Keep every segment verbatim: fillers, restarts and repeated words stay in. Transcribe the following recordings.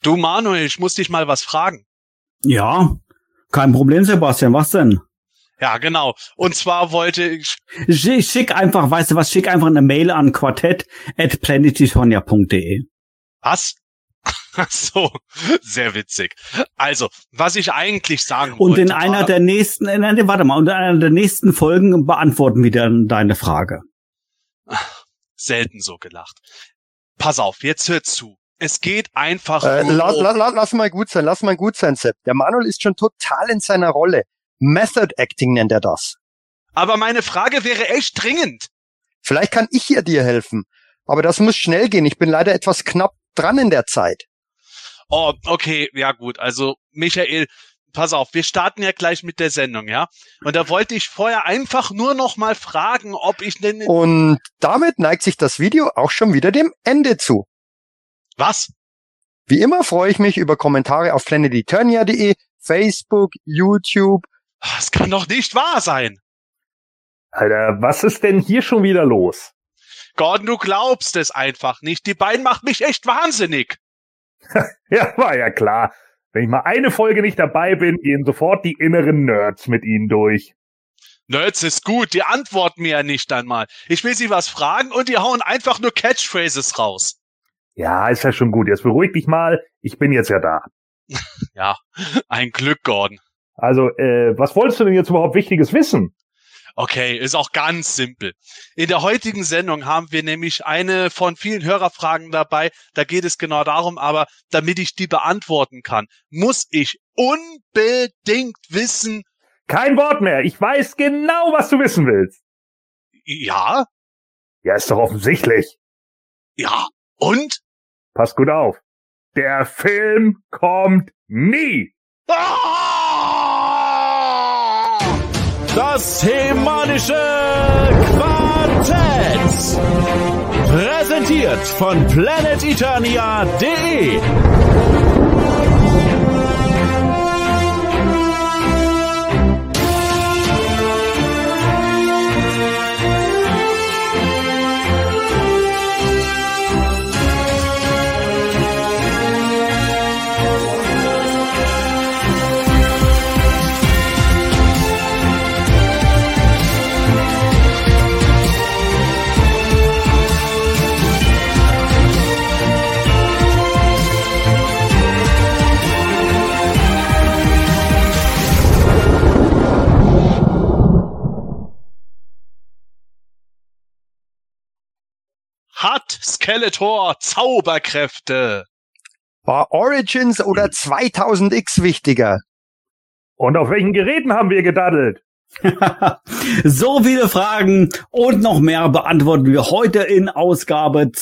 Du Manuel, ich muss dich mal was fragen. Ja, kein Problem, Sebastian. Was denn? Ja, genau. Und zwar wollte ich... Schick, schick einfach, weißt du was, schick einfach eine Mail an quartett at planetitonia punkt de. Was? Ach so, sehr witzig. Also, was ich eigentlich sagen und wollte... Und in einer der nächsten, äh, nee, warte mal, und in einer der nächsten Folgen beantworten wir dann deine Frage. Selten so gelacht. Pass auf, jetzt hör zu. Es geht einfach äh, nur lass, um lass, lass mal gut sein, lass mal gut sein, Sepp. Der Manuel ist schon total in seiner Rolle. Method Acting nennt er das. Aber meine Frage wäre echt dringend. Vielleicht kann ich hier dir helfen. Aber das muss schnell gehen. Ich bin leider etwas knapp dran in der Zeit. Oh, okay, ja gut. Also, Michael, pass auf, wir starten ja gleich mit der Sendung, ja? Und da wollte ich vorher einfach nur noch mal fragen, ob ich denn... Und damit neigt sich das Video auch schon wieder dem Ende zu. Was? Wie immer freue ich mich über Kommentare auf planet eternia punkt de, Facebook, YouTube. Das kann doch nicht wahr sein. Alter, was ist denn hier schon wieder los? Gordon, du glaubst es einfach nicht. Die beiden macht mich echt wahnsinnig. Ja, war ja klar. Wenn ich mal eine Folge nicht dabei bin, gehen sofort die inneren Nerds mit ihnen durch. Nerds ist gut, die antworten mir ja nicht einmal. Ich will sie was fragen und die hauen einfach nur Catchphrases raus. Ja, ist ja schon gut. Jetzt beruhig dich mal. Ich bin jetzt ja da. Ja, ein Glück, Gordon. Also, äh, was wolltest du denn jetzt überhaupt Wichtiges wissen? Okay, ist auch ganz simpel. In der heutigen Sendung haben wir nämlich eine von vielen Hörerfragen dabei. Da geht es genau darum, aber damit ich die beantworten kann, muss ich unbedingt wissen... Kein Wort mehr. Ich weiß genau, was du wissen willst. Ja? Ja, ist doch offensichtlich. Ja, und? Pass gut auf. Der Film kommt nie. Ah! Das Hemanische Quartett. Präsentiert von planet eternia punkt de. Hat Skeletor Zauberkräfte? War Origins oder zweitausend X wichtiger? Und auf welchen Geräten haben wir gedaddelt? So viele Fragen und noch mehr beantworten wir heute in Ausgabe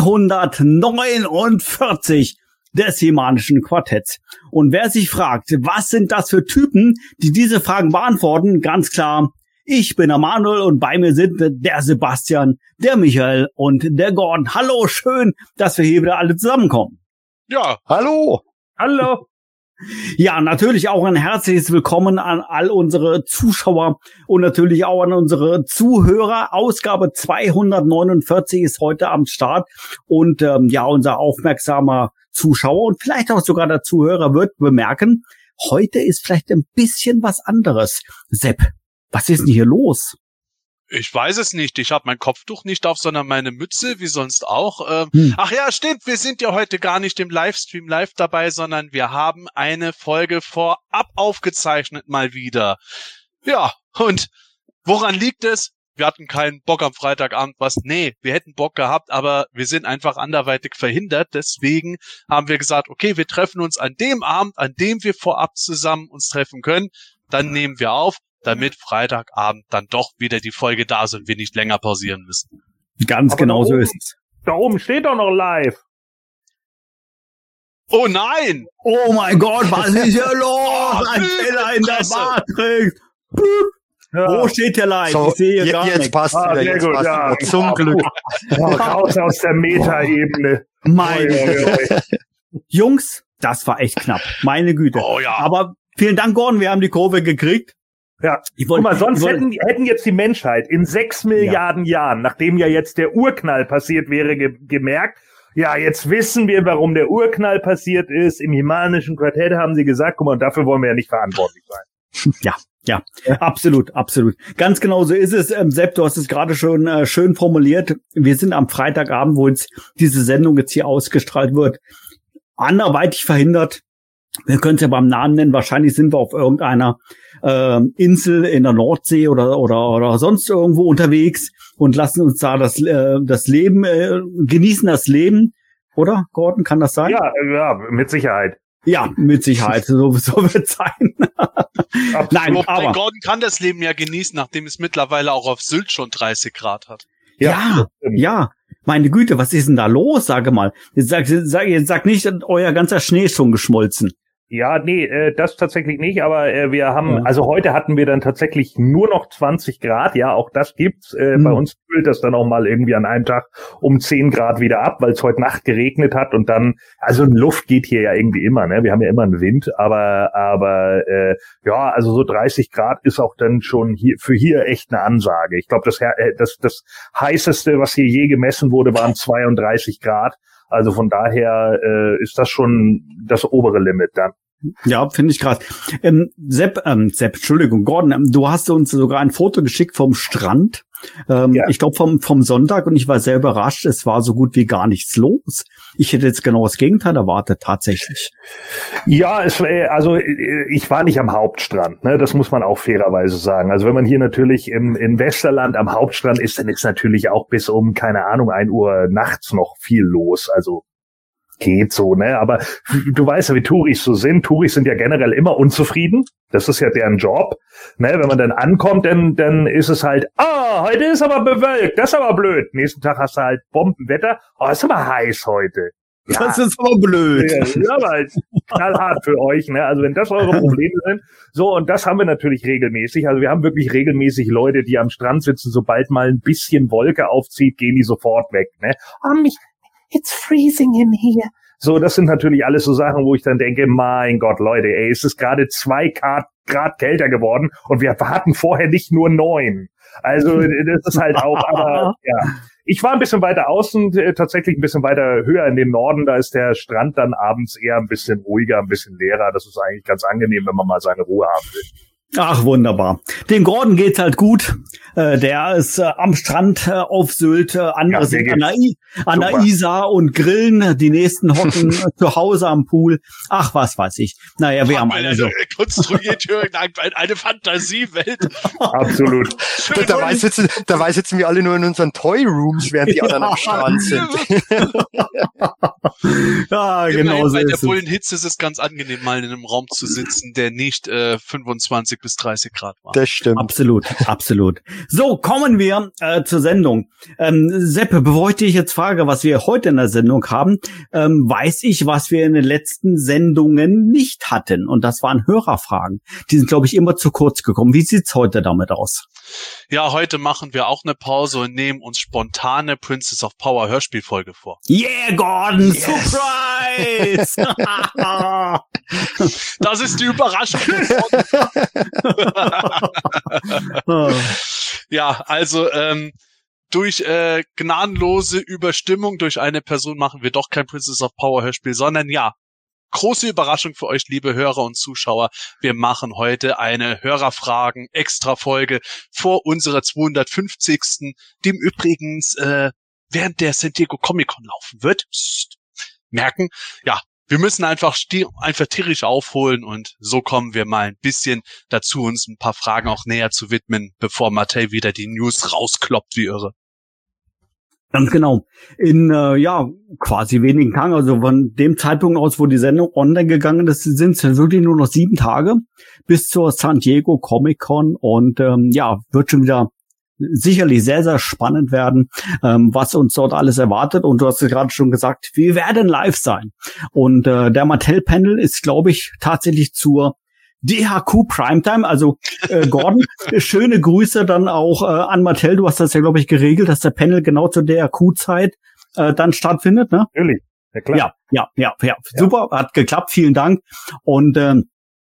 zweihundertneunundvierzig des Hemanischen Quartetts. Und wer sich fragt, was sind das für Typen, die diese Fragen beantworten, ganz klar, ich bin der Manuel und bei mir sind der Sebastian, der Michael und der Gordon. Hallo, schön, dass wir hier wieder alle zusammenkommen. Ja. Hallo. Hallo. Ja, natürlich auch ein herzliches Willkommen an all unsere Zuschauer und natürlich auch an unsere Zuhörer. Ausgabe zweihundertneunundvierzig ist heute am Start und ähm, ja, unser aufmerksamer Zuschauer und vielleicht auch sogar der Zuhörer wird bemerken, heute ist vielleicht ein bisschen was anderes. Sepp, was ist denn hier los? Ich weiß es nicht. Ich habe mein Kopftuch nicht auf, sondern meine Mütze, wie sonst auch. Ähm, Hm. Ach ja, stimmt. Wir sind ja heute gar nicht im Livestream live dabei, sondern wir haben eine Folge vorab aufgezeichnet mal wieder. Ja, und woran liegt es? Wir hatten keinen Bock am Freitagabend was. Nee, wir hätten Bock gehabt, aber wir sind einfach anderweitig verhindert. Deswegen haben wir gesagt, okay, wir treffen uns an dem Abend, an dem wir vorab zusammen uns treffen können. Dann nehmen wir auf, damit Freitagabend dann doch wieder die Folge da ist und wir nicht länger pausieren müssen. Ganz Aber genau da so oben- ist es. Da oben steht doch noch live. Oh nein! Oh mein Gott, was ist hier los? Ein Lüge, Fehler in der Presse. Matrix. Ja. Wo steht der live? So, Ich sehe hier je- gar jetzt nichts. passt Ah, wieder, sehr jetzt gut, passt ja. wieder. Zum Glück. Oh, raus aus der Meta-Ebene. Meine Oi, oi, oi. Jungs, das war echt knapp. Meine Güte. Oh ja. Aber vielen Dank, Gordon, wir haben die Kurve gekriegt. Ja, Ich guck wollte, mal, sonst ich wollte, hätten, hätten jetzt die Menschheit in sechs Milliarden Jahren, nachdem ja jetzt der Urknall passiert wäre, ge gemerkt, ja, jetzt wissen wir, warum der Urknall passiert ist. Im Himalischen Quartett haben sie gesagt, guck mal, und dafür wollen wir ja nicht verantwortlich sein. Ja. Ja, absolut, absolut. Ganz genau so ist es. Ähm, Sepp, du hast es gerade schon äh, schön formuliert. Wir sind am Freitagabend, wo jetzt diese Sendung jetzt hier ausgestrahlt wird, anderweitig verhindert. Wir können es ja beim Namen nennen. Wahrscheinlich sind wir auf irgendeiner äh, Insel in der Nordsee oder oder oder sonst irgendwo unterwegs und lassen uns da das äh, das Leben äh, genießen, das Leben, oder Gordon, kann das sein? Ja, ja, mit Sicherheit. Ja, mit Sicherheit. So, so wird es sein. Nein, Wobei aber Gordon kann das Leben ja genießen, nachdem es mittlerweile auch auf Sylt schon dreißig Grad hat. ja, ja, ja. Meine Güte, was ist denn da los? Sage mal. Jetzt sag, sag, jetzt sag nicht, euer ganzer Schnee ist schon geschmolzen. Ja, nee, äh, das tatsächlich nicht, aber äh, wir haben, Ja. also heute hatten wir dann tatsächlich nur noch zwanzig Grad, ja, auch das gibt's. Äh, Hm. Bei uns kühlt das dann auch mal irgendwie an einem Tag um zehn Grad wieder ab, weil es heute Nacht geregnet hat und dann, also Luft geht hier ja irgendwie immer, ne, wir haben ja immer einen Wind, aber, aber, äh, ja, also so dreißig Grad ist auch dann schon hier, für hier echt eine Ansage. Ich glaube, das, äh, das, das heißeste, was hier je gemessen wurde, waren zweiunddreißig Grad. Also von daher äh, ist das schon das obere Limit dann. Ja, finde ich krass. Ähm, Sepp, ähm, Sepp, Entschuldigung, Gordon, ähm, du hast uns sogar ein Foto geschickt vom Strand. Ähm, Ja. Ich glaube vom vom Sonntag und ich war sehr überrascht. Es war so gut wie gar nichts los. Ich hätte jetzt genau das Gegenteil erwartet, tatsächlich. Ja, es äh, also äh, ich war nicht am Hauptstrand, ne? Das muss man auch fairerweise sagen. Also wenn man hier natürlich im, im Westerland am Hauptstrand ist, dann ist natürlich auch bis um, keine Ahnung, ein Uhr nachts noch viel los. Also geht so, ne? Aber du weißt ja, wie Touris so sind. Touris sind ja generell immer unzufrieden. Das ist ja deren Job. Ne? Wenn man dann ankommt, dann, dann ist es halt, ah, heute ist aber bewölkt, das ist aber blöd. Nächsten Tag hast du halt Bombenwetter. Oh, ist aber heiß heute. Ja. Das ist aber blöd. Ja, ja, aber halt knallhart für euch, ne? Also wenn das eure Probleme sind. So, und das haben wir natürlich regelmäßig. Also wir haben wirklich regelmäßig Leute, die am Strand sitzen, sobald mal ein bisschen Wolke aufzieht, gehen die sofort weg, ne? Oh, mich, it's freezing in here. So, das sind natürlich alles so Sachen, wo ich dann denke, mein Gott, Leute, ey, es ist gerade zwei Grad, Grad kälter geworden und wir hatten vorher nicht nur neun. Also das ist halt auch, aber ja. Ich war ein bisschen weiter außen, äh, tatsächlich ein bisschen weiter höher in den Norden. Da ist der Strand dann abends eher ein bisschen ruhiger, ein bisschen leerer. Das ist eigentlich ganz angenehm, wenn man mal seine Ruhe haben will. Ach, wunderbar. Dem Gordon geht's halt gut. Äh, der ist äh, am Strand äh, auf Sylt. Äh, andere Ja, sind mir an der, I an der super. Isar und grillen. Die nächsten hocken äh, zu Hause am Pool. Ach, was weiß ich. Naja, wir haben alle so. Konstruiert hier eine, eine Fantasiewelt. Absolut. Da, dabei, sitzen, dabei sitzen wir alle nur in unseren Toy-Rooms, während die anderen am Strand sind. Ja, Immerhin genau so bei der ist es. Bullenhitze ist es ganz angenehm, mal in einem Raum zu sitzen, der nicht äh, fünfundzwanzig bis dreißig Grad war. Das stimmt. Absolut, absolut. So, kommen wir äh, zur Sendung. Ähm, Seppe, bevor ich dich jetzt frage, was wir heute in der Sendung haben, ähm, weiß ich, was wir in den letzten Sendungen nicht hatten. Und das waren Hörerfragen. Die sind, glaube ich, immer zu kurz gekommen. Wie sieht's heute damit aus? Ja, heute machen wir auch eine Pause und nehmen uns spontane Princess of Power Hörspielfolge vor. Yeah, Gordon, Yes. Surprise! Das ist die Überraschung. Ja, also ähm, durch äh, gnadenlose Überstimmung durch eine Person machen wir doch kein Princess of Power Hörspiel, sondern ja, große Überraschung für euch, liebe Hörer und Zuschauer. Wir machen heute eine Hörerfragen-Extra-Folge vor unserer zweihundertfünfzigsten, dem übrigens äh, während der San Diego Comic-Con laufen wird. Psst, merken, ja, wir müssen einfach, einfach tierisch aufholen und so kommen wir mal ein bisschen dazu, uns ein paar Fragen auch näher zu widmen, bevor Mattel wieder die News rauskloppt wie irre. Ganz genau. In, äh, ja, quasi wenigen Tagen, also von dem Zeitpunkt aus, wo die Sendung online gegangen ist, sind es wirklich nur noch sieben Tage bis zur San Diego Comic-Con und ähm, ja, wird schon wieder sicherlich sehr, sehr spannend werden, ähm, was uns dort alles erwartet. Und du hast es gerade schon gesagt, wir werden live sein. Und äh, der Mattel-Panel ist, glaube ich, tatsächlich zur D H Q Primetime, also äh, Gordon, schöne Grüße dann auch äh, an Mattel. Du hast das ja, glaube ich, geregelt, dass der Panel genau zur D H Q-Zeit äh, dann stattfindet, ne? Natürlich, ja klar. Ja, ja, ja, ja, super, hat geklappt, vielen Dank. Und ähm,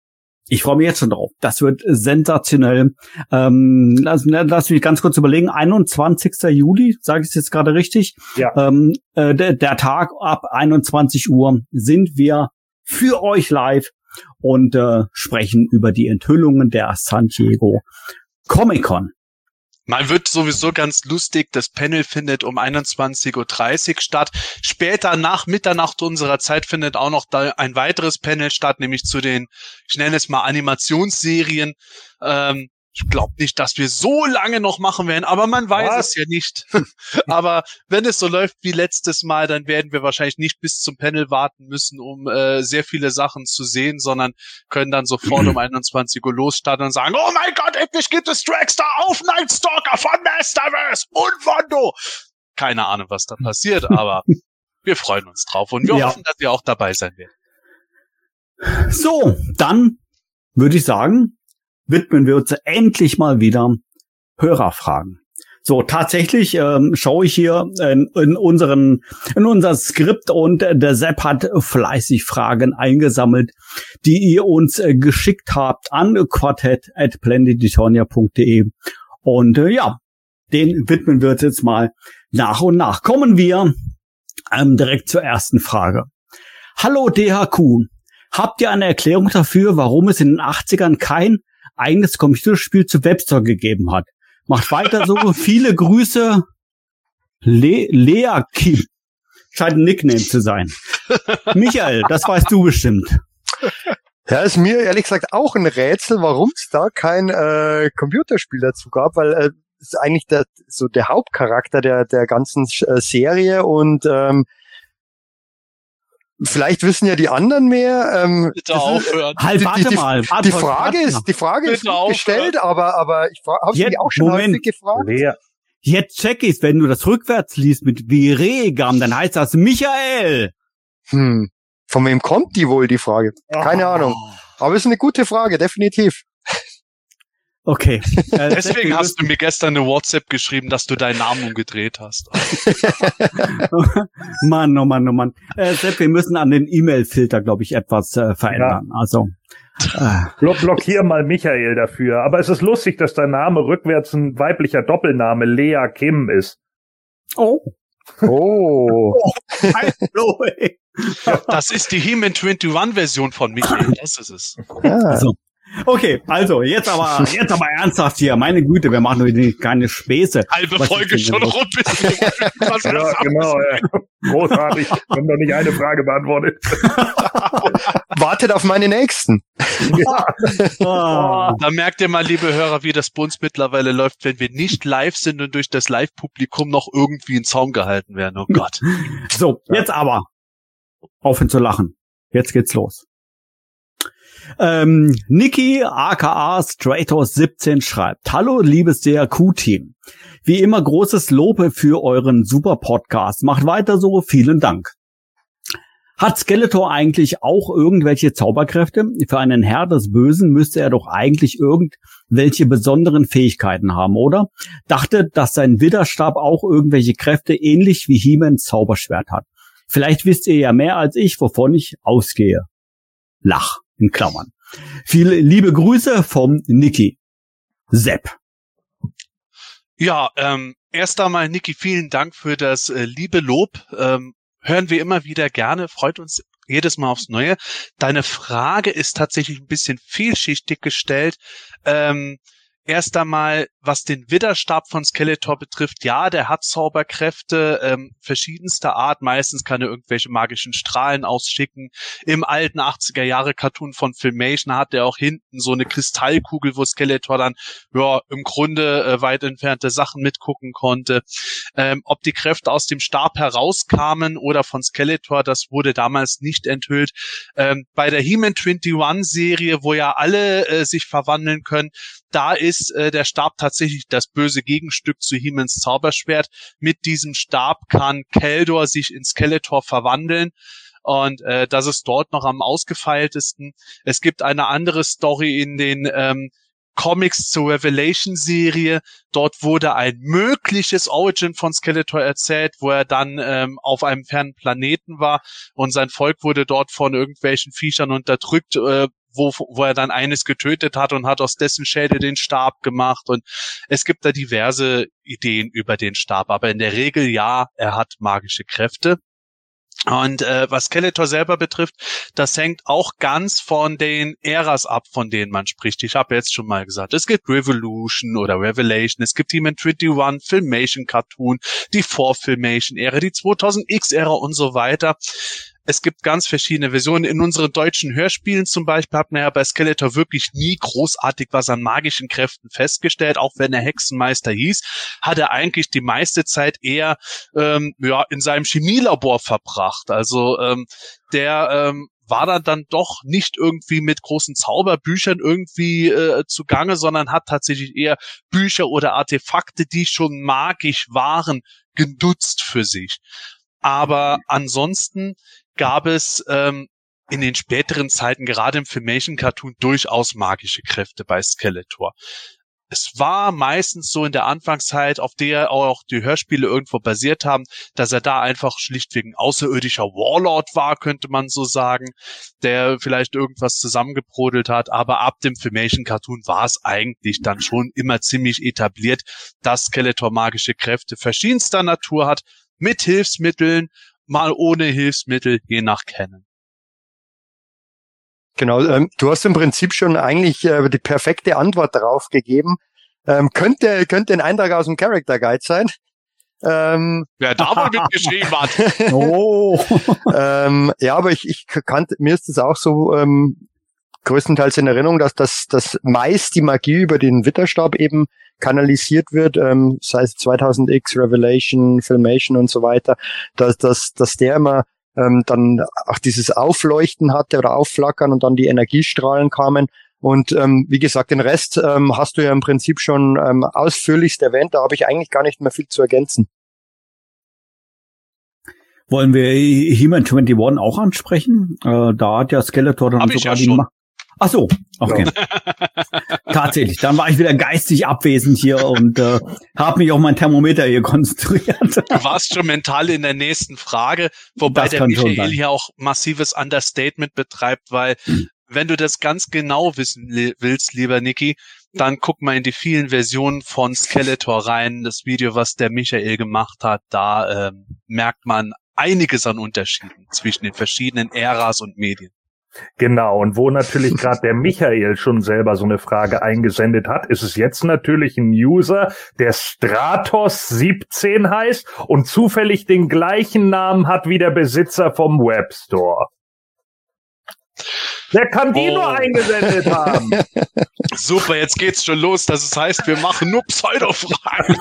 Ich freue mich jetzt schon drauf. Das wird sensationell. Ähm, lass, lass mich ganz kurz überlegen. einundzwanzigster Juli, sage ich es jetzt gerade richtig? Ja. Ähm, äh, der, der Tag ab einundzwanzig Uhr sind wir für euch live und äh, sprechen über die Enthüllungen der San Diego Comic-Con. Man wird sowieso ganz lustig, das Panel findet um einundzwanzig Uhr dreißig statt. Später nach Mitternacht unserer Zeit findet auch noch da ein weiteres Panel statt, nämlich zu den, ich nenne es mal Animationsserien. Ähm, ich glaube nicht, dass wir so lange noch machen werden, aber man weiß Was? es ja nicht. Aber wenn es so läuft wie letztes Mal, dann werden wir wahrscheinlich nicht bis zum Panel warten müssen, um äh, sehr viele Sachen zu sehen, sondern können dann sofort um einundzwanzig Uhr losstarten und sagen, oh mein Gott, endlich gibt es Dragster auf Night Stalker von Masterverse und Wondo. Keine Ahnung, was da passiert, aber wir freuen uns drauf und wir ja. hoffen, dass ihr auch dabei sein werdet. So, dann würde ich sagen, widmen wir uns endlich mal wieder Hörerfragen. So, tatsächlich ähm, schaue ich hier in, in unseren in unser Skript und der Sepp hat fleißig Fragen eingesammelt, die ihr uns äh, geschickt habt an quartett at planetitonia punkt de und äh, ja, den widmen wir uns jetzt mal nach und nach. Kommen wir ähm, direkt zur ersten Frage. Hallo D H Q, habt ihr eine Erklärung dafür, warum es in den achtzigern kein eigenes Computerspiel zu Webstore gegeben hat? Macht weiter so. Viele Grüße. Le- Lea Kim. Scheint ein Nickname zu sein. Michael, das weißt du bestimmt. Ja, ist mir ehrlich gesagt auch ein Rätsel, warum es da kein äh, Computerspiel dazu gab, weil äh, ist eigentlich der, so der Hauptcharakter der der ganzen äh, Serie und ähm, vielleicht wissen ja die anderen mehr. Ähm, Bitte aufhören. Ist, halt, warte die, die, mal. Warte, die Frage ist, die Frage ist gut gestellt, aber aber ich habe sie auch schon Moment. häufig gefragt. Lea. Jetzt check ich's, wenn du das rückwärts liest mit Viregam, dann heißt das Michael. Hm. Von wem kommt die wohl, die Frage? Keine oh. Ahnung. Aber es ist eine gute Frage, definitiv. Okay. Äh, Deswegen hast du mir gestern eine WhatsApp geschrieben, dass du deinen Namen umgedreht hast. Mann, oh Mann, oh Mann. Äh, Sepp, wir müssen an den E-Mail-Filter, glaube ich, etwas äh, verändern. Ja. Also äh. Block, blockier mal Michael dafür. Aber es ist lustig, dass dein Name rückwärts ein weiblicher Doppelname Lea Kim ist. Oh. Oh. oh hallo, ey. Das ist die He-Man einundzwanzig-Version von Michael. Das ist es. Ja. Also. Okay, also jetzt aber jetzt aber ernsthaft hier. Meine Güte, wir machen heute keine Späße. Halbe Folge schon rum. Ja, genau. Ja. Großartig. Wir haben noch nicht eine Frage beantwortet. Wartet auf meine nächsten. Ja. Ah. Da merkt ihr mal, liebe Hörer, wie das bei uns mittlerweile läuft, wenn wir nicht live sind und durch das Live-Publikum noch irgendwie in Zaum gehalten werden. Oh Gott. So, jetzt aber aufhören zu lachen. Jetzt geht's los. Ähm, Niki aka Stratos siebzehn schreibt: Hallo liebes D R Q-Team. Wie immer großes Lob für euren super Podcast. Macht weiter so, vielen Dank. Hat Skeletor eigentlich auch irgendwelche Zauberkräfte? Für einen Herr des Bösen müsste er doch eigentlich irgendwelche besonderen Fähigkeiten haben, oder? Dachte, dass sein Widerstab auch irgendwelche Kräfte ähnlich wie He-Mans Zauberschwert hat. Vielleicht wisst ihr ja mehr als ich, wovon ich ausgehe. Lach. In Klammern. Viele liebe Grüße vom Niki. Sepp. Ja, ähm, erst einmal, Niki, vielen Dank für das äh, liebe Lob. Ähm, hören wir immer wieder gerne, freut uns jedes Mal aufs Neue. Deine Frage ist tatsächlich ein bisschen vielschichtig gestellt. Ähm, Erst einmal, was den Widerstab von Skeletor betrifft, ja, der hat Zauberkräfte ähm, verschiedenster Art. Meistens kann er irgendwelche magischen Strahlen ausschicken. Im alten achtziger-Jahre-Cartoon von Filmation hat er auch hinten so eine Kristallkugel, wo Skeletor dann ja im Grunde äh, weit entfernte Sachen mitgucken konnte. Ähm, ob die Kräfte aus dem Stab herauskamen oder von Skeletor, das wurde damals nicht enthüllt. Ähm, bei der He-Man einundzwanzig-Serie, wo ja alle äh, sich verwandeln können, da ist äh, der Stab tatsächlich das böse Gegenstück zu He-Mans Zauberschwert. Mit diesem Stab kann Keldor sich in Skeletor verwandeln. Und äh, das ist dort noch am ausgefeiltesten. Es gibt eine andere Story in den ähm, Comics zur Revelation-Serie. Dort wurde ein mögliches Origin von Skeletor erzählt, wo er dann ähm, auf einem fernen Planeten war und sein Volk wurde dort von irgendwelchen Viechern unterdrückt, äh, wo, wo er dann eines getötet hat und hat aus dessen Schädel den Stab gemacht. Und es gibt da diverse Ideen über den Stab. Aber in der Regel ja, er hat magische Kräfte. Und äh, was Skeletor selber betrifft, das hängt auch ganz von den Äras ab, von denen man spricht. Ich habe jetzt schon mal gesagt, es gibt Revolution oder Revelation, es gibt He-Man einundzwanzig, Filmation Cartoon, die Vor-Filmation-Ära, die zweitausend X-Ära und so weiter. Es gibt ganz verschiedene Versionen. In unseren deutschen Hörspielen zum Beispiel hat man ja bei Skeletor wirklich nie großartig was an magischen Kräften festgestellt. Auch wenn er Hexenmeister hieß, hat er eigentlich die meiste Zeit eher ähm, ja in seinem Chemielabor verbracht. Also ähm, der ähm, war dann dann doch nicht irgendwie mit großen Zauberbüchern irgendwie äh, zugange, sondern hat tatsächlich eher Bücher oder Artefakte, die schon magisch waren, genutzt für sich. Aber ansonsten gab es ähm, in den späteren Zeiten, gerade im Filmation-Cartoon, durchaus magische Kräfte bei Skeletor. Es war meistens so in der Anfangszeit, auf der auch die Hörspiele irgendwo basiert haben, dass er da einfach schlichtweg ein außerirdischer Warlord war, könnte man so sagen, der vielleicht irgendwas zusammengebrodelt hat. Aber ab dem Filmation-Cartoon war es eigentlich dann schon immer ziemlich etabliert, dass Skeletor magische Kräfte verschiedenster Natur hat, mit Hilfsmitteln, mal ohne Hilfsmittel, je nach Canon. Genau, ähm, du hast im Prinzip schon eigentlich äh, die perfekte Antwort darauf gegeben. Ähm, könnte könnte ein Eintrag aus dem Character Guide sein. Ähm, Wer da wohl mitgeschrieben hat. Oh. ähm, ja, aber ich, ich kannte, mir ist das auch so ähm, größtenteils in Erinnerung, dass das dass meist die Magie über den Witterstab eben kanalisiert wird, ähm, sei es zweitausend X, Revelation, Filmation und so weiter, dass, dass, dass der immer ähm, dann auch dieses Aufleuchten hatte oder Aufflackern und dann die Energiestrahlen kamen. Und ähm, wie gesagt, den Rest ähm, hast du ja im Prinzip schon ähm, ausführlichst erwähnt, da habe ich eigentlich gar nicht mehr viel zu ergänzen. Wollen wir He-Man einundzwanzig auch ansprechen? Äh, da hat ja Skeletor dann Hab sogar ich ja die schon. Ma- Ach so, okay. Ja. Tatsächlich, dann war ich wieder geistig abwesend hier und äh, habe mich auf mein Thermometer hier konzentriert. Du warst schon mental in der nächsten Frage, wobei Das der kann schon Michael sein. hier auch massives Understatement betreibt, weil wenn du das ganz genau wissen li- willst, lieber Niki, dann guck mal in die vielen Versionen von Skeletor rein. Das Video, was der Michael gemacht hat, da ähm, merkt man einiges an Unterschieden zwischen den verschiedenen Äras und Medien. Genau, und wo natürlich gerade der Michael schon selber so eine Frage eingesendet hat, ist es jetzt natürlich ein User, der Stratos siebzehn heißt und zufällig den gleichen Namen hat wie der Besitzer vom Webstore. Wer kann die Oh. nur eingesendet haben? Super, jetzt geht's schon los. Das heißt, wir machen nur Pseudo-Fragen.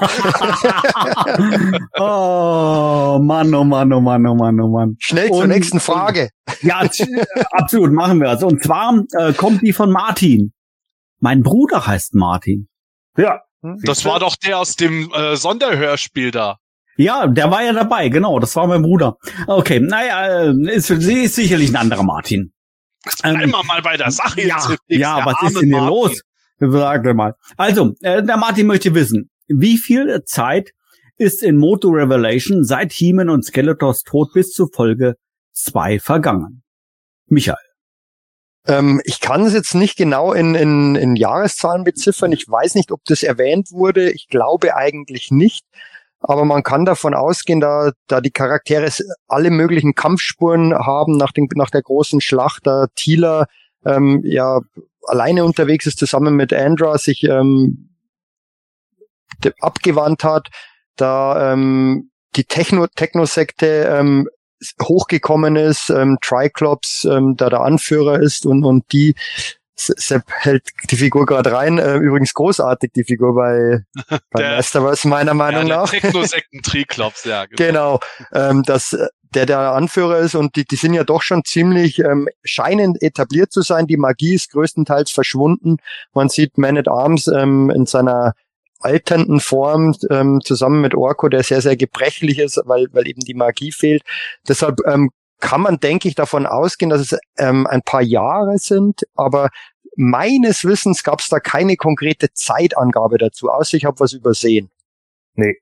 Oh Mann, oh Mann, oh Mann, oh Mann, oh Mann. Schnell zur Und- nächsten Frage. Ja, t- absolut, machen wir es. Und zwar äh, kommt die von Martin. Mein Bruder heißt Martin. Ja. Das war doch der aus dem äh, Sonderhörspiel da. Ja, der war ja dabei, genau, das war mein Bruder. Okay, naja, äh, ist, sie ist sicherlich ein anderer Martin. Ähm, Einmal mal bei der Sache. Ja, jetzt. ja, Der was arme ist denn hier Martin. los? Sag doch mal. Also, äh, der Martin möchte wissen, wie viel Zeit ist in Moto Revelation seit He-Man und Skeletors Tod bis zu Folge zwei vergangen? Michael. Ähm, ich kann es jetzt nicht genau in, in, in Jahreszahlen beziffern. Ich weiß nicht, ob das erwähnt wurde. Ich glaube eigentlich nicht. Aber man kann davon ausgehen, da, da die Charaktere alle möglichen Kampfspuren haben nach, den, nach der großen Schlacht, da Teela ähm, ja alleine unterwegs ist, zusammen mit Andra sich ähm, de- abgewandt hat, da ähm, die Techno, Techno-Sekte ähm, hochgekommen ist, ähm, Triclops ähm, da der Anführer ist und, und die Sepp hält die Figur gerade rein. Äh, übrigens großartig, die Figur bei, bei Der- Masterverse, meiner Meinung Ja, nach. der Techno-Sekten-Triklops, ja. Genau. Genau, ähm, dass äh, der der Anführer ist und die, die sind ja doch schon ziemlich ähm, scheinend etabliert zu sein. Die Magie ist größtenteils verschwunden. Man sieht Man at Arms ähm, in seiner alternden Form ähm, zusammen mit Orko, der sehr, sehr gebrechlich ist, weil, weil eben die Magie fehlt. Deshalb ähm, kann man, denke ich, davon ausgehen, dass es ähm, ein paar Jahre sind, aber meines Wissens gab es da keine konkrete Zeitangabe dazu, außer ich habe was übersehen. Nee.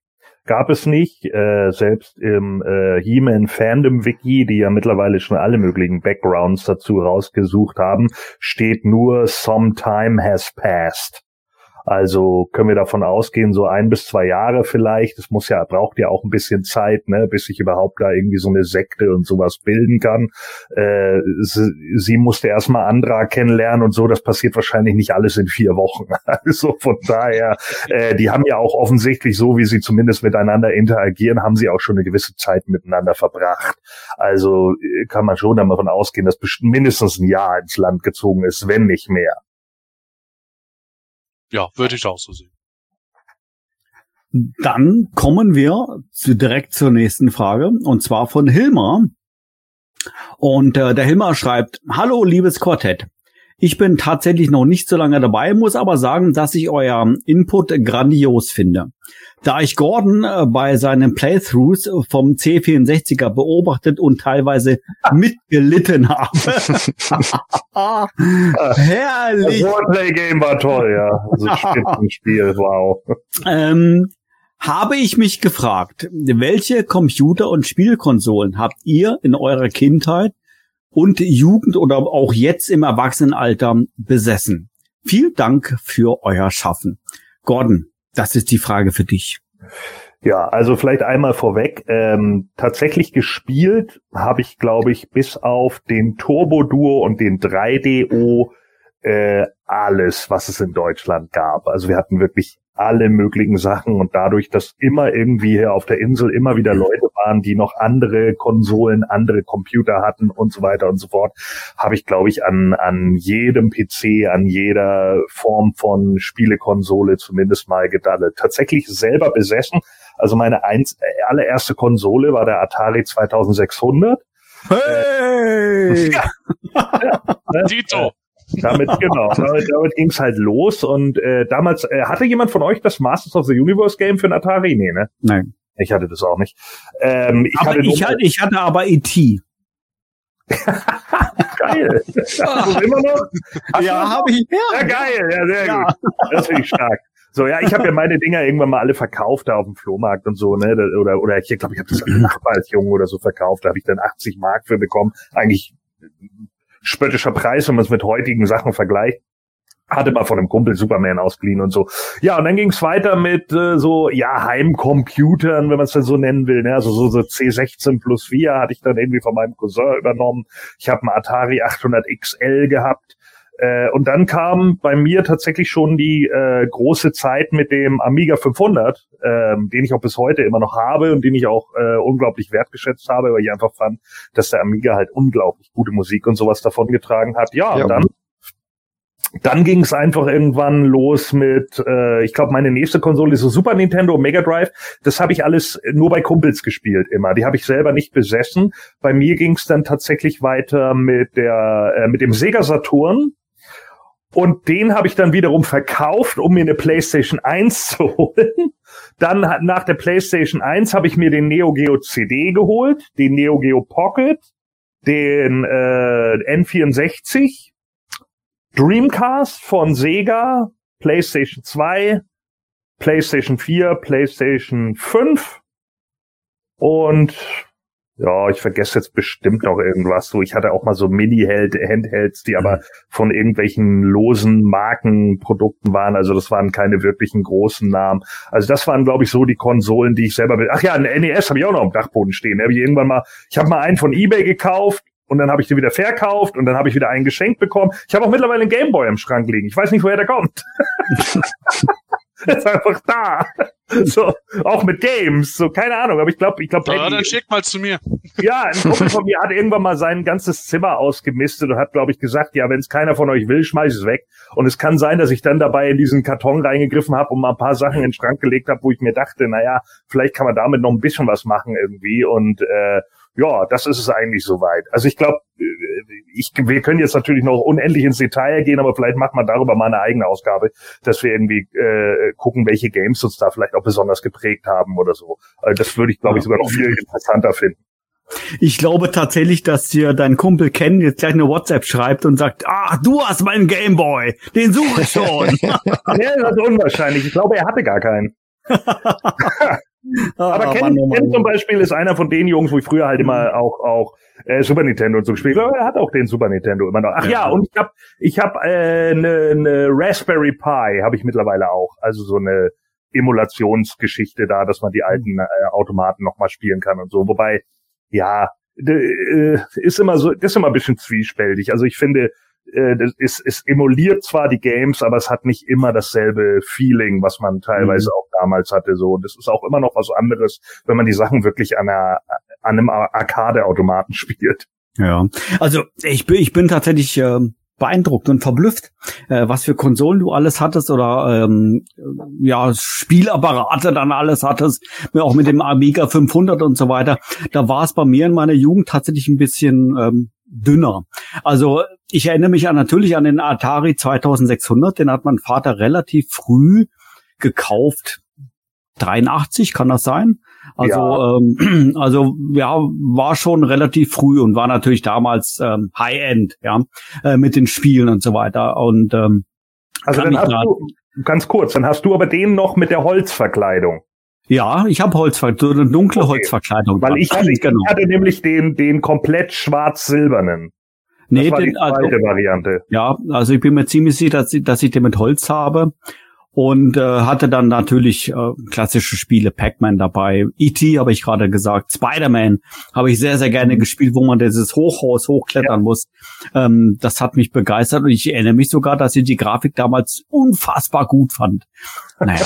gab es nicht. Äh, selbst im äh, He-Man Fandom Wiki, die ja mittlerweile schon alle möglichen Backgrounds dazu rausgesucht haben, steht nur "Some time has passed". Also können wir davon ausgehen, so ein bis zwei Jahre vielleicht. Es muss ja, braucht ja auch ein bisschen Zeit, ne, bis sich überhaupt da irgendwie so eine Sekte und sowas bilden kann. Äh, sie, sie musste erstmal Andra kennenlernen und so. Das passiert wahrscheinlich nicht alles in vier Wochen. Also von daher, äh, die haben ja auch offensichtlich, so wie sie zumindest miteinander interagieren, haben sie auch schon eine gewisse Zeit miteinander verbracht. Also kann man schon davon ausgehen, dass mindestens ein Jahr ins Land gezogen ist, wenn nicht mehr. Ja, würde ich auch so sehen. Dann kommen wir zu, direkt zur nächsten Frage, und zwar von Hilmar. Und äh, der Hilmar schreibt: Hallo, liebes Quartett. Ich bin tatsächlich noch nicht so lange dabei, muss aber sagen, dass ich euer Input grandios finde. Da ich Gordon äh, bei seinen Playthroughs vom C vierundsechziger beobachtet und teilweise mitgelitten habe. Herrlich. Das Roleplay-Game war toll, ja. Also Spitzenspiel, wow. Ähm, habe ich mich gefragt, welche Computer- und Spielkonsolen habt ihr in eurer Kindheit und Jugend oder auch jetzt im Erwachsenenalter besessen? Vielen Dank für euer Schaffen. Gordon, das ist die Frage für dich. Ja, also vielleicht einmal vorweg. Ähm, tatsächlich gespielt habe ich, glaube ich, bis auf den Turbo Duo und den drei D O äh, alles, was es in Deutschland gab. Also wir hatten wirklich alle möglichen Sachen, und dadurch, dass immer irgendwie hier auf der Insel immer wieder Leute waren, die noch andere Konsolen, andere Computer hatten und so weiter und so fort, habe ich, glaube ich, an an jedem P C, an jeder Form von Spielekonsole zumindest mal gedaddelt. Tatsächlich selber besessen. Also meine eins, allererste Konsole war der Atari zweitausendsechshundert. Hey! Äh, ja. Ja. Tito! Damit, genau, damit, damit ging's halt los, und äh, damals, äh, hatte jemand von euch das Masters of the Universe Game für ein Atari? Nee, ne? Nein. Ich hatte das auch nicht. Ähm, ich, aber hatte ich, hatte, ich hatte aber E T Geil. Hast du immer noch? Hast ja, habe ich. Ja, ja, geil. Ja, sehr ja. gut. Das finde ich stark. So, ja, ich habe ja meine Dinger irgendwann mal alle verkauft da auf dem Flohmarkt und so, ne? Oder oder ich glaube, ich habe das an Nachbar als Junge oder so verkauft. Da habe ich dann achtzig Mark für bekommen. Eigentlich spöttischer Preis, wenn man es mit heutigen Sachen vergleicht. Hatte mal von einem Kumpel Superman ausgeliehen und so. Ja, und dann ging es weiter mit äh, so, ja, Heimcomputern, wenn man es dann so nennen will. Ne? Also so, so C sechzehn plus vier hatte ich dann irgendwie von meinem Cousin übernommen. Ich habe einen Atari achthundert X L gehabt. Äh, und dann kam bei mir tatsächlich schon die äh, große Zeit mit dem Amiga fünfhundert, äh, den ich auch bis heute immer noch habe und den ich auch äh, unglaublich wertgeschätzt habe, weil ich einfach fand, dass der Amiga halt unglaublich gute Musik und sowas davongetragen hat. Ja, ja. und dann Dann ging es einfach irgendwann los mit, äh, ich glaube, meine nächste Konsole ist so Super Nintendo, Mega Drive. Das habe ich alles nur bei Kumpels gespielt immer. Die habe ich selber nicht besessen. Bei mir ging es dann tatsächlich weiter mit der äh, mit dem Sega Saturn. Und den habe ich dann wiederum verkauft, um mir eine PlayStation eins zu holen. Dann nach der PlayStation eins habe ich mir den Neo Geo C D geholt, den Neo Geo Pocket, den äh, N vierundsechzig, Dreamcast von Sega, PlayStation zwei, PlayStation vier, PlayStation fünf und ja, ich vergesse jetzt bestimmt noch irgendwas. So, ich hatte auch mal so Mini-Handhelds, die aber von irgendwelchen losen Markenprodukten waren. Also das waren keine wirklichen großen Namen. Also das waren, glaube ich, so die Konsolen, die ich selber... Ach ja, ein N E S habe ich auch noch am Dachboden stehen. Da habe ich irgendwann mal... Ich habe mal einen von eBay gekauft. Und dann habe ich den wieder verkauft und dann habe ich wieder einen geschenkt bekommen. Ich habe auch mittlerweile einen Gameboy im Schrank liegen. Ich weiß nicht, woher der kommt. Der ist einfach da. So, auch mit Games. So, keine Ahnung. Aber ich glaube, ich glaube. Ja, dann schick mal zu mir. Ja, ein Kumpel von mir hat irgendwann mal sein ganzes Zimmer ausgemistet und hat, glaube ich, gesagt, ja, wenn es keiner von euch will, schmeiß es weg. Und es kann sein, dass ich dann dabei in diesen Karton reingegriffen habe und mal ein paar Sachen in den Schrank gelegt habe, wo ich mir dachte, naja, vielleicht kann man damit noch ein bisschen was machen irgendwie. Und äh, ja, das ist es eigentlich soweit. Also ich glaube, ich, wir können jetzt natürlich noch unendlich ins Detail gehen, aber vielleicht macht man darüber mal eine eigene Ausgabe, dass wir irgendwie äh, gucken, welche Games uns da vielleicht auch besonders geprägt haben oder so. Also das würde ich, glaube ich, sogar noch viel interessanter finden. Ich glaube tatsächlich, dass dir dein Kumpel Ken jetzt gleich eine WhatsApp schreibt und sagt, ah, du hast meinen Gameboy, den suche ich schon. Ja, das ist unwahrscheinlich. Ich glaube, er hatte gar keinen. Aber ah, Ken, Mann, Mann, Ken zum Beispiel ist einer von den Jungs, wo ich früher halt immer auch auch äh, Super Nintendo und so gespielt habe. Er hat auch den Super Nintendo immer noch. Ach ja, ja und ich habe ich hab äh, eine ne Raspberry Pi habe ich mittlerweile auch. Also so eine Emulationsgeschichte da, dass man die alten äh, Automaten nochmal spielen kann und so. Wobei, ja, äh, ist immer so, das ist immer ein bisschen zwiespältig. Also ich finde, äh, das ist, es emuliert zwar die Games, aber es hat nicht immer dasselbe Feeling, was man teilweise mhm. auch damals hatte. So, das ist auch immer noch was anderes, wenn man die Sachen wirklich an einer an einem Arcade-Automaten spielt. Ja, also ich bin ich bin tatsächlich äh, beeindruckt und verblüfft, äh, was für Konsolen du alles hattest oder ähm, ja Spielapparate dann alles hattest, auch mit dem Amiga fünfhundert und so weiter. Da war es bei mir in meiner Jugend tatsächlich ein bisschen ähm, dünner. Also ich erinnere mich an, natürlich an den Atari zweitausendsechshundert, den hat mein Vater relativ früh gekauft. dreiundachtzig, kann das sein? Also, ja. ähm, also ja, war schon relativ früh und war natürlich damals ähm, High-End, ja, äh, mit den Spielen und so weiter. Und ähm, also dann hast du, ganz kurz, dann hast du aber den noch mit der Holzverkleidung. Ja, ich habe Holzverkleidung, eine dunkle okay. Holzverkleidung. Weil ich hatte, genau. ich hatte nämlich den den komplett schwarz-silbernen. Nee, das war den, die zweite also, Variante. Ja, also ich bin mir ziemlich sicher, dass ich, dass ich den mit Holz habe. Und äh, hatte dann natürlich äh, klassische Spiele, Pac-Man dabei, E T habe ich gerade gesagt, Spider-Man habe ich sehr, sehr gerne gespielt, wo man dieses Hochhaus hochklettern ja. muss. Ähm, das hat mich begeistert und ich erinnere mich sogar, dass ich die Grafik damals unfassbar gut fand. Naja.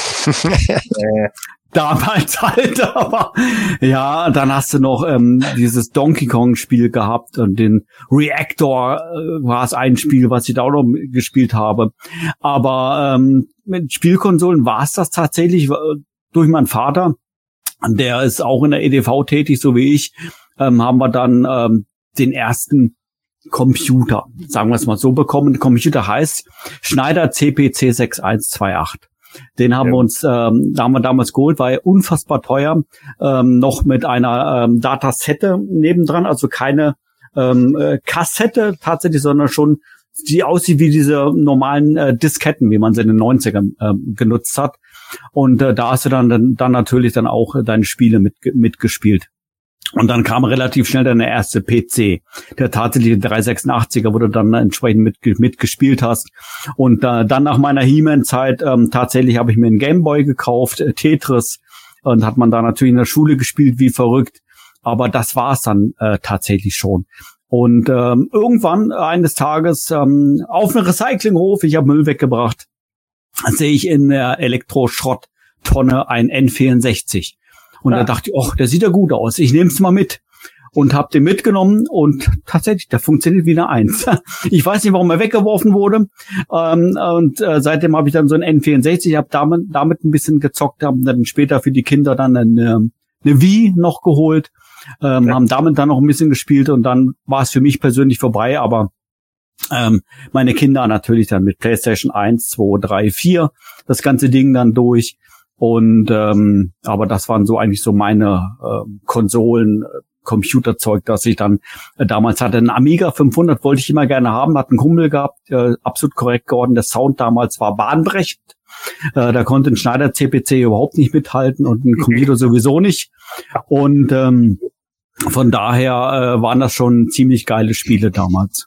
Damals halt, aber ja, dann hast du noch ähm, dieses Donkey Kong Spiel gehabt und den Reactor äh, war es ein Spiel, was ich da auch noch gespielt habe. Aber ähm, mit Spielkonsolen war es das tatsächlich äh, durch meinen Vater. Der ist auch in der E D V tätig, so wie ich, ähm, haben wir dann ähm, den ersten Computer, sagen wir es mal so, bekommen. Computer heißt Schneider C P C sechs eins zwei acht. Den haben ja. wir uns, ähm, da haben wir damals geholt, war ja unfassbar teuer, ähm, noch mit einer ähm, Datasette nebendran, also keine ähm, äh, Kassette tatsächlich, sondern schon die aussieht wie diese normalen äh, Disketten, wie man sie in den neunzigern äh, genutzt hat. Und äh, da hast du dann, dann dann natürlich dann auch äh, deine Spiele mit, mitgespielt. Und dann kam relativ schnell dann der erste P C, der tatsächliche dreihundertsechsundachtziger, wo du dann entsprechend mit, mitgespielt hast. Und äh, dann nach meiner He-Man-Zeit ähm, tatsächlich habe ich mir einen Gameboy gekauft, äh, Tetris, und hat man da natürlich in der Schule gespielt wie verrückt. Aber das war's dann äh, tatsächlich schon. Und ähm, irgendwann eines Tages ähm, auf einem Recyclinghof, ich habe Müll weggebracht, sehe ich in der Elektroschrotttonne ein N vierundsechzig. Und ja. da dachte ich, oh, der sieht ja gut aus. Ich nehme es mal mit. Und habe den mitgenommen und tatsächlich, der funktioniert wie eine Eins. Ich weiß nicht, warum er weggeworfen wurde. Ähm, und äh, seitdem habe ich dann so ein N vierundsechzig, habe damit, damit ein bisschen gezockt, haben dann später für die Kinder dann eine, eine Wii noch geholt, ähm, ja. haben damit dann noch ein bisschen gespielt und dann war es für mich persönlich vorbei. Aber ähm, meine Kinder natürlich dann mit PlayStation eins, zwei, drei, vier das ganze Ding dann durch. Und ähm, aber das waren so eigentlich so meine äh, Konsolen, Computerzeug, das ich dann äh, damals hatte. Ein Amiga fünfhundert wollte ich immer gerne haben, hat einen Kumpel gehabt, äh, absolut korrekt geworden. Der Sound damals war bahnbrechend. Äh, da konnte ein Schneider C P C überhaupt nicht mithalten und ein Computer sowieso nicht. Und ähm, von daher äh, waren das schon ziemlich geile Spiele damals.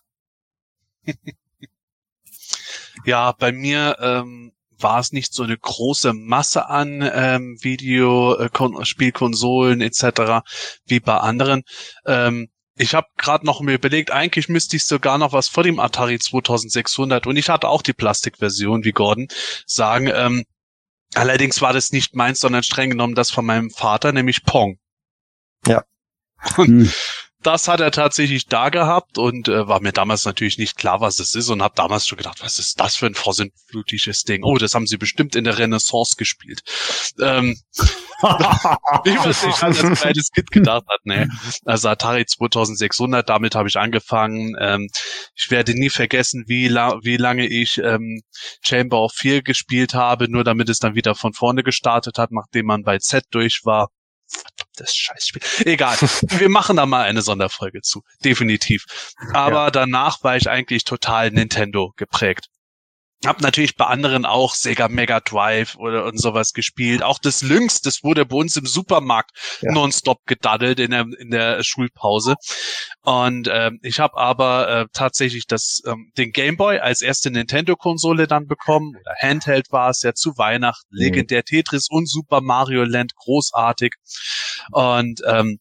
Ja, bei mir ähm war es nicht so eine große Masse an ähm, Videospielkonsolen äh, et cetera wie bei anderen. Ähm, ich habe gerade noch mir überlegt, eigentlich müsste ich sogar noch was vor dem Atari zweitausendsechshundert, und ich hatte auch die Plastikversion wie Gordon, sagen. Ähm, allerdings war das nicht meins, sondern streng genommen das von meinem Vater, nämlich Pong. Ja. Und hm. das hat er tatsächlich da gehabt und äh, war mir damals natürlich nicht klar, was es ist, und habe damals schon gedacht, was ist das für ein vorsintflutliches Ding? Oh, das haben sie bestimmt in der Renaissance gespielt. Ähm, wie man sich an das kleines Kind gedacht hat, ne? Also Atari zweitausendsechshundert, damit habe ich angefangen. Ähm, ich werde nie vergessen, wie, la- wie lange ich ähm, Chamber of Fear gespielt habe, nur damit es dann wieder von vorne gestartet hat, nachdem man bei Z durch war. Das Scheißspiel. Egal. Wir machen da mal eine Sonderfolge zu. Definitiv. Aber ja. danach war ich eigentlich total Nintendo geprägt. Hab natürlich bei anderen auch Sega Mega Drive oder und sowas gespielt. Auch das Lynx, das wurde bei uns im Supermarkt ja. nonstop gedaddelt in der in der Schulpause. Und ähm, ich habe aber äh, tatsächlich das ähm, den Game Boy als erste Nintendo-Konsole dann bekommen. Oder Handheld war es ja zu Weihnachten. Mhm. Legendär Tetris und Super Mario Land, großartig. Und ähm,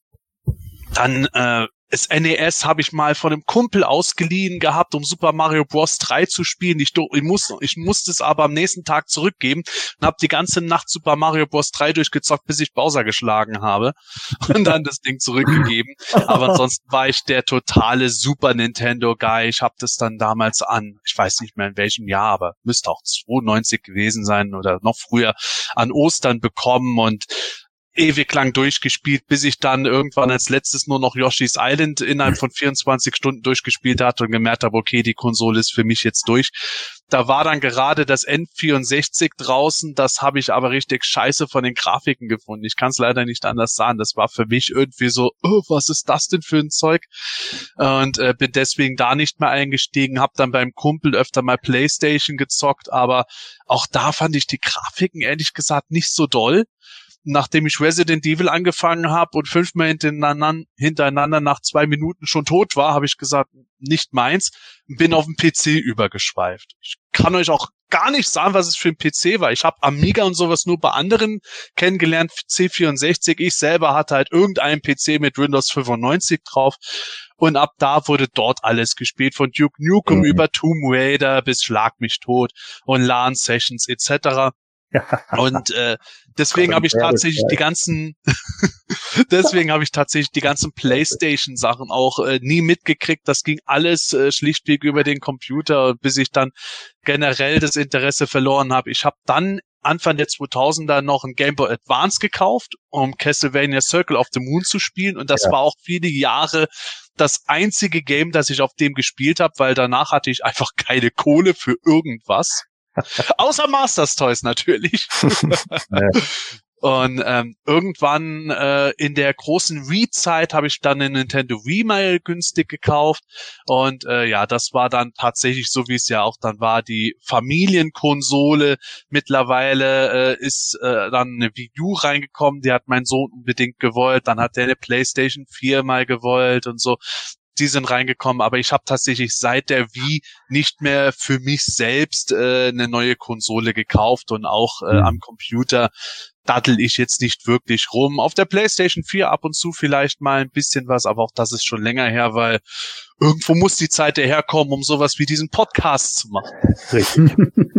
dann äh, das N E S habe ich mal von einem Kumpel ausgeliehen gehabt, um Super Mario Bros. drei zu spielen. Ich, ich, musste, ich musste es aber am nächsten Tag zurückgeben und habe die ganze Nacht Super Mario Bros. drei durchgezockt, bis ich Bowser geschlagen habe und dann das Ding zurückgegeben. Aber ansonsten war ich der totale Super Nintendo-Guy. Ich habe das dann damals an, ich weiß nicht mehr in welchem Jahr, aber müsste auch zweiundneunzig gewesen sein oder noch früher, an Ostern bekommen und ewig lang durchgespielt, bis ich dann irgendwann als letztes nur noch Yoshi's Island innerhalb von vierundzwanzig Stunden durchgespielt hatte und gemerkt habe, okay, die Konsole ist für mich jetzt durch. Da war dann gerade das N vierundsechzig draußen, das habe ich aber richtig scheiße von den Grafiken gefunden. Ich kann es leider nicht anders sagen. Das war für mich irgendwie so, oh, was ist das denn für ein Zeug? Und äh, bin deswegen da nicht mehr eingestiegen, habe dann beim Kumpel öfter mal PlayStation gezockt, aber auch da fand ich die Grafiken ehrlich gesagt nicht so doll. Nachdem ich Resident Evil angefangen habe und fünfmal hintereinander, hintereinander nach zwei Minuten schon tot war, habe ich gesagt, nicht meins, bin auf den P C übergeschweift. Ich kann euch auch gar nicht sagen, was es für ein P C war. Ich habe Amiga und sowas nur bei anderen kennengelernt, C vierundsechzig. Ich selber hatte halt irgendeinen P C mit Windows fünfundneunzig drauf. Und ab da wurde dort alles gespielt, von Duke Nukem mhm. über Tomb Raider bis Schlag mich tot und LAN-Sessions et cetera. Und äh, deswegen habe ich tatsächlich die ganzen deswegen habe ich tatsächlich die ganzen PlayStation-Sachen auch äh, nie mitgekriegt. Das ging alles äh, schlichtweg über den Computer, bis ich dann generell das Interesse verloren habe. Ich habe dann Anfang der zweitausender noch ein Game Boy Advance gekauft, um Castlevania Circle of the Moon zu spielen. Und das ja. war auch viele Jahre das einzige Game, das ich auf dem gespielt habe, weil danach hatte ich einfach keine Kohle für irgendwas. Außer Masters Toys natürlich. Ja. Und ähm, irgendwann äh, in der großen Wii-Zeit habe ich dann eine Nintendo Wii mal günstig gekauft. Und äh, ja, das war dann tatsächlich, so wie es ja auch dann war, die Familienkonsole. Mittlerweile äh, ist äh, dann eine Wii U reingekommen, die hat mein Sohn unbedingt gewollt. Dann hat der eine PlayStation vier mal gewollt und so. Die sind reingekommen, aber ich habe tatsächlich seit der Wii nicht mehr für mich selbst äh, eine neue Konsole gekauft und auch äh, am Computer daddel ich jetzt nicht wirklich rum. Auf der PlayStation vier ab und zu vielleicht mal ein bisschen was, aber auch das ist schon länger her, weil irgendwo muss die Zeit daherkommen, um sowas wie diesen Podcast zu machen. Richtig.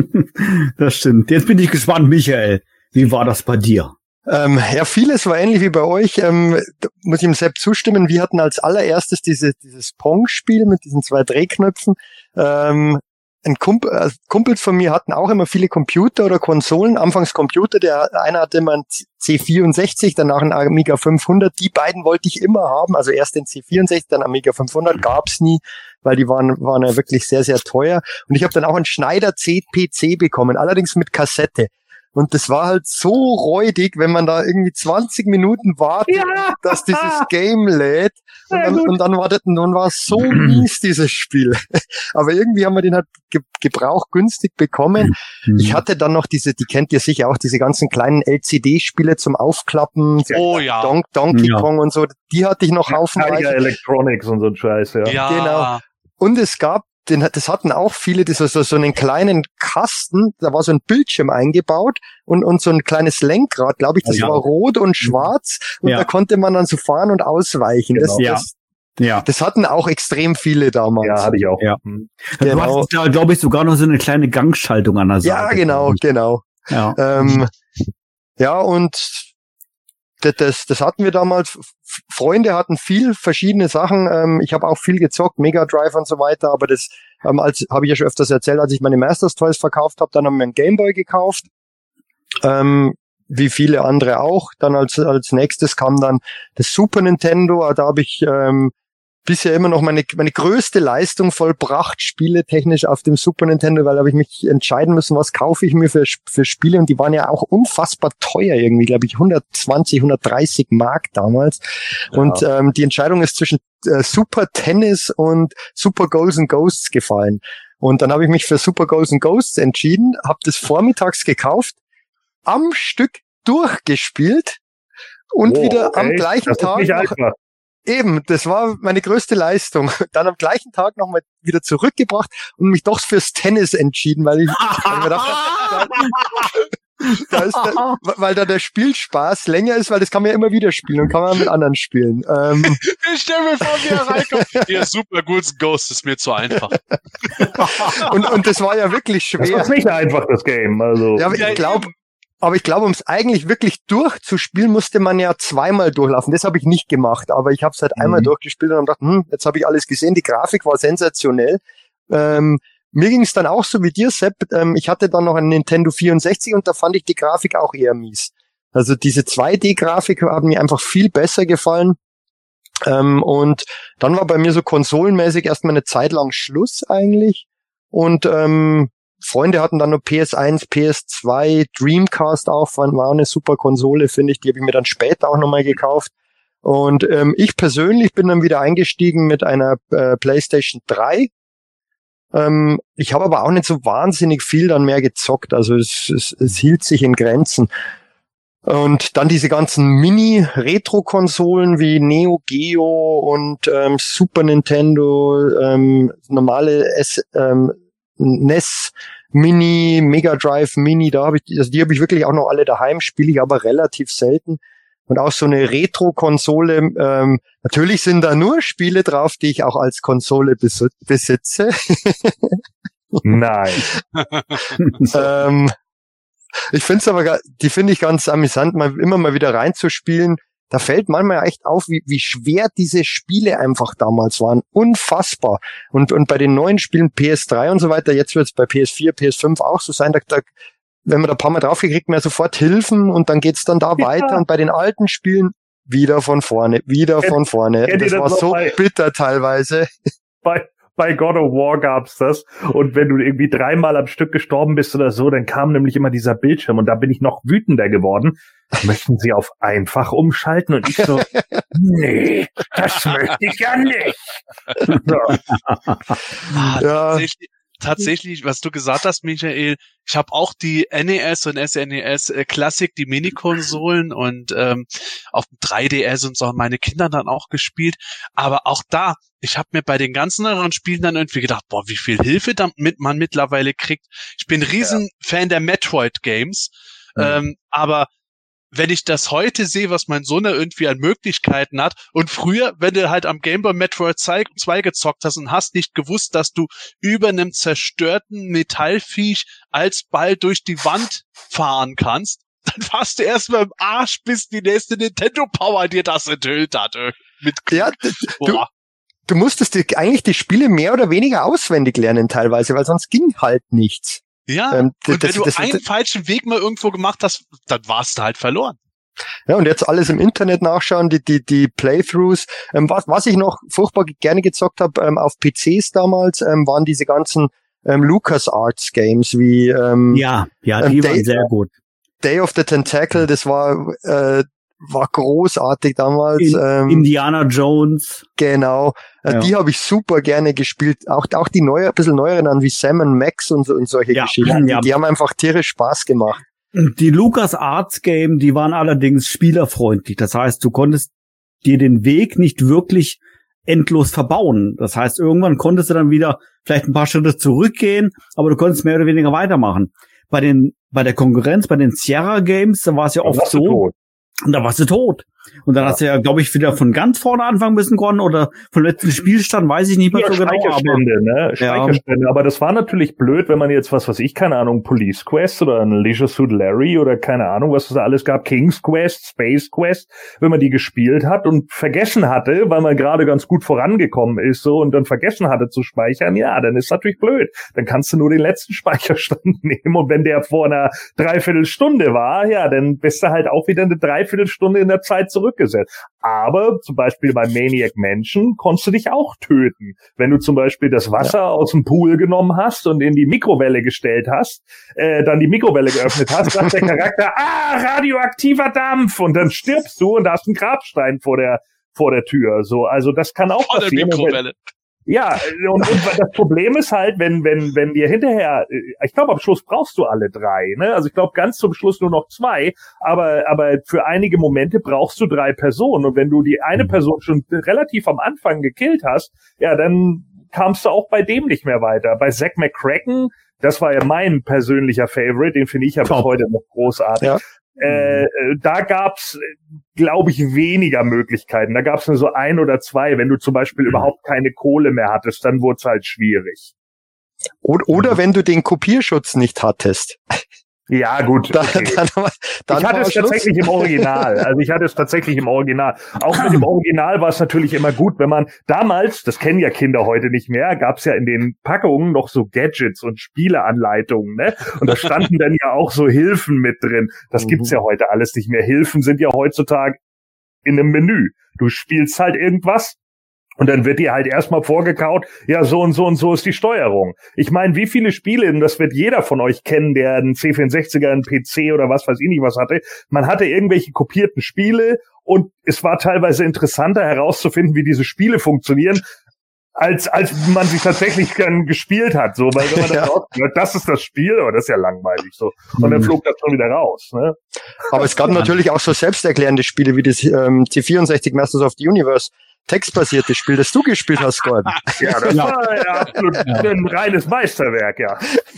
Das stimmt. Jetzt bin ich gespannt, Michael. Wie war das bei dir? Ähm, ja, vieles war ähnlich wie bei euch. Ähm, da muss ich ihm selbst zustimmen. Wir hatten als allererstes diese, dieses Pong-Spiel mit diesen zwei Drehknöpfen. Ähm, ein Kumpel, äh, Kumpels von mir hatten auch immer viele Computer oder Konsolen. Anfangs Computer, der eine hatte immer ein C vierundsechzig, danach ein Amiga fünfhundert. Die beiden wollte ich immer haben. Also erst den C vierundsechzig, dann Amiga fünfhundert gab's nie, weil die waren, waren ja wirklich sehr, sehr teuer. Und ich habe dann auch einen Schneider C P C bekommen, allerdings mit Kassette. Und das war halt so räudig, wenn man da irgendwie zwanzig Minuten wartet, ja. dass dieses Game lädt. Und dann, und dann war das, und dann war es so mies, dieses Spiel. Aber irgendwie haben wir den halt ge- gebraucht günstig bekommen. Mhm. Ich hatte dann noch diese, die kennt ihr sicher auch, diese ganzen kleinen L C D-Spiele zum Aufklappen. Oh ja. Don- Donkey ja. Kong und so. Die hatte ich noch haufenweise. Electronics und so ein Scheiß, ja. ja. Genau. Und es gab Den, das hatten auch viele, das war so, so einen kleinen Kasten, da war so ein Bildschirm eingebaut und, und so ein kleines Lenkrad, glaube ich, das ja. war rot und schwarz und ja. da konnte man dann so fahren und ausweichen. Genau. Das, ja. das, ja. das hatten auch extrem viele damals. Ja, hatte ich auch. Ja. Genau. Du hast da, glaube ich, sogar noch so eine kleine Gangschaltung an der Seite. Ja, genau, genau. Ja, ähm, ja und Das, das, das hatten wir damals. Freunde hatten viel verschiedene Sachen. Ähm, ich habe auch viel gezockt, Mega Drive und so weiter. Aber das ähm, als habe ich ja schon öfters erzählt, als ich meine Masters Toys verkauft habe, dann haben wir einen Gameboy gekauft. Ähm, wie viele andere auch. Dann als als nächstes kam dann das Super Nintendo. Da habe ich ähm, bisher immer noch meine meine größte Leistung vollbracht, spieletechnisch auf dem Super Nintendo, weil da habe ich mich entscheiden müssen, was kaufe ich mir für für Spiele, und die waren ja auch unfassbar teuer irgendwie, glaube ich, hundertzwanzig, hundertdreißig Mark damals. Ja. Und ähm, die Entscheidung ist zwischen äh, Super Tennis und Super Goals and Ghosts gefallen. Und dann habe ich mich für Super Ghosts and Ghosts entschieden, habe das vormittags gekauft, am Stück durchgespielt und oh, wieder am ey, gleichen das Tag ist nicht noch, einfach. eben, das war meine größte Leistung. Dann am gleichen Tag nochmal wieder zurückgebracht und mich doch fürs Tennis entschieden, weil ich, weil ich mir dachte, da, da ist der, weil da der Spielspaß länger ist, weil das kann man ja immer wieder spielen und kann man mit anderen spielen. Ähm, ich stell mir vor, wie er reinkommt. Ja, Super Ghouls Ghost ist mir zu einfach. und, und das war ja wirklich schwer. Das ist nicht einfach, das Game. Also. Ja, aber ich glaube, aber ich glaube, um es eigentlich wirklich durchzuspielen, musste man ja zweimal durchlaufen. Das habe ich nicht gemacht, aber ich habe es halt mhm. einmal durchgespielt und habe gedacht, hm, jetzt habe ich alles gesehen. Die Grafik war sensationell. Ähm, mir ging es dann auch so wie dir, Sepp. Ähm, ich hatte dann noch einen Nintendo vierundsechzig und da fand ich die Grafik auch eher mies. Also diese zwei D-Grafik hat mir einfach viel besser gefallen. Ähm, und dann war bei mir so konsolenmäßig erstmal eine Zeit lang Schluss eigentlich. Und ähm, Freunde hatten dann noch P S eins, P S zwei, Dreamcast auch, war eine super Konsole, finde ich. Die habe ich mir dann später auch nochmal gekauft. Und ähm, ich persönlich bin dann wieder eingestiegen mit einer äh, PlayStation drei. Ähm, ich habe aber auch nicht so wahnsinnig viel dann mehr gezockt. Also es, es, es hielt sich in Grenzen. Und dann diese ganzen Mini-Retro-Konsolen wie Neo Geo und ähm, Super Nintendo, ähm, normale S, ähm, N E S Mini, Mega Drive Mini, da habe ich, also die habe ich wirklich auch noch alle daheim, spiele ich aber relativ selten. Und auch so eine Retro-Konsole, ähm, natürlich sind da nur Spiele drauf, die ich auch als Konsole bes- besitze. Nein. ähm, ich finde es aber, die finde ich ganz amüsant, mal immer mal wieder reinzuspielen. Da fällt manchmal echt auf, wie, wie schwer diese Spiele einfach damals waren. Unfassbar. Und, und bei den neuen Spielen P S drei und so weiter, jetzt wird es bei P S vier, P S fünf auch so sein, da, da, wenn man da ein paar Mal drauf geht, kriegt man ja sofort Hilfen und dann geht's dann da ja weiter. Und bei den alten Spielen wieder von vorne, wieder Ken, von vorne. Das, das war so bei, bitter teilweise. Bei, bei God of War gab's das. Und wenn du irgendwie dreimal am Stück gestorben bist oder so, dann kam nämlich immer dieser Bildschirm und da bin ich noch wütender geworden. Möchten Sie auf einfach umschalten? Und ich so, nee, das möchte ich ja nicht. So. Ah, ja. Tatsächlich, tatsächlich, was du gesagt hast, Michael, ich habe auch die N E S und S N E S äh, Classic, die Mini-Konsolen und ähm, auf dem drei D S und so haben meine Kinder dann auch gespielt. Aber auch da, ich habe mir bei den ganzen anderen Spielen dann irgendwie gedacht, boah, wie viel Hilfe damit man mittlerweile kriegt. Ich bin ein Riesenfan ja. der Metroid-Games, mhm. ähm, aber wenn ich das heute sehe, was mein Sohn da irgendwie an Möglichkeiten hat und früher, wenn du halt am Game Boy Metroid zwei gezockt hast und hast nicht gewusst, dass du über einem zerstörten Metallviech als Ball durch die Wand fahren kannst, dann warst du erstmal im Arsch, bis die nächste Nintendo Power dir das enthüllt hat. Mit ja, du, du musstest dir eigentlich die Spiele mehr oder weniger auswendig lernen teilweise, weil sonst ging halt nichts. Ja, ähm, und das, wenn du das, einen das, falschen Weg mal irgendwo gemacht hast, dann warst du halt verloren. Ja, und jetzt alles im Internet nachschauen, die die die Playthroughs. Ähm, was was ich noch furchtbar gerne gezockt habe ähm, auf P Cs damals, ähm, waren diese ganzen ähm, LucasArts Games wie ähm, ja, ja, die ähm, waren Day, sehr gut. Day of the Tentacle, das war äh, war großartig damals. In, ähm, Indiana Jones. Genau. Äh, ja. Die habe ich super gerne gespielt. Auch auch die neue, ein bisschen neueren an wie Sam and Max und, so, und solche ja, Geschichten. Ja. Die haben einfach tierisch Spaß gemacht. Die LucasArts Game, die waren allerdings spielerfreundlich. Das heißt, du konntest dir den Weg nicht wirklich endlos verbauen. Das heißt, irgendwann konntest du dann wieder vielleicht ein paar Schritte zurückgehen, aber du konntest mehr oder weniger weitermachen. Bei den bei der Konkurrenz, bei den Sierra Games, da war es ja oft so. Tot. Und da warst du tot. Und dann ja. hast du ja, glaube ich, wieder von ganz vorne anfangen müssen können oder vom letzten Spielstand, weiß ich nicht mehr ja, so genau. Speicherstände, ne? Speicherstände. Ja. Aber das war natürlich blöd, wenn man jetzt, was weiß ich, keine Ahnung, Police Quest oder ein Leisure Suit Larry oder keine Ahnung, was es da alles gab, King's Quest, Space Quest, wenn man die gespielt hat und vergessen hatte, weil man gerade ganz gut vorangekommen ist so und dann vergessen hatte zu speichern, ja, dann ist natürlich blöd. Dann kannst du nur den letzten Speicherstand nehmen und wenn der vor einer Dreiviertelstunde war, ja, dann bist du halt auch wieder eine Dreiviertelstunde in der Zeit zurückgesetzt. Aber zum Beispiel bei Maniac Mansion konntest du dich auch töten. Wenn du zum Beispiel das Wasser ja. aus dem Pool genommen hast und in die Mikrowelle gestellt hast, äh, dann die Mikrowelle geöffnet hast, sagt der Charakter, ah, radioaktiver Dampf und dann stirbst du und da hast einen Grabstein vor der vor der Tür. So, also das kann auch vor passieren. Der Mikrowelle. Ja, und, und das Problem ist halt, wenn wenn wenn dir hinterher, ich glaube am Schluss brauchst du alle drei, ne? Also ich glaube ganz zum Schluss nur noch zwei, aber aber für einige Momente brauchst du drei Personen und wenn du die eine Person schon relativ am Anfang gekillt hast, ja, dann kamst du auch bei dem nicht mehr weiter. Bei Zack McCracken, das war ja mein persönlicher Favorite, den finde ich ja bis heute noch großartig. Ja. Äh, da gab's, glaube ich, weniger Möglichkeiten. Da gab's nur so ein oder zwei. Wenn du zum Beispiel überhaupt keine Kohle mehr hattest, dann wurde es halt schwierig. Oder, oder wenn du den Kopierschutz nicht hattest. Ja, gut. Okay. Dann, dann, dann ich hatte es Schluss. tatsächlich im Original. Also ich hatte es tatsächlich im Original. Auch mit dem Original war es natürlich immer gut, wenn man damals, das kennen ja Kinder heute nicht mehr, gab es ja in den Packungen noch so Gadgets und Spieleanleitungen, ne? Und da standen dann ja auch so Hilfen mit drin. Das gibt's ja heute alles nicht mehr. Hilfen sind ja heutzutage in einem Menü. Du spielst halt irgendwas. Und dann wird dir halt erstmal vorgekaut, ja, so und so und so ist die Steuerung. Ich meine, wie viele Spiele, und das wird jeder von euch kennen, der einen C vierundsechziger, einen P C oder was weiß ich nicht was hatte, man hatte irgendwelche kopierten Spiele und es war teilweise interessanter herauszufinden, wie diese Spiele funktionieren, als als man sie tatsächlich dann gespielt hat. So, weil wenn man dann raus, ja, das ist das Spiel, aber das ist ja langweilig so. Und dann flog das schon wieder raus. Ne? Aber es gab natürlich auch so selbsterklärende Spiele wie das ähm, C vierundsechzig Masters of the Universe. Textbasiertes Spiel, das du gespielt hast, Gordon. Ja, das ja. war ja absolut ja. ein reines Meisterwerk, ja.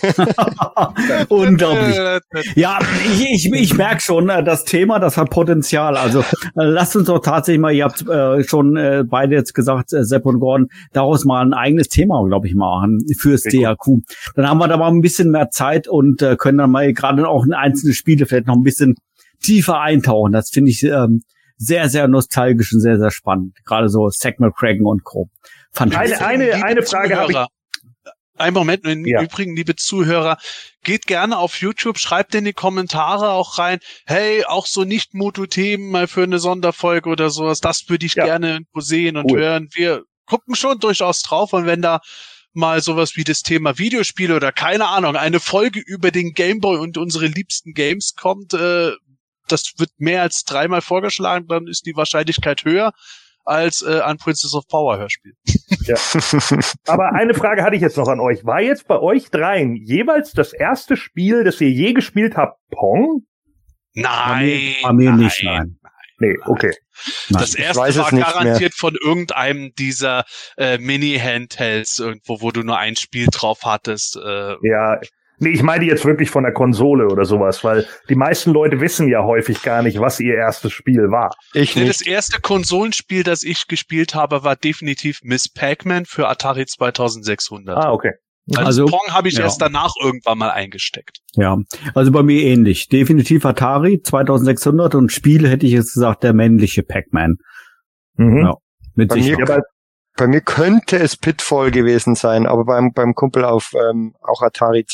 Unglaublich. Ja, ich, ich, ich merke schon, das Thema, das hat Potenzial. Also lasst uns doch tatsächlich mal, ihr habt äh, schon äh, beide jetzt gesagt, äh, Sepp und Gordon, daraus mal ein eigenes Thema, glaube ich, machen fürs D H Q. Dann haben wir da mal ein bisschen mehr Zeit und äh, können dann mal gerade auch in einzelne Spiele vielleicht noch ein bisschen tiefer eintauchen. Das finde ich ähm, sehr, sehr nostalgisch und sehr, sehr spannend. Gerade so Zack McCracken und Co. Fantastisch. Eine, eine, eine Frage habe ich. Ein Moment, im ja. Übrigen, liebe Zuhörer, geht gerne auf YouTube, schreibt in die Kommentare auch rein, hey, auch so Nicht-Moto-Themen mal für eine Sonderfolge oder sowas, das würde ich ja. gerne irgendwo sehen und cool. hören. Wir gucken schon durchaus drauf und wenn da mal sowas wie das Thema Videospiele oder keine Ahnung, eine Folge über den Gameboy und unsere liebsten Games kommt, äh, das wird mehr als dreimal vorgeschlagen, dann ist die Wahrscheinlichkeit höher als äh, ein Princess of Power Hörspiel. Ja. Aber eine Frage hatte ich jetzt noch an euch. War jetzt bei euch dreien jeweils das erste Spiel, das ihr je gespielt habt, Pong? Nein. Bei mir nein, nicht, nein. Nee, okay. Das erste war garantiert mehr. von irgendeinem dieser äh, Mini-Handhelds irgendwo, wo du nur ein Spiel drauf hattest. Äh, ja, nee, ich meine jetzt wirklich von der Konsole oder sowas, weil die meisten Leute wissen ja häufig gar nicht, was ihr erstes Spiel war. Ich nee, das erste Konsolenspiel, das ich gespielt habe, war definitiv Miss Pac-Man für Atari zweitausendsechshundert. Ah, okay. Also, also Pong habe ich ja. erst danach irgendwann mal eingesteckt. Ja, also bei mir ähnlich. Definitiv Atari zweitausendsechshundert und Spiel hätte ich jetzt gesagt, der männliche Pac-Man. Mhm. Ja, mit bei, mir, bei, bei mir könnte es Pitfall gewesen sein, aber beim beim Kumpel auf ähm, auch Atari.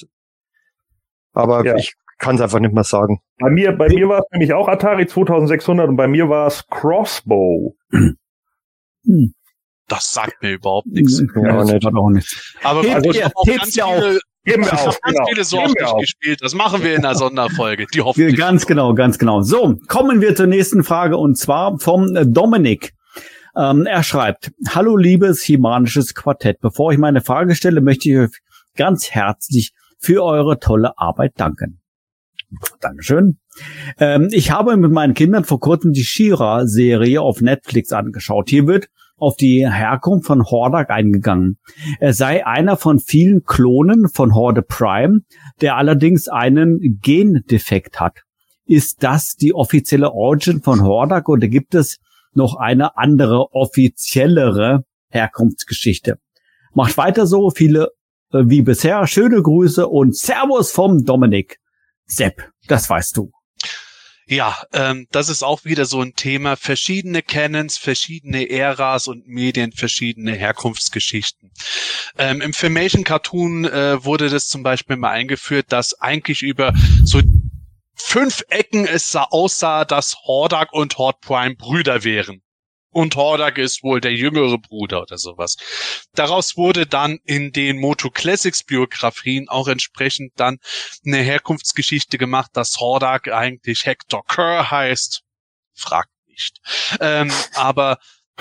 Aber ja. ich kann es einfach nicht mehr sagen. Bei mir bei mir war es nämlich auch Atari zweitausendsechshundert und bei mir war es Crossbow. Hm. Das sagt mir überhaupt nichts. Ja, ja, nicht. Auch nicht. Aber Hebt also ich ihr, habe auch ganz viele, viele, Geben wir ich auf, hab ganz genau. viele Sorten gespielt. Das machen wir in einer Sonderfolge. Die hoffentlich. Ganz genau, ganz genau. So, kommen wir zur nächsten Frage und zwar vom Dominik. Ähm, er schreibt, hallo liebes Himanisches Quartett. Bevor ich meine Frage stelle, möchte ich euch ganz herzlich für eure tolle Arbeit danken. Dankeschön. Ähm, ich habe mit meinen Kindern vor kurzem die She-Ra-Serie auf Netflix angeschaut. Hier wird auf die Herkunft von Hordak eingegangen. Er sei einer von vielen Klonen von Horde Prime, der allerdings einen Gendefekt hat. Ist das die offizielle Origin von Hordak oder gibt es noch eine andere, offiziellere Herkunftsgeschichte? Macht weiter so, viele äh, wie bisher. Schöne Grüße und Servus vom Dominik. Sepp, das weißt du. Ja, ähm, das ist auch wieder so ein Thema. Verschiedene Canons, verschiedene Äras und Medien, verschiedene Herkunftsgeschichten. Ähm, im Filmation Cartoon äh, wurde das zum Beispiel mal eingeführt, dass eigentlich über so fünf Ecken es sah, aussah, dass Hordak und Horde Prime Brüder wären. Und Hordak ist wohl der jüngere Bruder oder sowas. Daraus wurde dann in den Moto Classics Biografien auch entsprechend dann eine Herkunftsgeschichte gemacht, dass Hordak eigentlich Hector Kerr heißt. Fragt nicht. Ähm, aber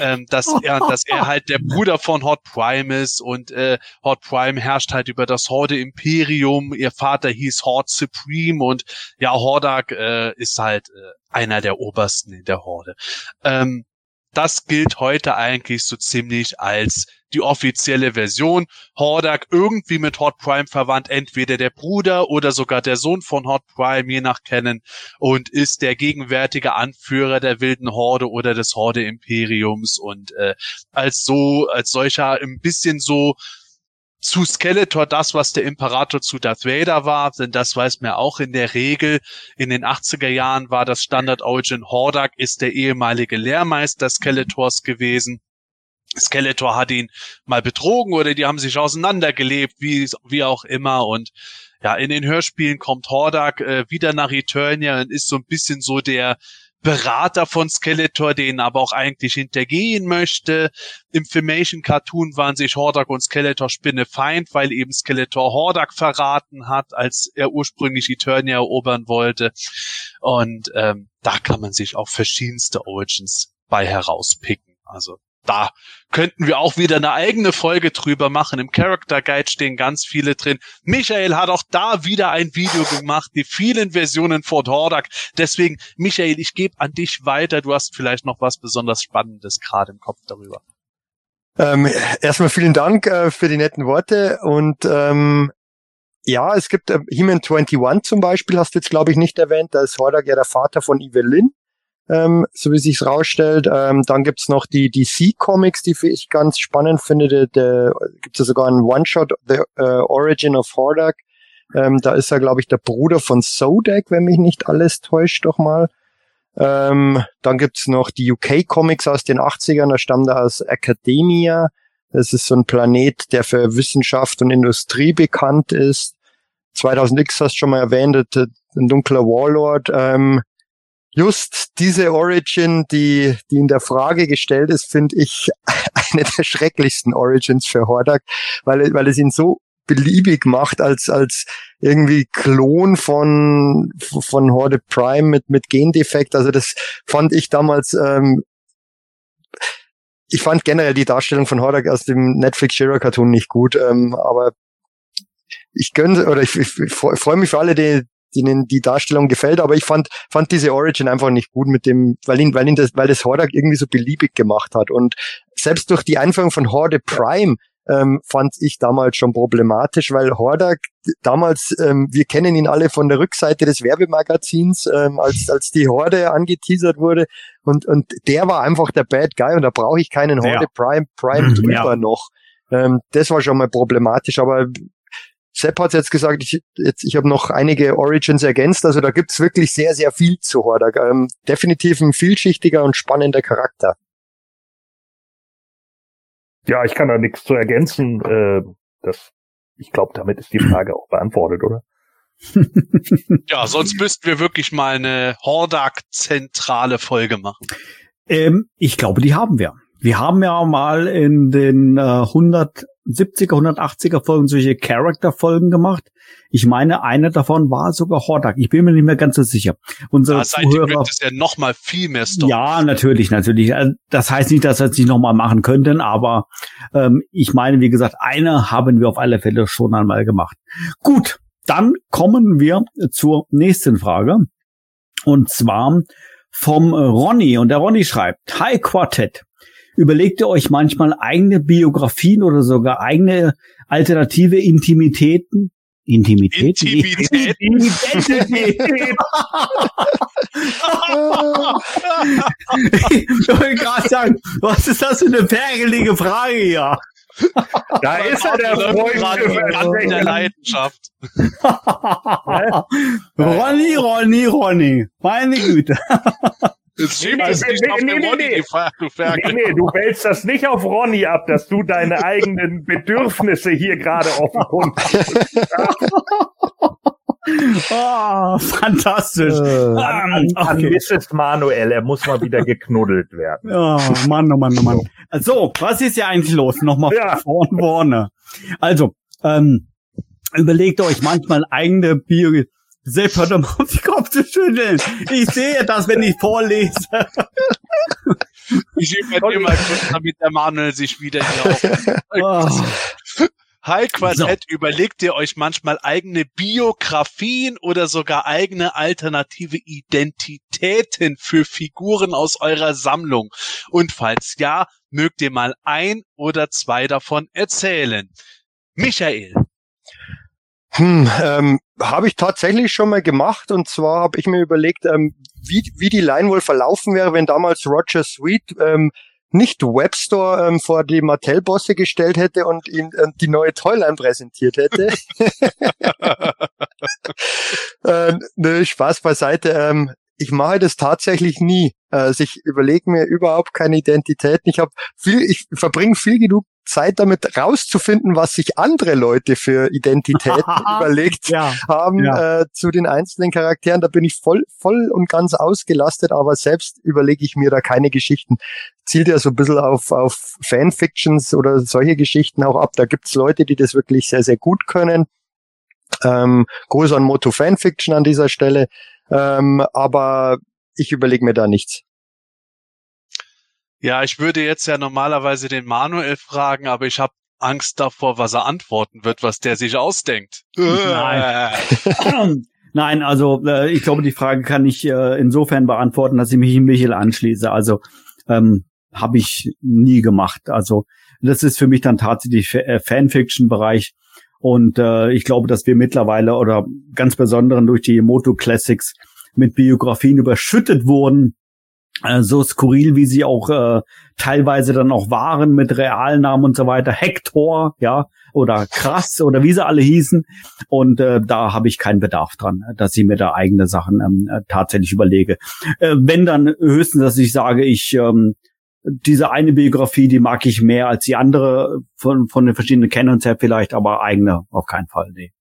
ähm, dass er, dass er halt der Bruder von Horde Prime ist und äh, Horde Prime herrscht halt über das Horde Imperium. Ihr Vater hieß Horde Supreme und ja, Hordak äh, ist halt äh, einer der Obersten in der Horde. Ähm, das gilt heute eigentlich so ziemlich als die offizielle Version. Hordak irgendwie mit Horde Prime verwandt, entweder der Bruder oder sogar der Sohn von Horde Prime, je nach Kennen, und ist der gegenwärtige Anführer der wilden Horde oder des Horde-Imperiums und äh, als so, als solcher ein bisschen so zu Skeletor das, was der Imperator zu Darth Vader war, denn das weiß man auch in der Regel. In den achtziger Jahren war das Standard Origin. Hordak ist der ehemalige Lehrmeister Skeletors gewesen. Skeletor hat ihn mal betrogen oder die haben sich auseinandergelebt, wie wie auch immer. Und ja, in den Hörspielen kommt Hordak äh, wieder nach Eternia und ist so ein bisschen so der Berater von Skeletor, den aber auch eigentlich hintergehen möchte. Im Filmation Cartoon waren sich Hordak und Skeletor Spinnefeind, weil eben Skeletor Hordak verraten hat, als er ursprünglich Eternia erobern wollte. Und ähm, da kann man sich auch verschiedenste Origins bei herauspicken. Also da könnten wir auch wieder eine eigene Folge drüber machen. Im Character Guide stehen ganz viele drin. Michael hat auch da wieder ein Video gemacht, die vielen Versionen von Hordak. Deswegen, Michael, ich gebe an dich weiter. Du hast vielleicht noch was besonders Spannendes gerade im Kopf darüber. Ähm, erstmal vielen Dank äh, für die netten Worte. Und ähm, ja, es gibt äh, He-Man einundzwanzig zum Beispiel, hast du jetzt, glaube ich, nicht erwähnt. Da ist Hordak ja der Vater von Evelyn. Ähm, so wie sich's rausstellt. Ähm, dann gibt's noch die D C-Comics, die ich ganz spannend finde. Da, da gibt's ja sogar einen One-Shot, The uh, Origin of Hordak. Ähm, da ist er, glaube ich, der Bruder von Zodak, wenn mich nicht alles täuscht, doch mal. Ähm, dann gibt's noch die U K-Comics aus den achtzigern, da stammt er aus Academia. Das ist so ein Planet, der für Wissenschaft und Industrie bekannt ist. zweitausend X hast du schon mal erwähnt, ein dunkler Warlord. Ähm, Just diese Origin, die die in der Frage gestellt ist, finde ich eine der schrecklichsten Origins für Hordak, weil weil es ihn so beliebig macht als als irgendwie Klon von von Horde Prime mit mit Gendefekt. Also das fand ich damals. Ähm, ich fand generell die Darstellung von Hordak aus dem Netflix She-Ra Cartoon nicht gut, ähm, aber ich gönne oder ich, ich, ich freue mich für alle, die denen die Darstellung gefällt, aber ich fand fand diese Origin einfach nicht gut mit dem, weil ihn weil ihn das weil das Hordak irgendwie so beliebig gemacht hat und selbst durch die Einführung von Horde Prime ähm, fand ich damals schon problematisch, weil Hordak damals, ähm, wir kennen ihn alle von der Rückseite des Werbemagazins, ähm, als als die Horde angeteasert wurde und und der war einfach der Bad Guy und da brauche ich keinen Horde ja. Prime Prime drüber ja. noch. Ähm, das war schon mal problematisch, aber Sepp hat jetzt gesagt, ich, jetzt, ich habe noch einige Origins ergänzt, also da gibt's wirklich sehr, sehr viel zu Hordak. Ähm, definitiv ein vielschichtiger und spannender Charakter. Ja, ich kann da nichts zu ergänzen. Äh, das, ich glaube, damit ist die Frage auch beantwortet, oder? Ja, sonst müssten wir wirklich mal eine Hordak-zentrale Folge machen. Ähm, ich glaube, die haben wir. Wir haben ja mal in den äh, hundertsiebziger, hundertachtziger Folgen solche Charakter-Folgen gemacht. Ich meine, eine davon war sogar Hordak. Ich bin mir nicht mehr ganz so sicher. Unsere ja, seitdem Zuhörer, gibt es ja noch mal viel mehr Storys. Ja, natürlich, natürlich. Das heißt nicht, dass wir es nicht noch mal machen könnten, aber ähm, ich meine, wie gesagt, eine haben wir auf alle Fälle schon einmal gemacht. Gut, dann kommen wir zur nächsten Frage. Und zwar vom Ronny. Und der Ronny schreibt, Hi Quartett. Überlegt ihr euch manchmal eigene Biografien oder sogar eigene alternative Intimitäten? Intimitäten? Intimität? Intimität. Ich wollte gerade sagen, was ist das für eine pergelige Frage hier? Da ist er, der Freund der Leidenschaft. Ronny, Ronny, Ronny. Meine Güte. Jetzt schiebt es nicht auf den Ronny, die Frage, du Ferkel. Nee, nee, du wälzt das nicht auf Ronny ab, dass du deine eigenen Bedürfnisse hier gerade offenkundig. Oh, fantastisch. Äh, an, an okay. Misses Manuel, er muss mal wieder geknuddelt werden. Oh, Mann, oh Mann, oh Mann. So, was ist ja eigentlich los? Nochmal ja. von vorne. Also, ähm, überlegt euch manchmal eigene Biografie. Sepp, hört doch mal auf den Kopf zu schütteln. Ich sehe das, wenn ich vorlese. Ich übernehme mal kurz, damit der Manuel sich wieder hier auf... Hi Quartett, so. Überlegt ihr euch manchmal eigene Biografien oder sogar eigene alternative Identitäten für Figuren aus eurer Sammlung? Und falls ja, mögt ihr mal ein oder zwei davon erzählen? Michael. Hm, ähm, habe ich tatsächlich schon mal gemacht, und zwar habe ich mir überlegt, ähm, wie, wie die Line wohl verlaufen wäre, wenn damals Roger Sweet ähm, nicht Webstore ähm, vor die Mattel-Bosse gestellt hätte und ihm ähm, die neue Toyline präsentiert hätte. äh, ne, Spaß beiseite. Ähm, ich mache das tatsächlich nie. Also ich überlege mir überhaupt keine Identitäten. Ich habe viel, ich verbringe viel genug Zeit damit rauszufinden, was sich andere Leute für Identitäten überlegt ja, haben ja. Äh, zu den einzelnen Charakteren. Da bin ich voll, voll und ganz ausgelastet, aber selbst überlege ich mir da keine Geschichten. Zielt ja so ein bisschen auf, auf Fanfictions oder solche Geschichten auch ab. Da gibt's Leute, die das wirklich sehr, sehr gut können. Ähm, Gruß an Moto Fanfiction an dieser Stelle. Ähm, aber ich überlege mir da nichts. Ja, ich würde jetzt ja normalerweise den Manuel fragen, aber ich habe Angst davor, was er antworten wird, was der sich ausdenkt. Nein, Nein, also äh, ich glaube, die Frage kann ich äh, insofern beantworten, dass ich mich Michael anschließe. Also ähm, habe ich nie gemacht. Also das ist für mich dann tatsächlich äh, Fanfiction-Bereich. Und äh, ich glaube, dass wir mittlerweile oder ganz besonders durch die Moto Classics mit Biografien überschüttet wurden. Äh, so skurril, wie sie auch äh, teilweise dann auch waren mit Realnamen und so weiter. Hector, ja, oder Krass oder wie sie alle hießen. Und äh, da habe ich keinen Bedarf dran, dass ich mir da eigene Sachen ähm, tatsächlich überlege. Äh, wenn dann höchstens, dass ich sage, ich ähm, diese eine Biografie, die mag ich mehr als die andere von von den verschiedenen Canons her vielleicht, aber eigene auf keinen Fall, nee.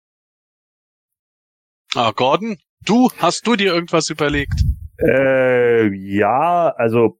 Ah, Gordon, du, hast du dir irgendwas überlegt? Äh, ja, also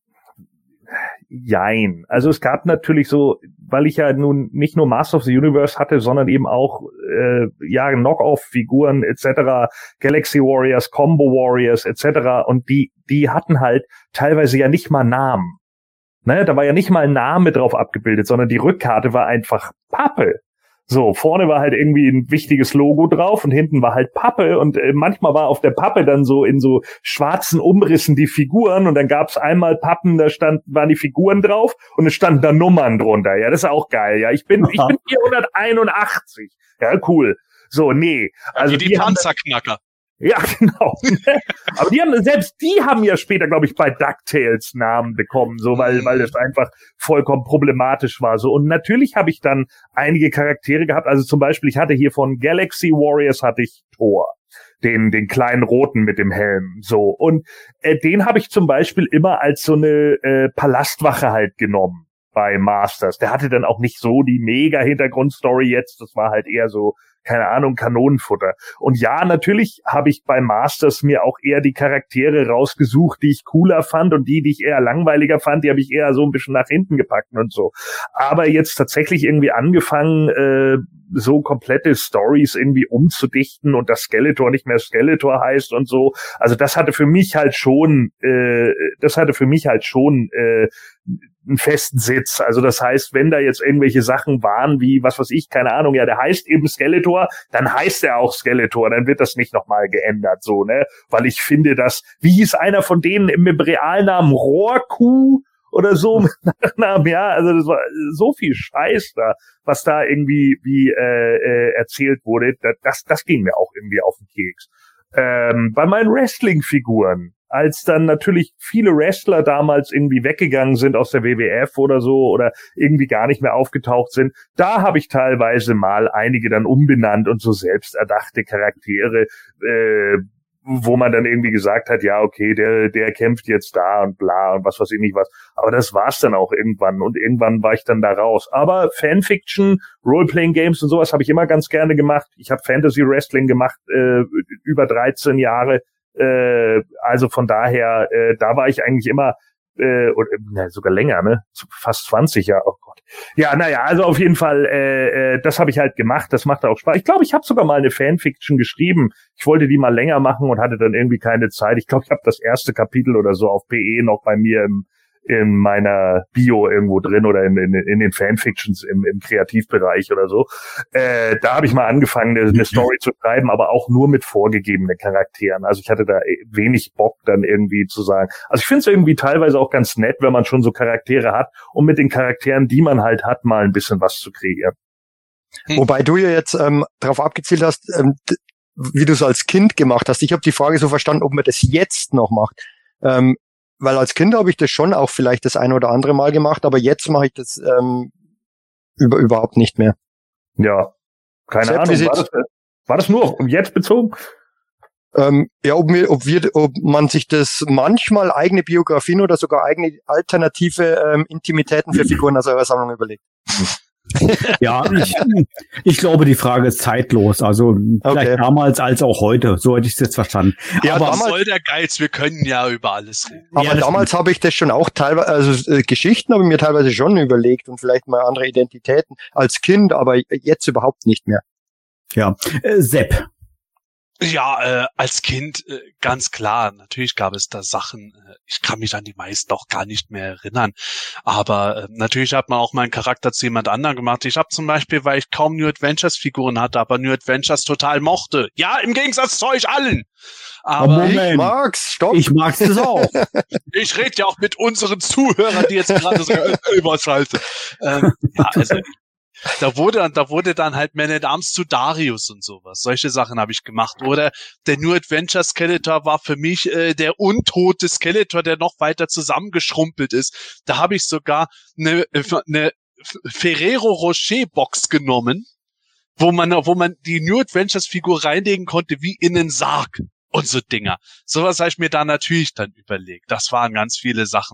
jein. Also es gab natürlich so, weil ich ja nun nicht nur Master of the Universe hatte, sondern eben auch äh, ja Knock-off-Figuren et cetera, Galaxy Warriors, Combo Warriors et cetera. Und die die hatten halt teilweise ja nicht mal Namen. Ne, da war ja nicht mal ein Name drauf abgebildet, sondern die Rückkarte war einfach Pappe. So, vorne war halt irgendwie ein wichtiges Logo drauf und hinten war halt Pappe und äh, manchmal war auf der Pappe dann so in so schwarzen Umrissen die Figuren und dann gab's einmal Pappen, da stand waren die Figuren drauf und es standen da Nummern drunter. Ja, das ist auch geil. Ja, ich bin ich bin vierhunderteinundachtzig. Ja, cool. So, nee, also die, die, die Panzerknacker. Ja, genau. Aber die haben, selbst die haben ja später, glaube ich, bei DuckTales Namen bekommen, so, weil, weil es einfach vollkommen problematisch war, so. Und natürlich habe ich dann einige Charaktere gehabt, also zum Beispiel, ich hatte hier von Galaxy Warriors hatte ich Thor. Den, den kleinen Roten mit dem Helm, so. Und, äh, den habe ich zum Beispiel immer als so eine, äh, Palastwache halt genommen bei Masters. Der hatte dann auch nicht so die mega Hintergrundstory jetzt, das war halt eher so, keine Ahnung, Kanonenfutter. Und ja, natürlich habe ich bei Masters mir auch eher die Charaktere rausgesucht, die ich cooler fand und die, die ich eher langweiliger fand, die habe ich eher so ein bisschen nach hinten gepackt und so. Aber jetzt tatsächlich irgendwie angefangen, äh, so komplette Stories irgendwie umzudichten und dass Skeletor nicht mehr Skeletor heißt und so. Also das hatte für mich halt schon, äh, das hatte für mich halt schon äh, einen festen Sitz. Also das heißt, wenn da jetzt irgendwelche Sachen waren, wie, was weiß ich, keine Ahnung, ja, der heißt eben Skeletor, dann heißt er auch Skeletor, dann wird das nicht nochmal geändert, so, ne? Weil ich finde, dass, wie hieß einer von denen im Realnamen Rohrkuh oder so mit Nachnamen, ja, also das war so viel Scheiß da, was da irgendwie wie äh, äh, erzählt wurde, das, das ging mir auch irgendwie auf den Keks. Ähm, bei meinen Wrestling-Figuren, als dann natürlich viele Wrestler damals irgendwie weggegangen sind aus der W W F oder so oder irgendwie gar nicht mehr aufgetaucht sind, da habe ich teilweise mal einige dann umbenannt und so selbsterdachte Charaktere, äh, wo man dann irgendwie gesagt hat, ja, okay, der der kämpft jetzt da und bla und was weiß ich nicht was. Aber das war's dann auch irgendwann und irgendwann war ich dann da raus. Aber Fanfiction, Role-Playing-Games und sowas habe ich immer ganz gerne gemacht. Ich habe Fantasy-Wrestling gemacht, äh, über dreizehn Jahre. Äh, also von daher, äh, da war ich eigentlich immer, äh, oder na, sogar länger, ne? Fast zwanzig Jahre, oh Gott. Ja, naja, also auf jeden Fall, äh, äh, das habe ich halt gemacht, das macht auch Spaß. Ich glaube, ich habe sogar mal eine Fanfiction geschrieben. Ich wollte die mal länger machen und hatte dann irgendwie keine Zeit. Ich glaube, ich habe das erste Kapitel oder so auf P E noch bei mir im in meiner Bio irgendwo drin oder in, in, in den Fanfictions im, im Kreativbereich oder so. Äh, da habe ich mal angefangen, eine, eine Story zu schreiben, aber auch nur mit vorgegebenen Charakteren. Also ich hatte da wenig Bock dann irgendwie zu sagen. Also ich finde es irgendwie teilweise auch ganz nett, wenn man schon so Charaktere hat, um mit den Charakteren, die man halt hat, mal ein bisschen was zu kreieren. Hm. Wobei du ja jetzt ähm, darauf abgezielt hast, ähm, d- wie du es als Kind gemacht hast. Ich habe die Frage so verstanden, ob man das jetzt noch macht. Ähm, weil als Kind habe ich das schon auch vielleicht das ein oder andere Mal gemacht, aber jetzt mache ich das ähm, über, überhaupt nicht mehr. Ja, keine Sepp, Ahnung. War das, war das nur auf jetzt bezogen? Ähm, ja, ob wir, ob wir, ob man sich das manchmal eigene Biografien oder sogar eigene alternative ähm, Intimitäten für Figuren aus eurer Sammlung überlegt. Ja, ich, ich glaube, die Frage ist zeitlos. Also vielleicht Okay. damals als auch heute. So hätte ich es jetzt verstanden. Ja, Aber Was damals- soll der Geiz? Wir können ja über alles reden. Aber Ja, das damals habe ich das schon auch teilweise, also äh, Geschichten habe ich mir teilweise schon überlegt und vielleicht mal andere Identitäten als Kind, aber jetzt überhaupt nicht mehr. ja, äh, Sepp. Ja, äh, als Kind äh, ganz klar. Natürlich gab es da Sachen. Äh, ich kann mich an die meisten auch gar nicht mehr erinnern. Aber äh, natürlich hat man auch meinen Charakter zu jemand anderem gemacht. Ich habe zum Beispiel, weil ich kaum New Adventures Figuren hatte, aber New Adventures total mochte. Ja, im Gegensatz zu euch allen. Aber Moment. Ich mag's, stopp. Ich mag's das auch. ich rede ja auch mit unseren Zuhörern, die jetzt gerade sagen, äh, äh, was Scheiße. Ähm, ja, also Da wurde, da wurde dann halt Man at Arms zu Darius und sowas. Solche Sachen habe ich gemacht. Oder der New Adventure Skeletor war für mich äh, der untote Skeletor, der noch weiter zusammengeschrumpelt ist. Da habe ich sogar eine, eine Ferrero Rocher Box genommen, wo man, wo man die New Adventures Figur reinlegen konnte wie in einen Sarg und so Dinger. Sowas habe ich mir da natürlich dann überlegt. Das waren ganz viele Sachen.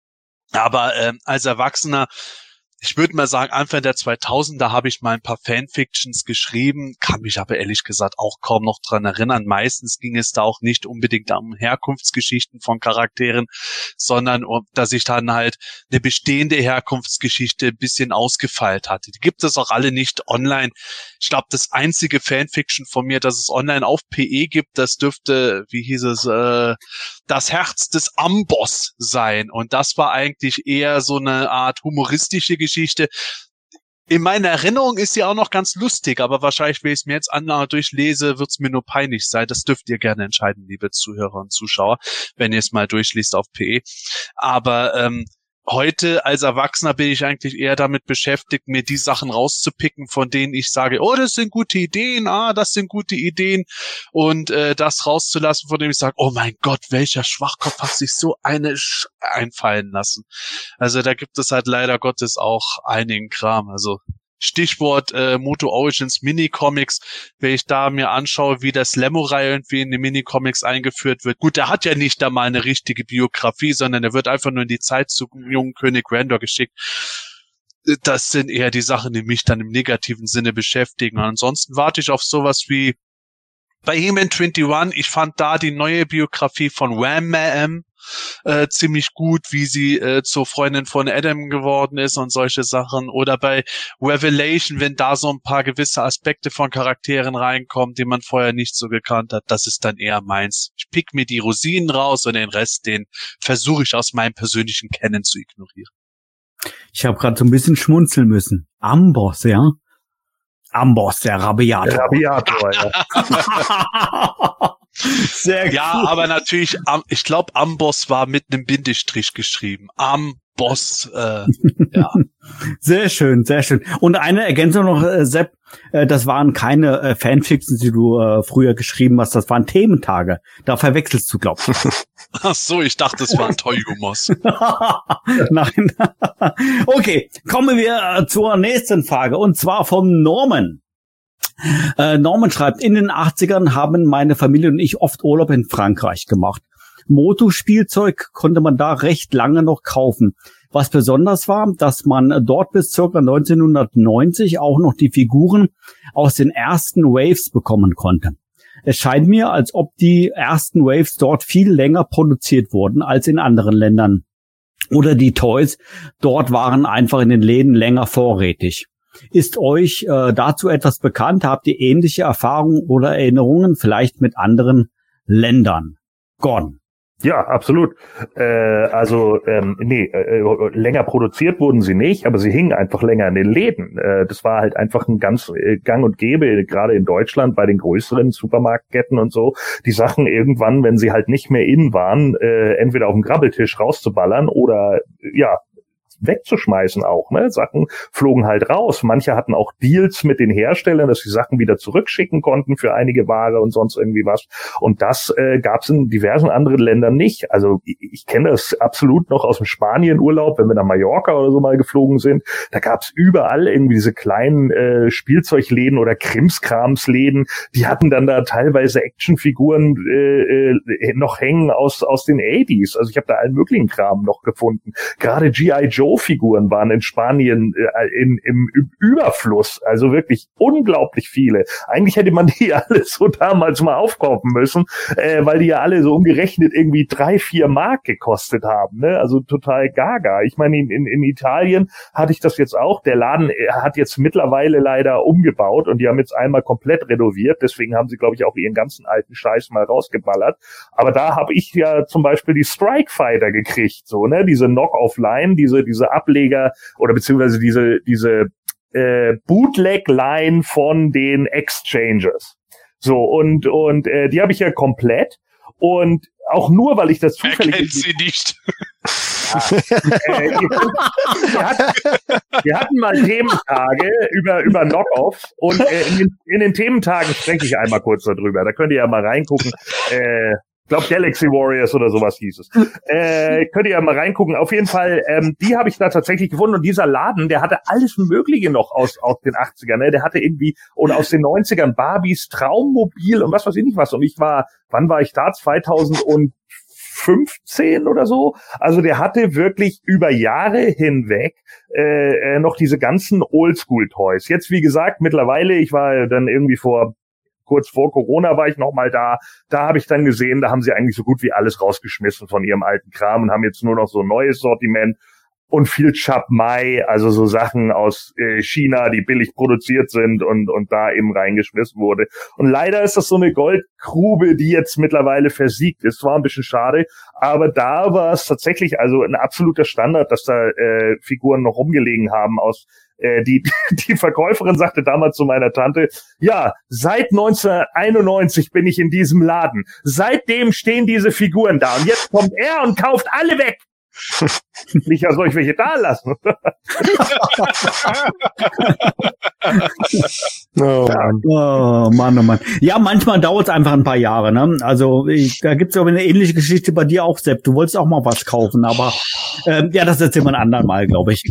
Aber ähm, als Erwachsener, ich würde mal sagen, Anfang der zweitausender habe ich mal ein paar Fanfictions geschrieben, kann mich aber ehrlich gesagt auch kaum noch dran erinnern. Meistens ging es da auch nicht unbedingt um Herkunftsgeschichten von Charakteren, sondern um, dass ich dann halt eine bestehende Herkunftsgeschichte ein bisschen ausgefeilt hatte. Die gibt es auch alle nicht online. Ich glaube, das einzige Fanfiction von mir, das es online auf P E gibt, das dürfte, wie hieß es, äh, das Herz des Amboss sein. Und das war eigentlich eher so eine Art humoristische Geschichte. In meiner Erinnerung ist sie auch noch ganz lustig, aber wahrscheinlich, wenn ich es mir jetzt an durchlese, wird es mir nur peinlich sein. Das dürft ihr gerne entscheiden, liebe Zuhörer und Zuschauer, wenn ihr es mal durchliest auf P E. Aber ähm, heute als Erwachsener bin ich eigentlich eher damit beschäftigt, mir die Sachen rauszupicken, von denen ich sage, oh, das sind gute Ideen, ah, das sind gute Ideen, und äh, das rauszulassen, von dem ich sage, oh mein Gott, welcher Schwachkopf hat sich so eine Sch- einfallen lassen. Also da gibt es halt leider Gottes auch einigen Kram. Also Stichwort äh, Moto Origins Minicomics, wenn ich da mir anschaue, wie der Slammo-Reihe irgendwie in die Minicomics eingeführt wird. Gut, der hat ja nicht da mal eine richtige Biografie, sondern der wird einfach nur in die Zeit zu jungen König Randor geschickt. Das sind eher die Sachen, die mich dann im negativen Sinne beschäftigen. Und ansonsten warte ich auf sowas wie bei He-Man einundzwanzig. Ich fand da die neue Biografie von Wham-Mam Äh, ziemlich gut, wie sie äh, zur Freundin von Adam geworden ist und solche Sachen. Oder bei Revelation, wenn da so ein paar gewisse Aspekte von Charakteren reinkommen, die man vorher nicht so gekannt hat, das ist dann eher meins. Ich pick mir die Rosinen raus und den Rest, den versuche ich aus meinem persönlichen Kennen zu ignorieren. Ich habe gerade so ein bisschen schmunzeln müssen. Amboss, ja? Amboss, der Rabiator. Rabiator, ja. Sehr cool. Ja, aber natürlich, am- ich glaube, Amboss war mit einem Bindestrich geschrieben. Amboss, äh, ja. Sehr schön, sehr schön. Und eine Ergänzung noch, äh, Sepp, äh, das waren keine äh, Fanfictions, die du äh, früher geschrieben hast, das waren Thementage. Da verwechselst du, glaub ich. Ach so, ich dachte, es war ein Toyumos. Nein. Okay, kommen wir äh, zur nächsten Frage, und zwar von Norman. Äh, Norman schreibt, in den achtzigern haben meine Familie und ich oft Urlaub in Frankreich gemacht. Moto-Spielzeug konnte man da recht lange noch kaufen. Was besonders war, dass man dort bis circa neunzehnhundertneunzig auch noch die Figuren aus den ersten Waves bekommen konnte. Es scheint mir, als ob die ersten Waves dort viel länger produziert wurden als in anderen Ländern. Oder die Toys dort waren einfach in den Läden länger vorrätig. Ist euch äh, dazu etwas bekannt? Habt ihr ähnliche Erfahrungen oder Erinnerungen vielleicht mit anderen Ländern? Gone. Ja, absolut. Äh, also ähm, nee, äh, länger produziert wurden sie nicht, aber sie hingen einfach länger in den Läden. Äh, das war halt einfach ein ganz äh, Gang und Gäbe, gerade in Deutschland bei den größeren Supermarktketten und so, die Sachen irgendwann, wenn sie halt nicht mehr in waren, äh, entweder auf dem Grabbeltisch rauszuballern oder ja wegzuschmeißen auch, ne? Sachen flogen halt raus. Manche hatten auch Deals mit den Herstellern, dass sie Sachen wieder zurückschicken konnten für einige Ware und sonst irgendwie was. Und das äh, gab es in diversen anderen Ländern nicht. Also ich, ich kenne das absolut noch aus dem Spanienurlaub, wenn wir nach Mallorca oder so mal geflogen sind. Da gab es überall irgendwie diese kleinen äh, Spielzeugläden oder Krimskramsläden. Die hatten dann da teilweise Actionfiguren äh, äh, noch hängen aus aus den achtziger. Also ich habe da allen möglichen Kram noch gefunden. Gerade G I Joe Figuren waren in Spanien äh, in, im Überfluss, also wirklich unglaublich viele. Eigentlich hätte man die alle so damals mal aufkaufen müssen, äh, weil die ja alle so umgerechnet irgendwie drei, vier Mark gekostet haben, ne? Also total gaga. Ich meine, in, in, in Italien hatte ich das jetzt auch. Der Laden hat jetzt mittlerweile leider umgebaut und die haben jetzt einmal komplett renoviert. Deswegen haben sie, glaube ich, auch ihren ganzen alten Scheiß mal rausgeballert. Aber da habe ich ja zum Beispiel die Strike Fighter gekriegt, so, ne? Diese Knock-Off-Line, diese diese Ableger oder beziehungsweise diese diese äh, Bootleg-Line von den Exchanges. So, und und äh, die habe ich ja komplett und auch nur, weil ich das zufällig... Er kennt sie nicht. Ja, äh, wir, hatten, wir hatten mal Thementage über über Knock-Offs und äh, in, den, in den Thementagen spreche ich einmal kurz darüber. Da könnt ihr ja mal reingucken. Äh, Ich glaube Galaxy Warriors oder sowas hieß es. Äh, könnt ihr ja mal reingucken. Auf jeden Fall, ähm, die habe ich da tatsächlich gefunden. Und dieser Laden, der hatte alles Mögliche noch aus aus den achtzigern. Ne? Der hatte irgendwie, oder aus den neunzigern, Barbies Traummobil und was weiß ich nicht was. Und ich war, wann war ich da? zweitausendfünfzehn oder so. Also der hatte wirklich über Jahre hinweg äh, noch diese ganzen Oldschool-Toys. Jetzt, wie gesagt, mittlerweile, ich war dann irgendwie vor kurz vor Corona war ich noch mal da. Da habe ich dann gesehen, da haben sie eigentlich so gut wie alles rausgeschmissen von ihrem alten Kram und haben jetzt nur noch so ein neues Sortiment und viel Chap Mai, also so Sachen aus äh, China, die billig produziert sind und und da eben reingeschmissen wurde. Und leider ist das so eine Goldgrube, die jetzt mittlerweile versiegt ist. War ein bisschen schade, aber da war es tatsächlich also ein absoluter Standard, dass da äh, Figuren noch rumgelegen haben aus Die, die Verkäuferin sagte damals zu meiner Tante, ja, seit neunzehnhunderteinundneunzig bin ich in diesem Laden. Seitdem stehen diese Figuren da. Und jetzt kommt er und kauft alle weg. Nicht, ja, soll ich welche da lassen? Oh Mann. Oh Mann, oh Mann. Ja, manchmal dauert es einfach ein paar Jahre, ne? Also ich, da gibt's aber eine ähnliche Geschichte bei dir auch, Sepp. Du wolltest auch mal was kaufen, aber ähm, ja, das erzählen wir ein andermal Mal, glaube ich.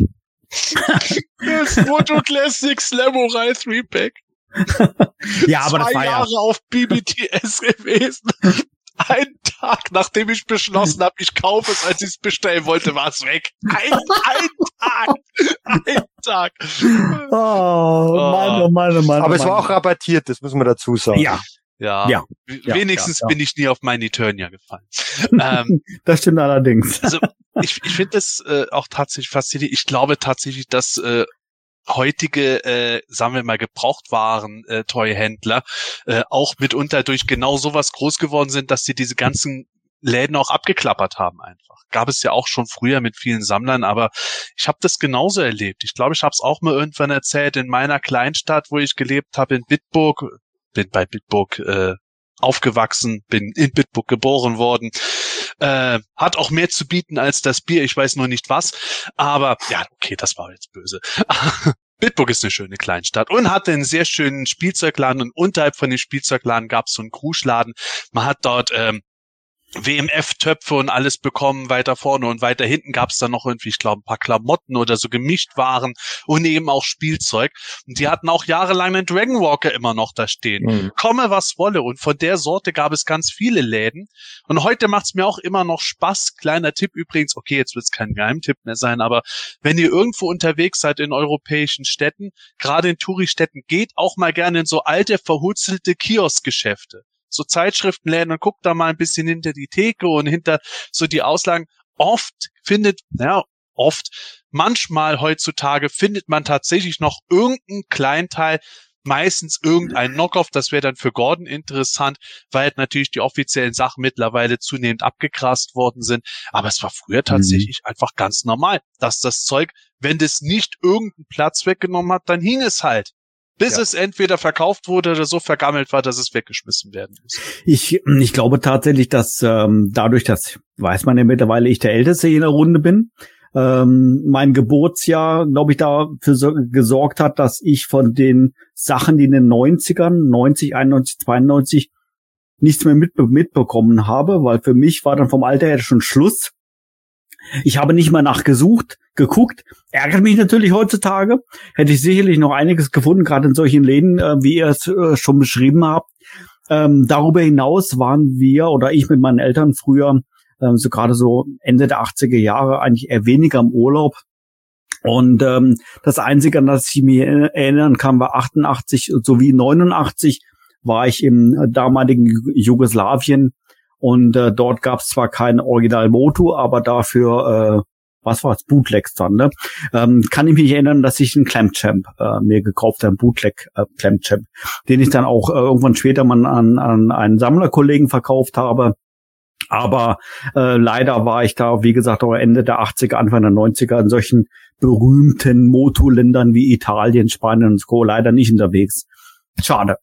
Das Moto Classic Samurai drei Pack. Ja, aber Zwei das war Jahre ja auf B B T S gewesen. Ein Tag, nachdem ich beschlossen habe, ich kaufe es, als ich es bestellen wollte, war es weg. Ein, ein Tag. Ein Tag. Oh, oh Mann, oh Mann, oh Mann. Aber oh es Mann. war auch rabattiert, das muss man dazu sagen. Ja. Ja, ja. wenigstens ja, ja, ja. bin ich nie auf meine Eternia gefallen. ähm, das stimmt allerdings. Also ich, ich finde das äh, auch tatsächlich faszinierend. Ich glaube tatsächlich, dass äh, heutige, äh, sagen wir mal, Gebrauchtwaren äh, Toy-Händler äh, auch mitunter durch genau sowas groß geworden sind, dass sie diese ganzen Läden auch abgeklappert haben einfach. Gab es ja auch schon früher mit vielen Sammlern, aber ich habe das genauso erlebt. Ich glaube, ich habe es auch mal irgendwann erzählt, in meiner Kleinstadt, wo ich gelebt habe, in Bitburg, bin bei Bitburg äh, aufgewachsen, bin in Bitburg geboren worden, äh, hat auch mehr zu bieten als das Bier, ich weiß nur nicht was, aber ja, okay, das war jetzt böse. Bitburg ist eine schöne Kleinstadt und hatte einen sehr schönen Spielzeugladen und unterhalb von dem Spielzeugladen gab es so einen Kruschladen. Man hat dort ähm, W M F-Töpfe und alles bekommen, weiter vorne und weiter hinten gab es dann noch irgendwie, ich glaube, ein paar Klamotten oder so Gemischtwaren und eben auch Spielzeug. Und die hatten auch jahrelang einen Dragon Walker immer noch da stehen. Mhm. Komme, was wolle. Und von der Sorte gab es ganz viele Läden. Und heute macht es mir auch immer noch Spaß. Kleiner Tipp übrigens, okay, jetzt wird es kein Geheimtipp mehr sein, aber wenn ihr irgendwo unterwegs seid in europäischen Städten, gerade in Touristädten, geht auch mal gerne in so alte, verhutzelte Kioskgeschäfte. So Zeitschriftenläden und guckt da mal ein bisschen hinter die Theke und hinter so die Auslagen. Oft findet, ja, oft, manchmal heutzutage findet man tatsächlich noch irgendeinen Kleinteil, meistens irgendein Knockoff. Das wäre dann für Gordon interessant, weil halt natürlich die offiziellen Sachen mittlerweile zunehmend abgegrast worden sind. Aber es war früher tatsächlich mhm. einfach ganz normal, dass das Zeug, wenn das nicht irgendeinen Platz weggenommen hat, dann hing es halt. Bis ja. es entweder verkauft wurde oder so vergammelt war, dass es weggeschmissen werden muss. Ich, ich glaube tatsächlich, dass ähm, dadurch, dass, weiß man ja mittlerweile, ich der Älteste in der Runde bin, ähm, mein Geburtsjahr, glaube ich, dafür so, gesorgt hat, dass ich von den Sachen, die in den neunzigern, neunzig, einundneunzig, zweiundneunzig, nichts mehr mit, mitbekommen habe, weil für mich war dann vom Alter her schon Schluss. Ich habe nicht mal nachgesucht, geguckt. Ärgert mich natürlich heutzutage. Hätte ich sicherlich noch einiges gefunden, gerade in solchen Läden, äh, wie ihr es äh, schon beschrieben habt. Ähm, darüber hinaus waren wir oder ich mit meinen Eltern früher, äh, so gerade so Ende der achtziger Jahre, eigentlich eher weniger im Urlaub. Und ähm, das Einzige, an das ich mir erinnern kann, war achtundachtzig sowie neunundachtzig war ich im äh, damaligen Jugoslawien. Und äh, dort gab es zwar kein Original-Moto, aber dafür, äh, was war's, Bootlegs dann, ne? Ähm, kann ich mich erinnern, dass ich einen Clamp-Champ äh, mir gekauft habe, einen Bootleg-Clamp-Champ, äh, den ich dann auch äh, irgendwann später mal an, an einen Sammlerkollegen verkauft habe. Aber äh, leider war ich da, wie gesagt, auch Ende der achtziger, Anfang der neunziger in solchen berühmten Moto-Ländern wie Italien, Spanien und so leider nicht unterwegs. Schade.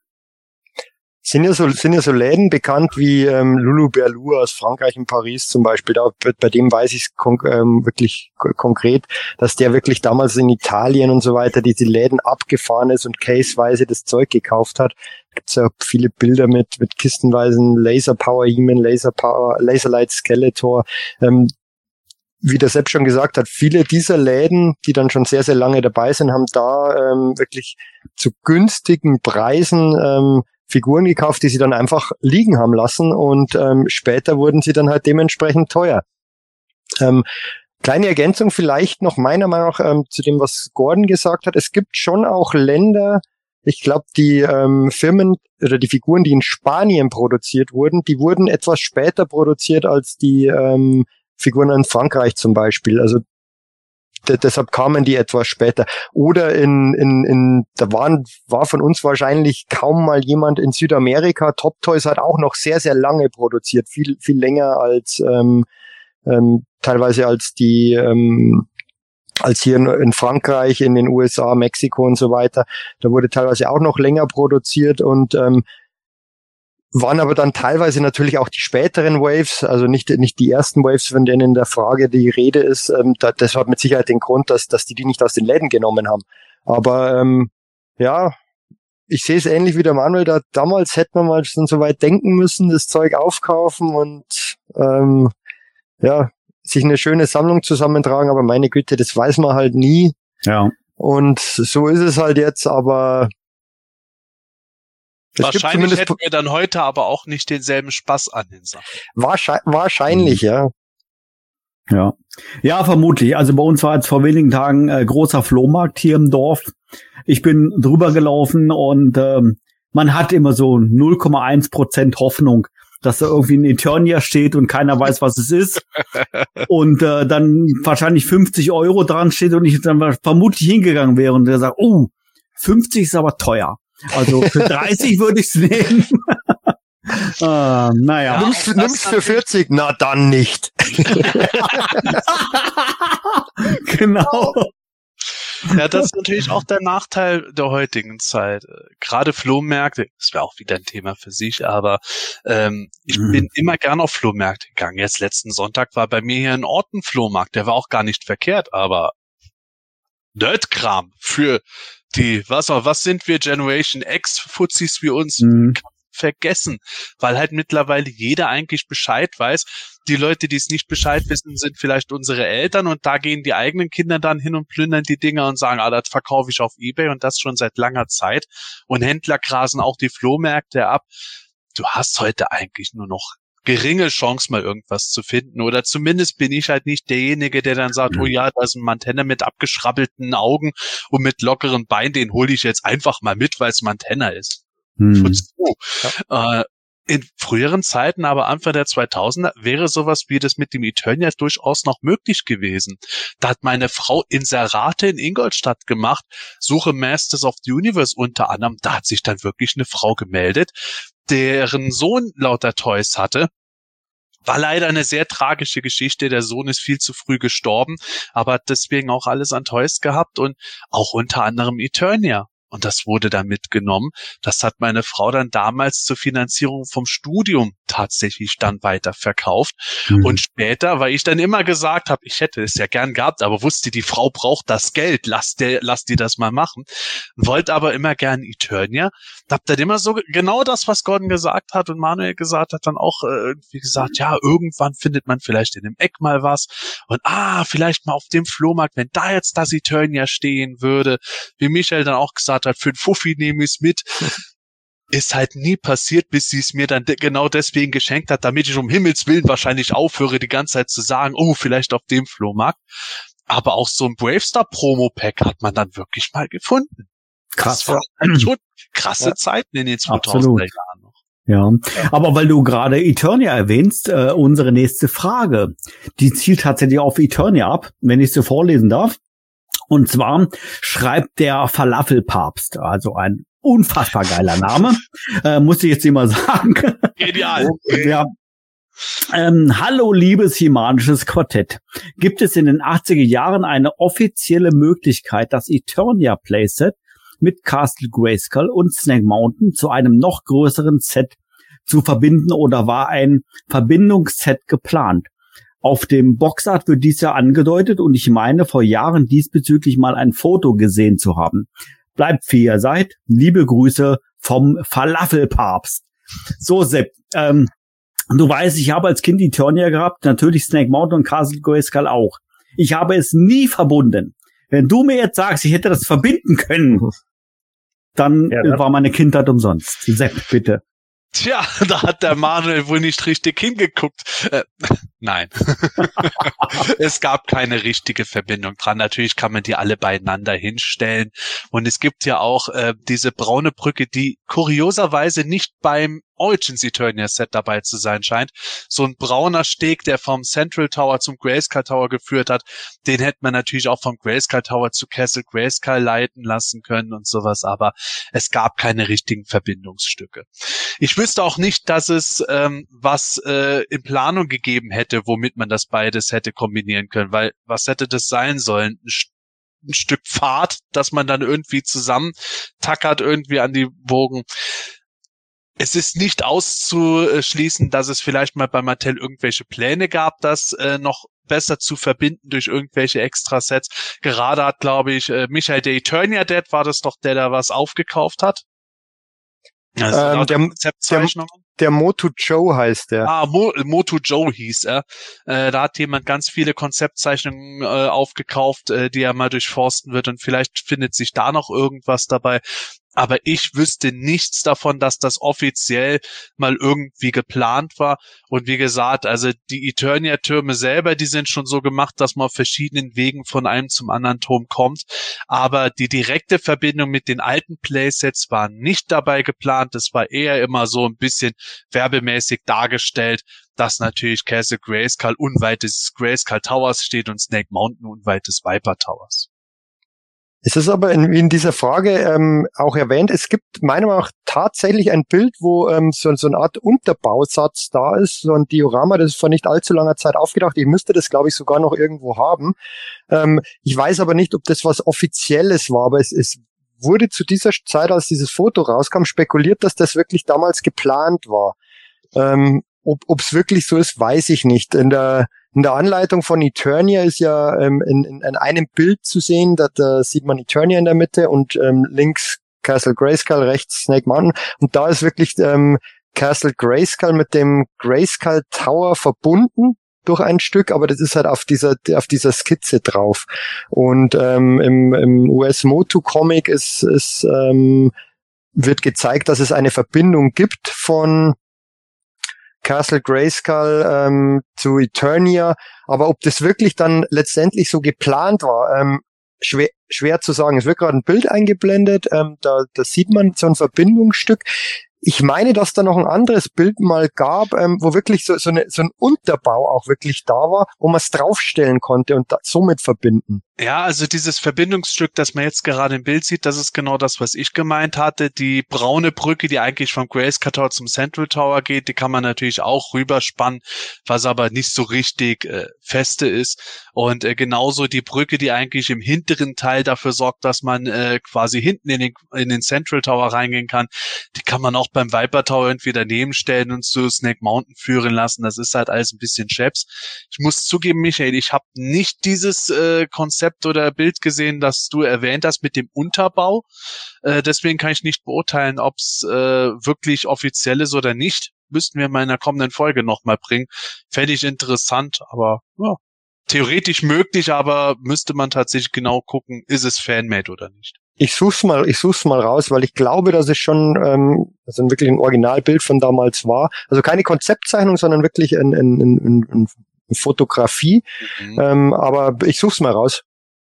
Sind ja so, sind ja so Läden bekannt wie ähm, Lulu Berlou aus Frankreich in Paris zum Beispiel. Da, bei dem weiß ich es kon- ähm, wirklich k- konkret, dass der wirklich damals in Italien und so weiter diese Läden abgefahren ist und caseweise das Zeug gekauft hat. Da gibt's ja viele Bilder mit mit kistenweisen Laser Power He-Man, Laser Power, Laserlight Skeletor. Ähm, wie der Sepp schon gesagt hat, viele dieser Läden, die dann schon sehr, sehr lange dabei sind, haben da ähm, wirklich zu günstigen Preisen ähm, Figuren gekauft, die sie dann einfach liegen haben lassen und ähm, später wurden sie dann halt dementsprechend teuer. Ähm, kleine Ergänzung vielleicht noch meiner Meinung nach ähm, zu dem, was Gordon gesagt hat. Es gibt schon auch Länder, ich glaube, die ähm, Firmen oder die Figuren, die in Spanien produziert wurden, die wurden etwas später produziert als die ähm, Figuren in Frankreich zum Beispiel. Also D- deshalb kamen die etwas später. Oder in, in, in, da waren, war von uns wahrscheinlich kaum mal jemand in Südamerika. Top Toys hat auch noch sehr, sehr lange produziert. Viel, viel länger als, ähm, ähm, teilweise als die, ähm, als hier in, in Frankreich, in den U S A, Mexiko und so weiter. Da wurde teilweise auch noch länger produziert und, ähm, waren aber dann teilweise natürlich auch die späteren Waves, also nicht nicht die ersten Waves, von denen in der Frage die Rede ist. Ähm, da, das hat mit Sicherheit den Grund, dass dass die die nicht aus den Läden genommen haben. Aber ähm, ja, ich sehe es ähnlich wie der Manuel. Da damals hätte man mal schon so weit denken müssen, das Zeug aufkaufen und ähm, ja sich eine schöne Sammlung zusammentragen. Aber meine Güte, das weiß man halt nie. Ja. Und so ist es halt jetzt. Aber Es wahrscheinlich hätten wir dann heute aber auch nicht denselben Spaß an den Sachen. Wahrscheinlich, wahrscheinlich, ja. Ja. Ja, vermutlich. Also bei uns war jetzt vor wenigen Tagen äh, großer Flohmarkt hier im Dorf. Ich bin drüber gelaufen und ähm, man hat immer so null Komma eins Prozent Hoffnung, dass da irgendwie ein Eternia steht und keiner weiß, was es ist. Und äh, dann wahrscheinlich fünfzig Euro dran steht und ich dann vermutlich hingegangen wäre und der sagt, oh, fünfzig ist aber teuer. Also für dreißig würde ich es nehmen. ah, naja. Ja, nimmst nimmst für vierzig? Na dann nicht. Genau. Ja, das ist natürlich auch der Nachteil der heutigen Zeit. Gerade Flohmärkte, das wäre auch wieder ein Thema für sich, aber ähm, ich mhm. bin immer gern auf Flohmärkte gegangen. Jetzt letzten Sonntag war bei mir hier ein Ort ein Flohmarkt, der war auch gar nicht verkehrt, aber Nerdkram für die, was auch, was sind wir, Generation X Fuzis wie uns, mhm. vergessen, weil halt mittlerweile jeder eigentlich Bescheid weiß. Die Leute, die es nicht Bescheid wissen, sind vielleicht unsere Eltern und da gehen die eigenen Kinder dann hin und plündern die Dinger und sagen, ah, das verkaufe ich auf eBay und das schon seit langer Zeit und Händler grasen auch die Flohmärkte ab. Du hast heute eigentlich nur noch geringe Chance, mal irgendwas zu finden. Oder zumindest bin ich halt nicht derjenige, der dann sagt, mhm. oh ja, da ist ein Mantenna mit abgeschrabbelten Augen und mit lockeren Beinen, den hole ich jetzt einfach mal mit, weil es Mantenna ist. Mhm. Ja. Äh, in früheren Zeiten, aber Anfang der zweitausender, wäre sowas wie das mit dem Eternia durchaus noch möglich gewesen. Da hat meine Frau Inserate in Ingolstadt gemacht, Suche Masters of the Universe unter anderem, da hat sich dann wirklich eine Frau gemeldet, deren Sohn lauter Toys hatte. War leider eine sehr tragische Geschichte, der Sohn ist viel zu früh gestorben, aber hat deswegen auch alles an Toys gehabt und auch unter anderem Eternia. Und das wurde dann mitgenommen. Das hat meine Frau dann damals zur Finanzierung vom Studium tatsächlich dann weiterverkauft. Mhm. Und später, weil ich dann immer gesagt habe, ich hätte es ja gern gehabt, aber wusste, die Frau braucht das Geld, lass, der, lass die das mal machen. Wollte aber immer gern Eternia. Hab dann immer so genau das, was Gordon gesagt hat und Manuel gesagt hat, dann auch äh, irgendwie gesagt, ja, irgendwann findet man vielleicht in dem Eck mal was. Und ah, vielleicht mal auf dem Flohmarkt, wenn da jetzt das Eternia stehen würde, wie Michael dann auch gesagt hat, für einen Fuffi nehme ich es mit. Ist halt nie passiert, bis sie es mir dann de- genau deswegen geschenkt hat, damit ich um Himmels Willen wahrscheinlich aufhöre, die ganze Zeit zu sagen, oh, vielleicht auf dem Flohmarkt. Aber auch so ein Bravestar Promo-Pack hat man dann wirklich mal gefunden. Krass. Das war halt schon krasse ja. Zeiten in den zweitausender Jahren noch. Ja, aber weil du gerade Eternia erwähnst, äh, unsere nächste Frage, die zielt tatsächlich auf Eternia ab, wenn ich sie vorlesen darf. Und zwar schreibt der Falafelpapst, also ein unfassbar geiler Name, äh, muss ich jetzt immer sagen. Genial. Ja. Ähm, hallo, liebes He-Manisches Quartett. Gibt es in den achtziger Jahren eine offizielle Möglichkeit, das Eternia Playset mit Castle Grayskull und Snake Mountain zu einem noch größeren Set zu verbinden oder war ein Verbindungsset geplant? Auf dem Boxart wird dies ja angedeutet und ich meine, vor Jahren diesbezüglich mal ein Foto gesehen zu haben. Bleibt wie ihr seid. Liebe Grüße vom Falafelpapst. So, Sepp, ähm, du weißt, ich habe als Kind Eternia gehabt, natürlich Snake Mountain und Castle Grayskull auch. Ich habe es nie verbunden. Wenn du mir jetzt sagst, ich hätte das verbinden können, dann ja, war meine Kindheit umsonst. Sepp, bitte. Tja, da hat der Manuel wohl nicht richtig hingeguckt. Äh, nein. Es gab keine richtige Verbindung dran. Natürlich kann man die alle beieinander hinstellen. Und es gibt ja auch äh, diese braune Brücke, die kurioserweise nicht beim Origins Eternia Set dabei zu sein scheint. So ein brauner Steg, der vom Central Tower zum Grayskull Tower geführt hat, den hätte man natürlich auch vom Grayskull Tower zu Castle Grayskull leiten lassen können und sowas, aber es gab keine richtigen Verbindungsstücke. Ich wüsste auch nicht, dass es ähm, was äh, in Planung gegeben hätte, womit man das beides hätte kombinieren können, weil was hätte das sein sollen? Ein, St- ein Stück Pfad, das man dann irgendwie zusammentackert, irgendwie an die Bogen. Es ist nicht auszuschließen, dass es vielleicht mal bei Mattel irgendwelche Pläne gab, das äh, noch besser zu verbinden durch irgendwelche Extrasets. Gerade hat, glaube ich, äh, Michael, der Eternia Dad, war das doch der, der was aufgekauft hat? Also ähm, der, der, der Motu Joe heißt der. Ah, Mo, Motu Joe hieß er. Äh, da hat jemand ganz viele Konzeptzeichnungen äh, aufgekauft, äh, die er mal durchforsten wird und vielleicht findet sich da noch irgendwas dabei. Aber ich wüsste nichts davon, dass das offiziell mal irgendwie geplant war. Und wie gesagt, also die Eternia-Türme selber, die sind schon so gemacht, dass man auf verschiedenen Wegen von einem zum anderen Turm kommt. Aber die direkte Verbindung mit den alten Playsets war nicht dabei geplant. Das war eher immer so ein bisschen werbemäßig dargestellt, dass natürlich Castle Grayskull unweit des Grayskull Towers steht und Snake Mountain unweit des Viper Towers. Es ist aber in, in dieser Frage ähm, auch erwähnt, es gibt meiner Meinung nach tatsächlich ein Bild, wo ähm, so, so eine Art Unterbausatz da ist, so ein Diorama, das ist vor nicht allzu langer Zeit aufgedacht. Ich müsste das, glaube ich, sogar noch irgendwo haben. Ähm, ich weiß aber nicht, ob das was Offizielles war, aber es, es wurde zu dieser Zeit, als dieses Foto rauskam, spekuliert, dass das wirklich damals geplant war. Ähm, ob es wirklich so ist, weiß ich nicht. In der In der Anleitung von Eternia ist ja ähm, in, in, in einem Bild zu sehen, da, da sieht man Eternia in der Mitte und ähm, links Castle Grayskull, rechts Snake Mountain. Und da ist wirklich ähm, Castle Grayskull mit dem Grayskull Tower verbunden durch ein Stück, aber das ist halt auf dieser auf dieser Skizze drauf. Und ähm, im, im U S-Motu-Comic ist, ist ähm, wird gezeigt, dass es eine Verbindung gibt von Castle Grayskull ähm, zu Eternia, aber ob das wirklich dann letztendlich so geplant war, ähm, schwer, schwer zu sagen. Es wird gerade ein Bild eingeblendet, ähm, da, da sieht man so ein Verbindungsstück. Ich meine, dass da noch ein anderes Bild mal gab, ähm, wo wirklich so, so, eine, so ein Unterbau auch wirklich da war, wo man es draufstellen konnte und da, somit verbinden. Ja, also dieses Verbindungsstück, das man jetzt gerade im Bild sieht, das ist genau das, was ich gemeint hatte. Die braune Brücke, die eigentlich vom Grayskull Tower zum Central Tower geht, die kann man natürlich auch rüberspannen, was aber nicht so richtig äh, feste ist. Und äh, genauso die Brücke, die eigentlich im hinteren Teil dafür sorgt, dass man äh, quasi hinten in den, in den Central Tower reingehen kann, die kann man auch beim Viper Tower irgendwie daneben stellen und zu Snake Mountain führen lassen. Das ist halt alles ein bisschen Chaps. Ich muss zugeben, Michael, ich habe nicht dieses äh, Konzept oder Bild gesehen, das du erwähnt hast mit dem Unterbau. Äh, deswegen kann ich nicht beurteilen, ob es äh, wirklich offiziell ist oder nicht. Müssten wir mal in der kommenden Folge nochmal bringen. Fände ich interessant, aber ja, theoretisch möglich, aber müsste man tatsächlich genau gucken, ist es Fanmade oder nicht. Ich such's mal, ich such's mal raus, weil ich glaube, dass es schon ähm, also wirklich ein Originalbild von damals war. Also keine Konzeptzeichnung, sondern wirklich ein, ein, ein, ein, ein Fotografie. Mhm. Ähm, aber ich such's mal raus.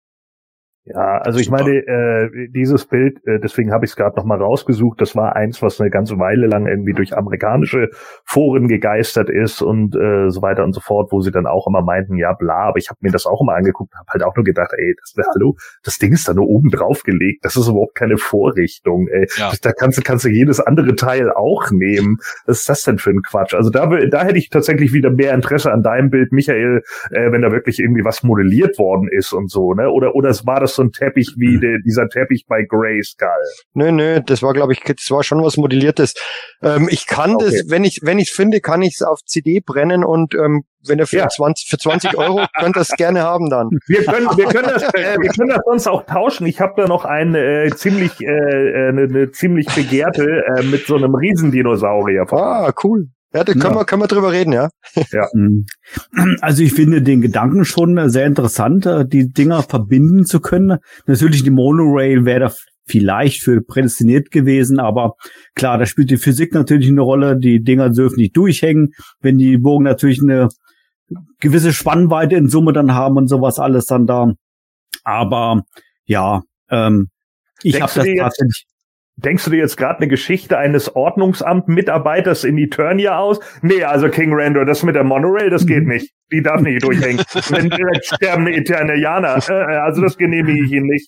Ja, also ich meine, äh, dieses Bild, äh, deswegen habe ich es gerade nochmal rausgesucht, das war eins, was eine ganze Weile lang irgendwie durch amerikanische Foren gegeistert ist und äh, so weiter und so fort, wo sie dann auch immer meinten, ja bla, aber ich habe mir das auch immer angeguckt und habe halt auch nur gedacht, ey, das, hallo, das Ding ist da nur oben drauf gelegt, das ist überhaupt keine Vorrichtung, ey. Ja. Da kannst du kannst du jedes andere Teil auch nehmen. Was ist das denn für ein Quatsch? Also da, da hätte ich tatsächlich wieder mehr Interesse an deinem Bild, Michael, äh, wenn da wirklich irgendwie was modelliert worden ist und so, ne? Oder oder es war das so ein Teppich wie de, dieser Teppich bei Grayskull. Nö, nö, das war, glaube ich, das war schon was Modelliertes. Ähm, ich kann okay. das, wenn ich wenn ich finde, kann ich es auf C D brennen und ähm, wenn ihr für, ja. zwanzig, für zwanzig Euro könnt ihr es gerne haben dann. Wir können, wir können das, äh, wir können das sonst auch tauschen. Ich habe da noch eine äh, ziemlich, äh, eine, eine ziemlich begehrte äh, mit so einem Riesendinosaurier. Ah, cool. Ja, da können, ja. Wir, können wir drüber reden, ja. ja. Also ich finde den Gedanken schon sehr interessant, die Dinger verbinden zu können. Natürlich die Monorail wäre da vielleicht für prädestiniert gewesen, aber klar, da spielt die Physik natürlich eine Rolle. Die Dinger dürfen nicht durchhängen, wenn die Bogen natürlich eine gewisse Spannweite in Summe dann haben und sowas alles dann da. Aber ja, ähm, ich habe das tatsächlich... Denkst du dir jetzt gerade eine Geschichte eines Ordnungsamt-Mitarbeiters in Eternia aus? Nee, also King Randor, das mit der Monorail, das geht nicht. Die darf nicht durchhängen. Wenn direkt sterben Eternianer. Also das genehmige ich Ihnen nicht.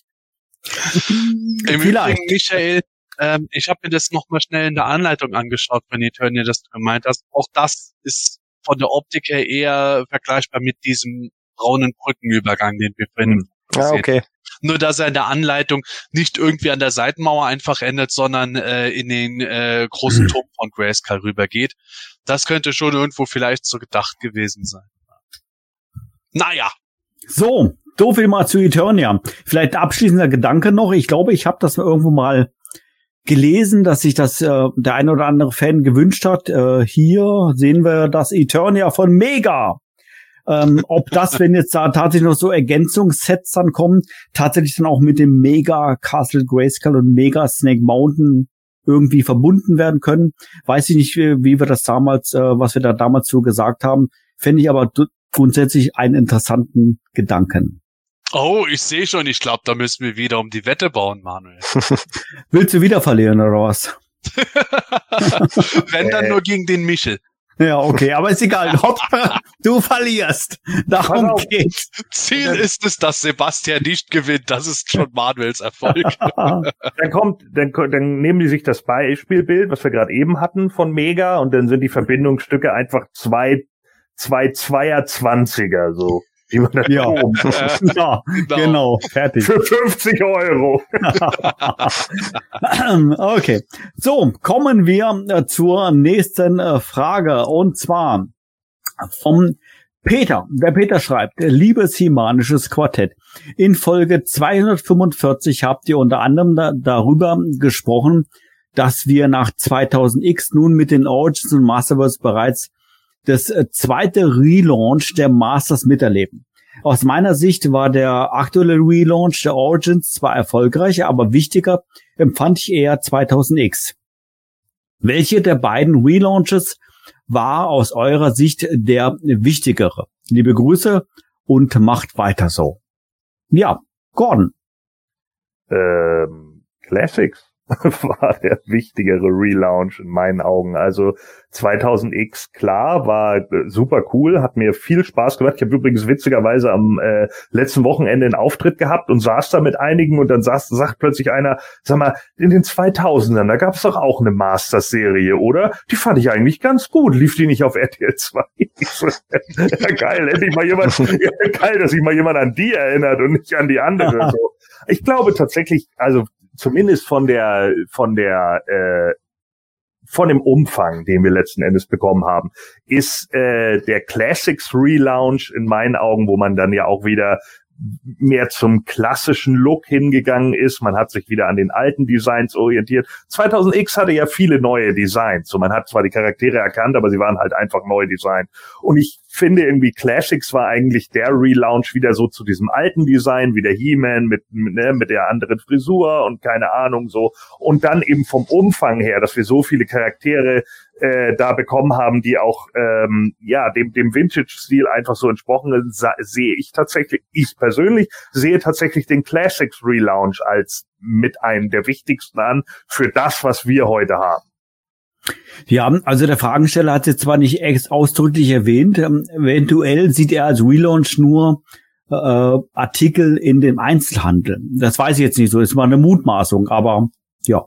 Im Übrigen, Michael, ähm, ich habe mir das nochmal schnell in der Anleitung angeschaut von Eternia, das du gemeint hast. Auch das ist von der Optik her eher vergleichbar mit diesem braunen Brückenübergang, den wir vorhin Ah, okay. Nur, dass er in der Anleitung nicht irgendwie an der Seitenmauer einfach endet, sondern äh, in den äh, großen Turm von Grayskull rübergeht. Das könnte schon irgendwo vielleicht so gedacht gewesen sein. Naja. So, so viel mal zu Eternia. Vielleicht abschließender Gedanke noch. Ich glaube, ich habe das irgendwo mal gelesen, dass sich das äh, der ein oder andere Fan gewünscht hat. Äh, hier sehen wir das Eternia von Mega. Ähm, ob das, wenn jetzt da tatsächlich noch so Ergänzungssets dann kommen, tatsächlich dann auch mit dem Mega Castle Grayskull und Mega Snake Mountain irgendwie verbunden werden können. Weiß ich nicht, wie, wie wir das damals, äh, was wir da damals so gesagt haben. Fände ich aber d- grundsätzlich einen interessanten Gedanken. Oh, ich sehe schon, ich glaube, da müssen wir wieder um die Wette bauen, Manuel. Willst du wieder verlieren, oder was? Wenn, dann nur gegen den Michel. Ja, okay, aber ist egal. Hauptsache, du verlierst. Darum geht's. Ziel ist es, dass Sebastian nicht gewinnt. Das ist schon Manuels Erfolg. Dann kommt, dann, dann nehmen die sich das Beispielbild, was wir gerade eben hatten von Mega, und dann sind die Verbindungsstücke einfach zwei, zwei Zweier-Zwanziger, so. Die man ja. ja, genau. genau, fertig. Für fünfzig Euro. Okay, so, kommen wir äh, zur nächsten äh, Frage, und zwar vom Peter. Der Peter schreibt: Liebes Himanisches Quartett, in Folge zweihundertfünfundvierzig habt ihr unter anderem da, darüber gesprochen, dass wir nach zweitausend X nun mit den Origins und Masterverse bereits das zweite Relaunch der Masters miterleben. Aus meiner Sicht war der aktuelle Relaunch der Origins zwar erfolgreich, aber wichtiger empfand ich eher zweitausend X. Welche der beiden Relaunches war aus eurer Sicht der wichtigere? Liebe Grüße und macht weiter so. Ja, Gordon. Ähm, Classics. war der wichtigere Relaunch in meinen Augen. Also zweitausend X, klar, war super cool, hat mir viel Spaß gemacht. Ich habe übrigens witzigerweise am äh, letzten Wochenende einen Auftritt gehabt und saß da mit einigen und dann saß, sagt plötzlich einer, sag mal, in den zweitausendern, da gab es doch auch eine Masters-Serie, oder? Die fand ich eigentlich ganz gut. Lief die nicht auf R T L zwei? Ja, geil, endlich mal jemand, ja, geil, dass sich mal jemand an die erinnert und nicht an die andere. So. Ich glaube tatsächlich, also zumindest von der, von der, äh, von dem Umfang, den wir letzten Endes bekommen haben, ist äh, der Classics Relaunch in meinen Augen, wo man dann ja auch wieder mehr zum klassischen Look hingegangen ist. Man hat sich wieder an den alten Designs orientiert. zweitausend X hatte ja viele neue Designs. So, man hat zwar die Charaktere erkannt, aber sie waren halt einfach neu designt. Und ich finde irgendwie Classics war eigentlich der Relaunch wieder so zu diesem alten Design, wie der He-Man mit, ne, mit der anderen Frisur und keine Ahnung so. Und dann eben vom Umfang her, dass wir so viele Charaktere äh, da bekommen haben, die auch ähm, ja dem dem Vintage-Stil einfach so entsprochen sind, sehe ich tatsächlich, ich persönlich sehe tatsächlich den Classics Relaunch als mit einem der wichtigsten an für das, was wir heute haben. Ja, also der Fragensteller hat es jetzt zwar nicht ex ausdrücklich erwähnt, ähm, eventuell sieht er als Relaunch nur äh, Artikel in dem Einzelhandel. Das weiß ich jetzt nicht so, das ist mal eine Mutmaßung, aber ja.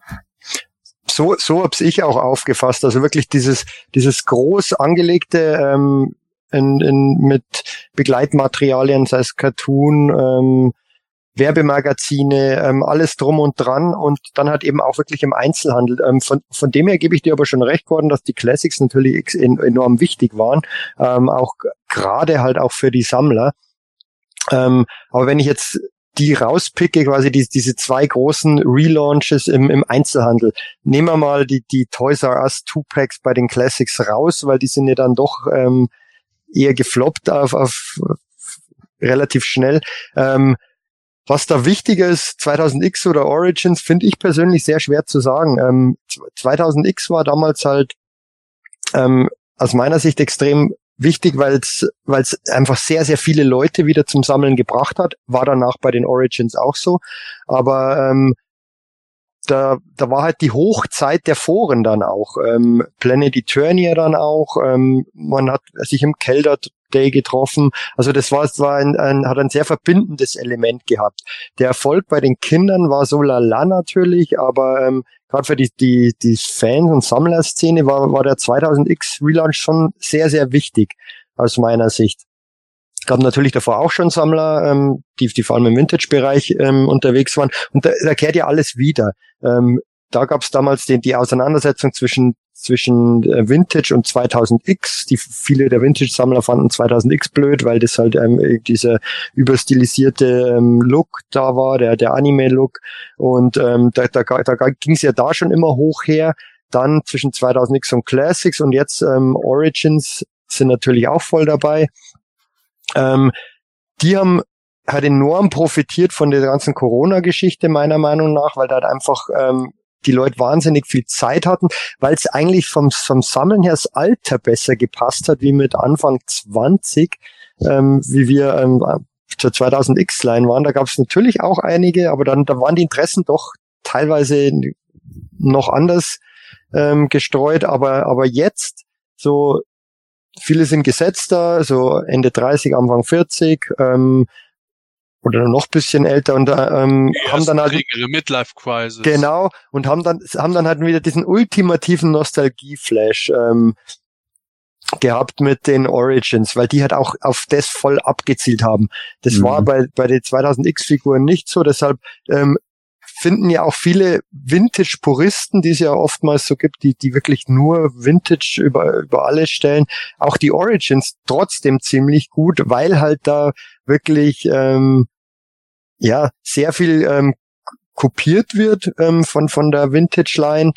So, so hab's ich auch aufgefasst. Also wirklich dieses, dieses groß angelegte ähm, in, in, mit Begleitmaterialien, sei es Cartoon, ähm, Werbemagazine, ähm, alles drum und dran und dann halt eben auch wirklich im Einzelhandel. Ähm, von, von dem her gebe ich dir aber schon recht, Gordon, dass die Classics natürlich enorm wichtig waren, ähm, auch gerade halt auch für die Sammler. Ähm, aber wenn ich jetzt die rauspicke, quasi die, diese zwei großen Relaunches im, im Einzelhandel. Nehmen wir mal die, die Toys R Us Two-Packs bei den Classics raus, weil die sind ja dann doch ähm, eher gefloppt auf, auf, auf relativ schnell. Ähm, was da wichtiger ist, zweitausend X oder Origins, finde ich persönlich sehr schwer zu sagen. Ähm, zweitausend X war damals halt ähm, aus meiner Sicht extrem wichtig, weil es weil es einfach sehr, sehr viele Leute wieder zum Sammeln gebracht hat. War danach bei den Origins auch so. Aber ähm, da da war halt die Hochzeit der Foren dann auch. Ähm, Planet Eternia dann auch. Ähm, man hat sich im Kelder Day getroffen. Also das war, das war ein, ein, hat ein sehr verbindendes Element gehabt. Der Erfolg bei den Kindern war so lala natürlich, aber ähm, gerade für die, die, die Fans- und Sammlerszene war, war der zweitausend X Relaunch schon sehr, sehr wichtig aus meiner Sicht. Es gab natürlich davor auch schon Sammler, ähm, die, die vor allem im Vintage-Bereich ähm, unterwegs waren. Und da, da kehrt ja alles wieder. Ähm, da gab es damals die, die Auseinandersetzung zwischen zwischen äh, Vintage und zweitausend X. Die viele der Vintage-Sammler fanden zweitausend X blöd, weil das halt ähm, dieser überstilisierte ähm, Look da war, der der Anime-Look. Und ähm, da, da, da ging es ja da schon immer hoch her. Dann zwischen zweitausend X und Classics und jetzt ähm, Origins sind natürlich auch voll dabei. Ähm, die haben halt enorm profitiert von der ganzen Corona-Geschichte meiner Meinung nach, weil da halt einfach ähm, die Leute wahnsinnig viel Zeit hatten, weil es eigentlich vom, vom Sammeln her das Alter besser gepasst hat, wie mit Anfang zwanzig, ähm, wie wir ähm, zur zweitausend X-Line waren. Da gab es natürlich auch einige, aber dann da waren die Interessen doch teilweise noch anders ähm, gestreut. Aber aber jetzt, so viele sind gesetzter, so Ende dreißig, Anfang vierzig, ähm, oder noch ein bisschen älter und ähm, haben dann halt ihre Midlife Crisis. Genau, und haben dann haben dann halt wieder diesen ultimativen Nostalgie-Flash ähm, gehabt mit den Origins, weil die halt auch auf das voll abgezielt haben. Das mhm. war bei bei den zweitausend X-Figuren nicht so, deshalb ähm, finden ja auch viele Vintage-Puristen, die es ja oftmals so gibt, die die wirklich nur Vintage über über alles stellen, auch die Origins trotzdem ziemlich gut, weil halt da wirklich ähm, ja sehr viel ähm, kopiert wird ähm, von von der Vintage-Line.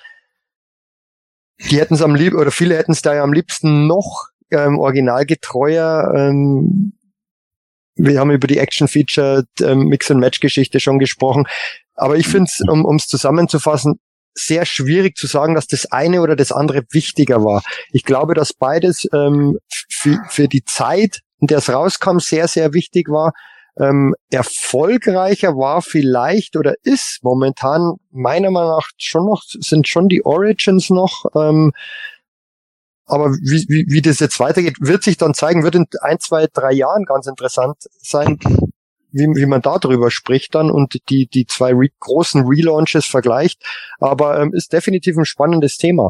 Die hätten es am liebsten, oder viele hätten es da ja am liebsten noch ähm, originalgetreuer. Ähm, wir haben über die Action-Featured ähm, Mix-and-Match-Geschichte schon gesprochen. Aber ich finde es, um es zusammenzufassen, sehr schwierig zu sagen, dass das eine oder das andere wichtiger war. Ich glaube, dass beides ähm, für, für die Zeit, in der es rauskam, sehr, sehr wichtig war. Ähm, erfolgreicher war vielleicht oder ist momentan meiner Meinung nach schon noch, sind schon die Origins noch, ähm, aber wie, wie, wie das jetzt weitergeht, wird sich dann zeigen, wird in ein, zwei, drei Jahren ganz interessant sein, wie, wie man da drüber spricht dann und die, die zwei re- großen Relaunches vergleicht. Aber ähm, ist definitiv ein spannendes Thema.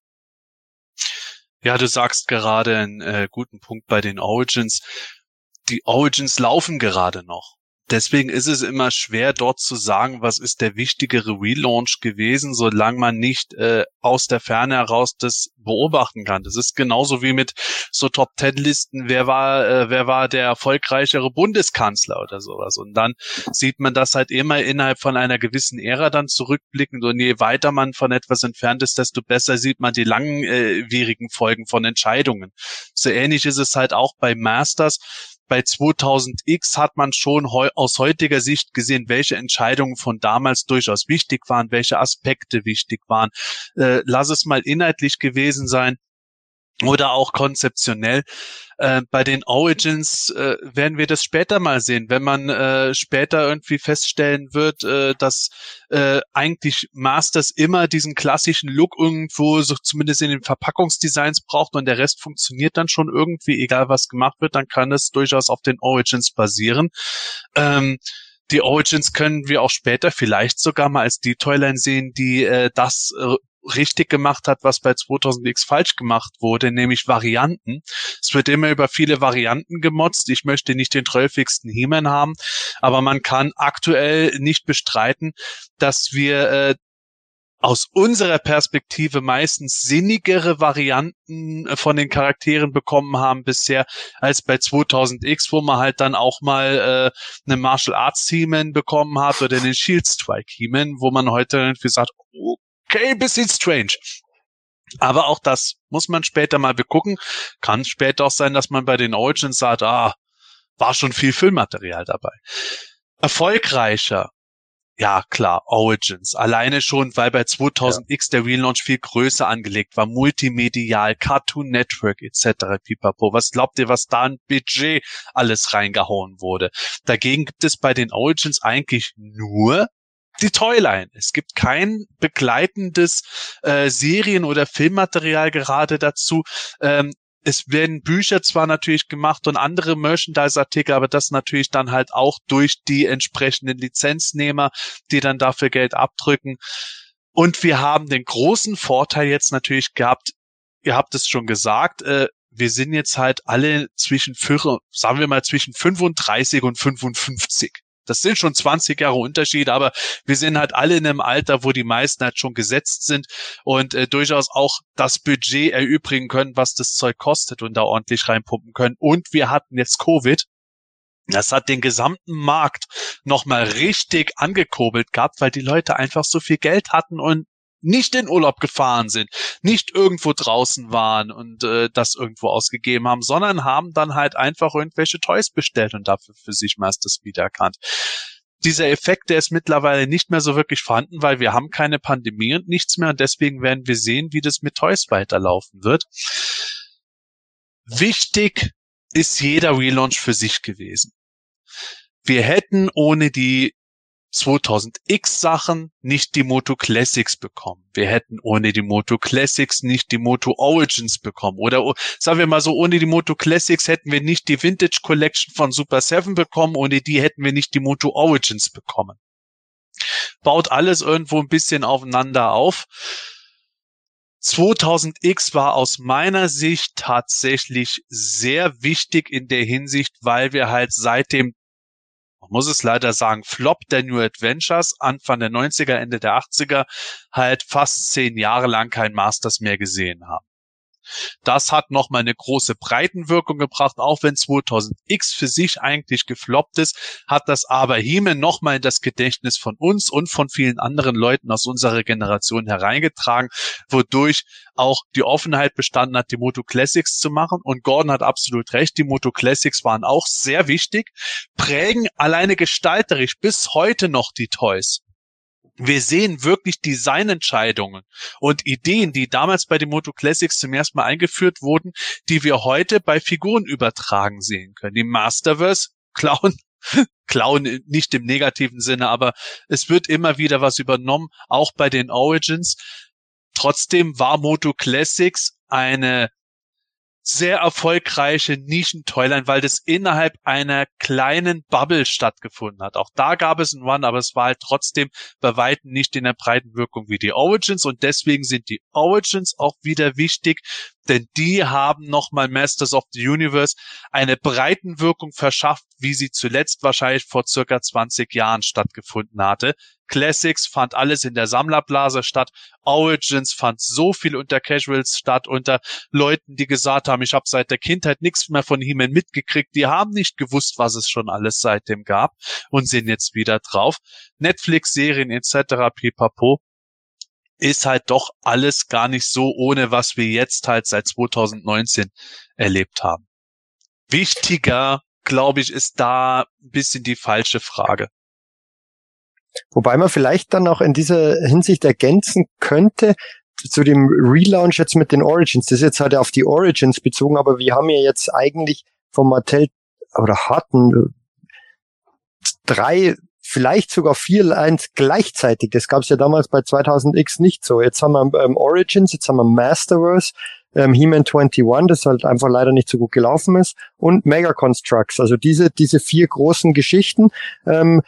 Ja, du sagst gerade einen äh, guten Punkt bei den Origins. Die Origins laufen gerade noch. Deswegen ist es immer schwer, dort zu sagen, was ist der wichtigere Relaunch gewesen, solange man nicht äh, aus der Ferne heraus das beobachten kann. Das ist genauso wie mit so Top-Ten-Listen, wer war äh, wer war der erfolgreichere Bundeskanzler oder sowas. Und dann sieht man das halt immer innerhalb von einer gewissen Ära dann zurückblickend. Und je weiter man von etwas entfernt ist, desto besser sieht man die langwierigen Folgen von Entscheidungen. So ähnlich ist es halt auch bei Masters. Bei zweitausend X hat man schon heu- aus heutiger Sicht gesehen, welche Entscheidungen von damals durchaus wichtig waren, welche Aspekte wichtig waren. Äh, lass es mal inhaltlich gewesen sein oder auch konzeptionell. Äh, bei den Origins äh, werden wir das später mal sehen, wenn man äh, später irgendwie feststellen wird, äh, dass äh, eigentlich Masters immer diesen klassischen Look irgendwo, so zumindest in den Verpackungsdesigns braucht und der Rest funktioniert dann schon irgendwie, egal was gemacht wird, dann kann es durchaus auf den Origins basieren. Ähm, die Origins können wir auch später vielleicht sogar mal als die Toyline sehen, die äh, das äh, richtig gemacht hat, was bei zweitausend X falsch gemacht wurde, nämlich Varianten. Es wird immer über viele Varianten gemotzt. Ich möchte nicht den zwölfigsten He-Man haben, aber man kann aktuell nicht bestreiten, dass wir äh, aus unserer Perspektive meistens sinnigere Varianten von den Charakteren bekommen haben bisher als bei zweitausend X, wo man halt dann auch mal äh, eine Martial Arts He-Man bekommen hat oder den Shield Strike He-Man, wo man heute irgendwie sagt, okay, bisschen strange. Aber auch das muss man später mal begucken. Kann später auch sein, dass man bei den Origins sagt, ah, war schon viel Füllmaterial dabei. Erfolgreicher. Ja, klar, Origins. Alleine schon, weil bei zweitausend X ja. der Relaunch viel größer angelegt war. Multimedial, Cartoon Network et cetera pipapo. Was glaubt ihr, was da an Budget alles reingehauen wurde? Dagegen gibt es bei den Origins eigentlich nur die Toyline. Es gibt kein begleitendes äh, Serien- oder Filmmaterial gerade dazu. Ähm, es werden Bücher zwar natürlich gemacht und andere Merchandise-Artikel, aber das natürlich dann halt auch durch die entsprechenden Lizenznehmer, die dann dafür Geld abdrücken. Und wir haben den großen Vorteil jetzt natürlich gehabt, ihr habt es schon gesagt, äh, wir sind jetzt halt alle zwischen, sagen wir mal, zwischen fünfunddreißig und fünfundfünfzig. Das sind schon zwanzig Jahre Unterschied, aber wir sind halt alle in einem Alter, wo die meisten halt schon gesetzt sind und äh, durchaus auch das Budget erübrigen können, was das Zeug kostet und da ordentlich reinpumpen können. Und wir hatten jetzt Covid. Das hat den gesamten Markt nochmal richtig angekurbelt gehabt, weil die Leute einfach so viel Geld hatten und nicht in Urlaub gefahren sind, nicht irgendwo draußen waren und äh, das irgendwo ausgegeben haben, sondern haben dann halt einfach irgendwelche Toys bestellt und dafür für sich meistens wiedererkannt. Dieser Effekt, der ist mittlerweile nicht mehr so wirklich vorhanden, weil wir haben keine Pandemie und nichts mehr und deswegen werden wir sehen, wie das mit Toys weiterlaufen wird. Wichtig ist jeder Relaunch für sich gewesen. Wir hätten ohne die zweitausend X Sachen nicht die Moto Classics bekommen. Wir hätten ohne die Moto Classics nicht die Moto Origins bekommen. Oder sagen wir mal so, ohne die Moto Classics hätten wir nicht die Vintage Collection von Super seven bekommen. Ohne die hätten wir nicht die Moto Origins bekommen. Baut alles irgendwo ein bisschen aufeinander auf. zweitausend X war aus meiner Sicht tatsächlich sehr wichtig in der Hinsicht, weil wir halt seit dem, man muss es leider sagen, Flop der New Adventures Anfang der neunziger, Ende der achtziger halt fast zehn Jahre lang kein Masters mehr gesehen haben. Das hat nochmal eine große Breitenwirkung gebracht, auch wenn zweitausend X für sich eigentlich gefloppt ist, hat das aber He-Man nochmal in das Gedächtnis von uns und von vielen anderen Leuten aus unserer Generation hereingetragen, wodurch auch die Offenheit bestanden hat, die Moto Classics zu machen. Und Gordon hat absolut recht, die Moto Classics waren auch sehr wichtig, prägen alleine gestalterisch bis heute noch die Toys. Wir sehen wirklich Designentscheidungen und Ideen, die damals bei den Moto Classics zum ersten Mal eingeführt wurden, die wir heute bei Figuren übertragen sehen können. Die Masterverse klauen klauen, nicht im negativen Sinne, aber es wird immer wieder was übernommen, auch bei den Origins. Trotzdem war Moto Classics eine sehr erfolgreiche Nischen-Toyline, weil das innerhalb einer kleinen Bubble stattgefunden hat. Auch da gab es einen Run, aber es war halt trotzdem bei weitem nicht in der breiten Wirkung wie die Origins und deswegen sind die Origins auch wieder wichtig, denn die haben nochmal Masters of the Universe eine breiten Wirkung verschafft, wie sie zuletzt wahrscheinlich vor circa zwanzig Jahren stattgefunden hatte. Classics fand alles in der Sammlerblase statt. Origins fand so viel unter Casuals statt, unter Leuten, die gesagt haben, ich habe seit der Kindheit nichts mehr von He-Man mitgekriegt. Die haben nicht gewusst, was es schon alles seitdem gab und sind jetzt wieder drauf. Netflix-Serien et cetera pipapo. Ist halt doch alles gar nicht so ohne, was wir jetzt halt seit zwanzig neunzehn erlebt haben. Wichtiger, glaube ich, ist da ein bisschen die falsche Frage. Wobei man vielleicht dann auch in dieser Hinsicht ergänzen könnte, zu dem Relaunch jetzt mit den Origins, das ist jetzt halt auf die Origins bezogen, aber wir haben ja jetzt eigentlich von Mattel oder hatten drei, vielleicht sogar vier Lines gleichzeitig. Das gab es ja damals bei zweitausend X nicht so. Jetzt haben wir ähm, Origins, jetzt haben wir Masterverse, ähm, He-Man einundzwanzig, das halt einfach leider nicht so gut gelaufen ist, und Mega Constructs. Also diese diese vier großen Geschichten ähm,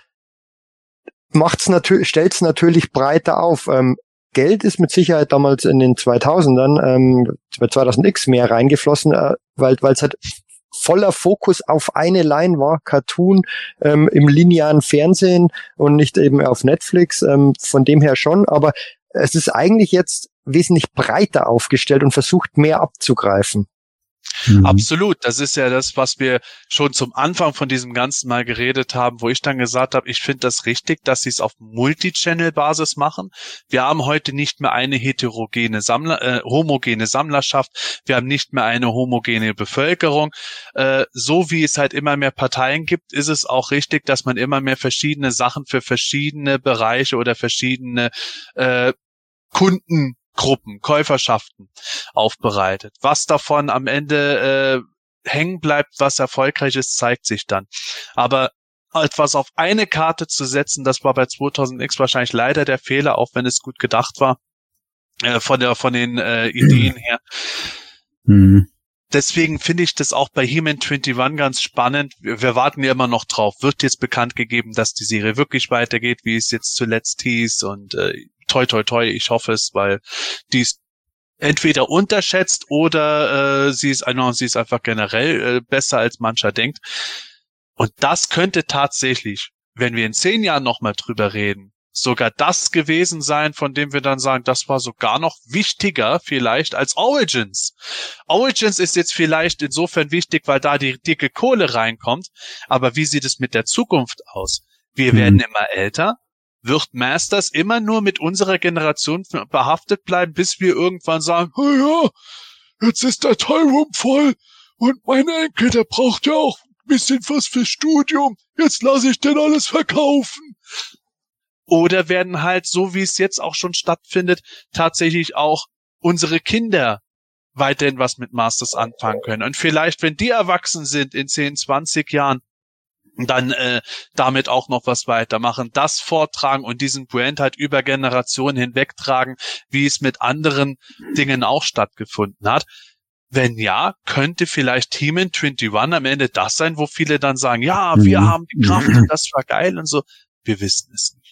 macht's natürlich, stellt's natürlich breiter auf. Ähm, Geld ist mit Sicherheit damals in den zweitausendern, ähm, bei zweitausend X mehr reingeflossen, äh, weil weil es halt voller Fokus auf eine Line war, Cartoon ähm, im linearen Fernsehen und nicht eben auf Netflix, ähm, von dem her schon, aber es ist eigentlich jetzt wesentlich breiter aufgestellt und versucht mehr abzugreifen. Mhm. Absolut, das ist ja das, was wir schon zum Anfang von diesem Ganzen mal geredet haben, wo ich dann gesagt habe, ich finde das richtig, dass sie es auf Multi-Channel-Basis machen. Wir haben heute nicht mehr eine heterogene Sammler, äh, homogene Sammlerschaft, wir haben nicht mehr eine homogene Bevölkerung. Äh, so wie es halt immer mehr Parteien gibt, ist es auch richtig, dass man immer mehr verschiedene Sachen für verschiedene Bereiche oder verschiedene äh, Kunden Gruppen, Käuferschaften aufbereitet. Was davon am Ende äh, hängen bleibt, was erfolgreich ist, zeigt sich dann. Aber etwas auf eine Karte zu setzen, das war bei zweitausend X wahrscheinlich leider der Fehler, auch wenn es gut gedacht war, äh, von der von den äh, Ideen her. Mhm. Deswegen finde ich das auch bei He-Man einundzwanzig ganz spannend. Wir, wir warten ja immer noch drauf. Wird jetzt bekannt gegeben, dass die Serie wirklich weitergeht, wie es jetzt zuletzt hieß, und äh, toi toi toi, ich hoffe es, weil die ist entweder unterschätzt oder äh, sie ist einfach, sie ist einfach generell äh, besser als mancher denkt. Und das könnte tatsächlich, wenn wir in zehn Jahren nochmal drüber reden, sogar das gewesen sein, von dem wir dann sagen, das war sogar noch wichtiger vielleicht als Origins. Origins ist jetzt vielleicht insofern wichtig, weil da die dicke Kohle reinkommt, aber wie sieht es mit der Zukunft aus? Wir Mhm. werden immer älter. Wird Masters immer nur mit unserer Generation behaftet bleiben, bis wir irgendwann sagen, oh ja, jetzt ist der Toyroom voll und mein Enkel, der braucht ja auch ein bisschen was fürs Studium, jetzt lasse ich den alles verkaufen. Oder werden halt, so wie es jetzt auch schon stattfindet, tatsächlich auch unsere Kinder weiterhin was mit Masters anfangen können. Und vielleicht, wenn die erwachsen sind in zehn, zwanzig Jahren, dann äh, damit auch noch was weitermachen, das vortragen und diesen Brand halt über Generationen hinweg tragen, wie es mit anderen Dingen auch stattgefunden hat. Wenn ja, könnte vielleicht He-Man einundzwanzig am Ende das sein, wo viele dann sagen, ja, wir Mhm. haben die Kraft und das war geil und so. Wir wissen es nicht.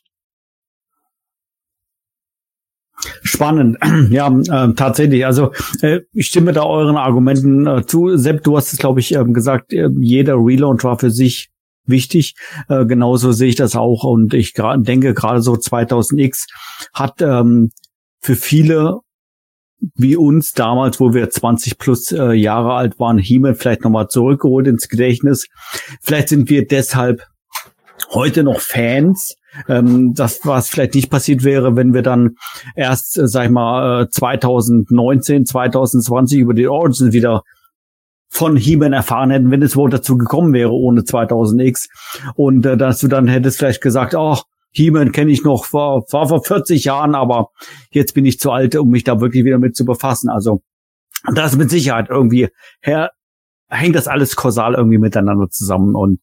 Spannend, ja, äh, tatsächlich. Also äh, ich stimme da euren Argumenten äh, zu. Sepp, du hast es, glaube ich, äh, gesagt, äh, jeder Relaunch war für sich wichtig. Äh, genauso sehe ich das auch. Und ich gra- denke, gerade so zweitausend X hat ähm, für viele wie uns damals, wo wir zwanzig plus äh, Jahre alt waren, He-Man vielleicht nochmal zurückgeholt ins Gedächtnis. Vielleicht sind wir deshalb heute noch Fans. Ähm, das, was vielleicht nicht passiert wäre, wenn wir dann erst, äh, sag ich mal, äh, zwanzig neunzehn, zwanzig zwanzig über die Origins wieder von He-Man erfahren hätten, wenn es wohl dazu gekommen wäre ohne zweitausend X. Und äh, dass du dann hättest vielleicht gesagt, oh, He-Man kenne ich noch vor, vor, vor vierzig Jahren, aber jetzt bin ich zu alt, um mich da wirklich wieder mit zu befassen. Also das mit Sicherheit irgendwie her, hängt das alles kausal irgendwie miteinander zusammen. Und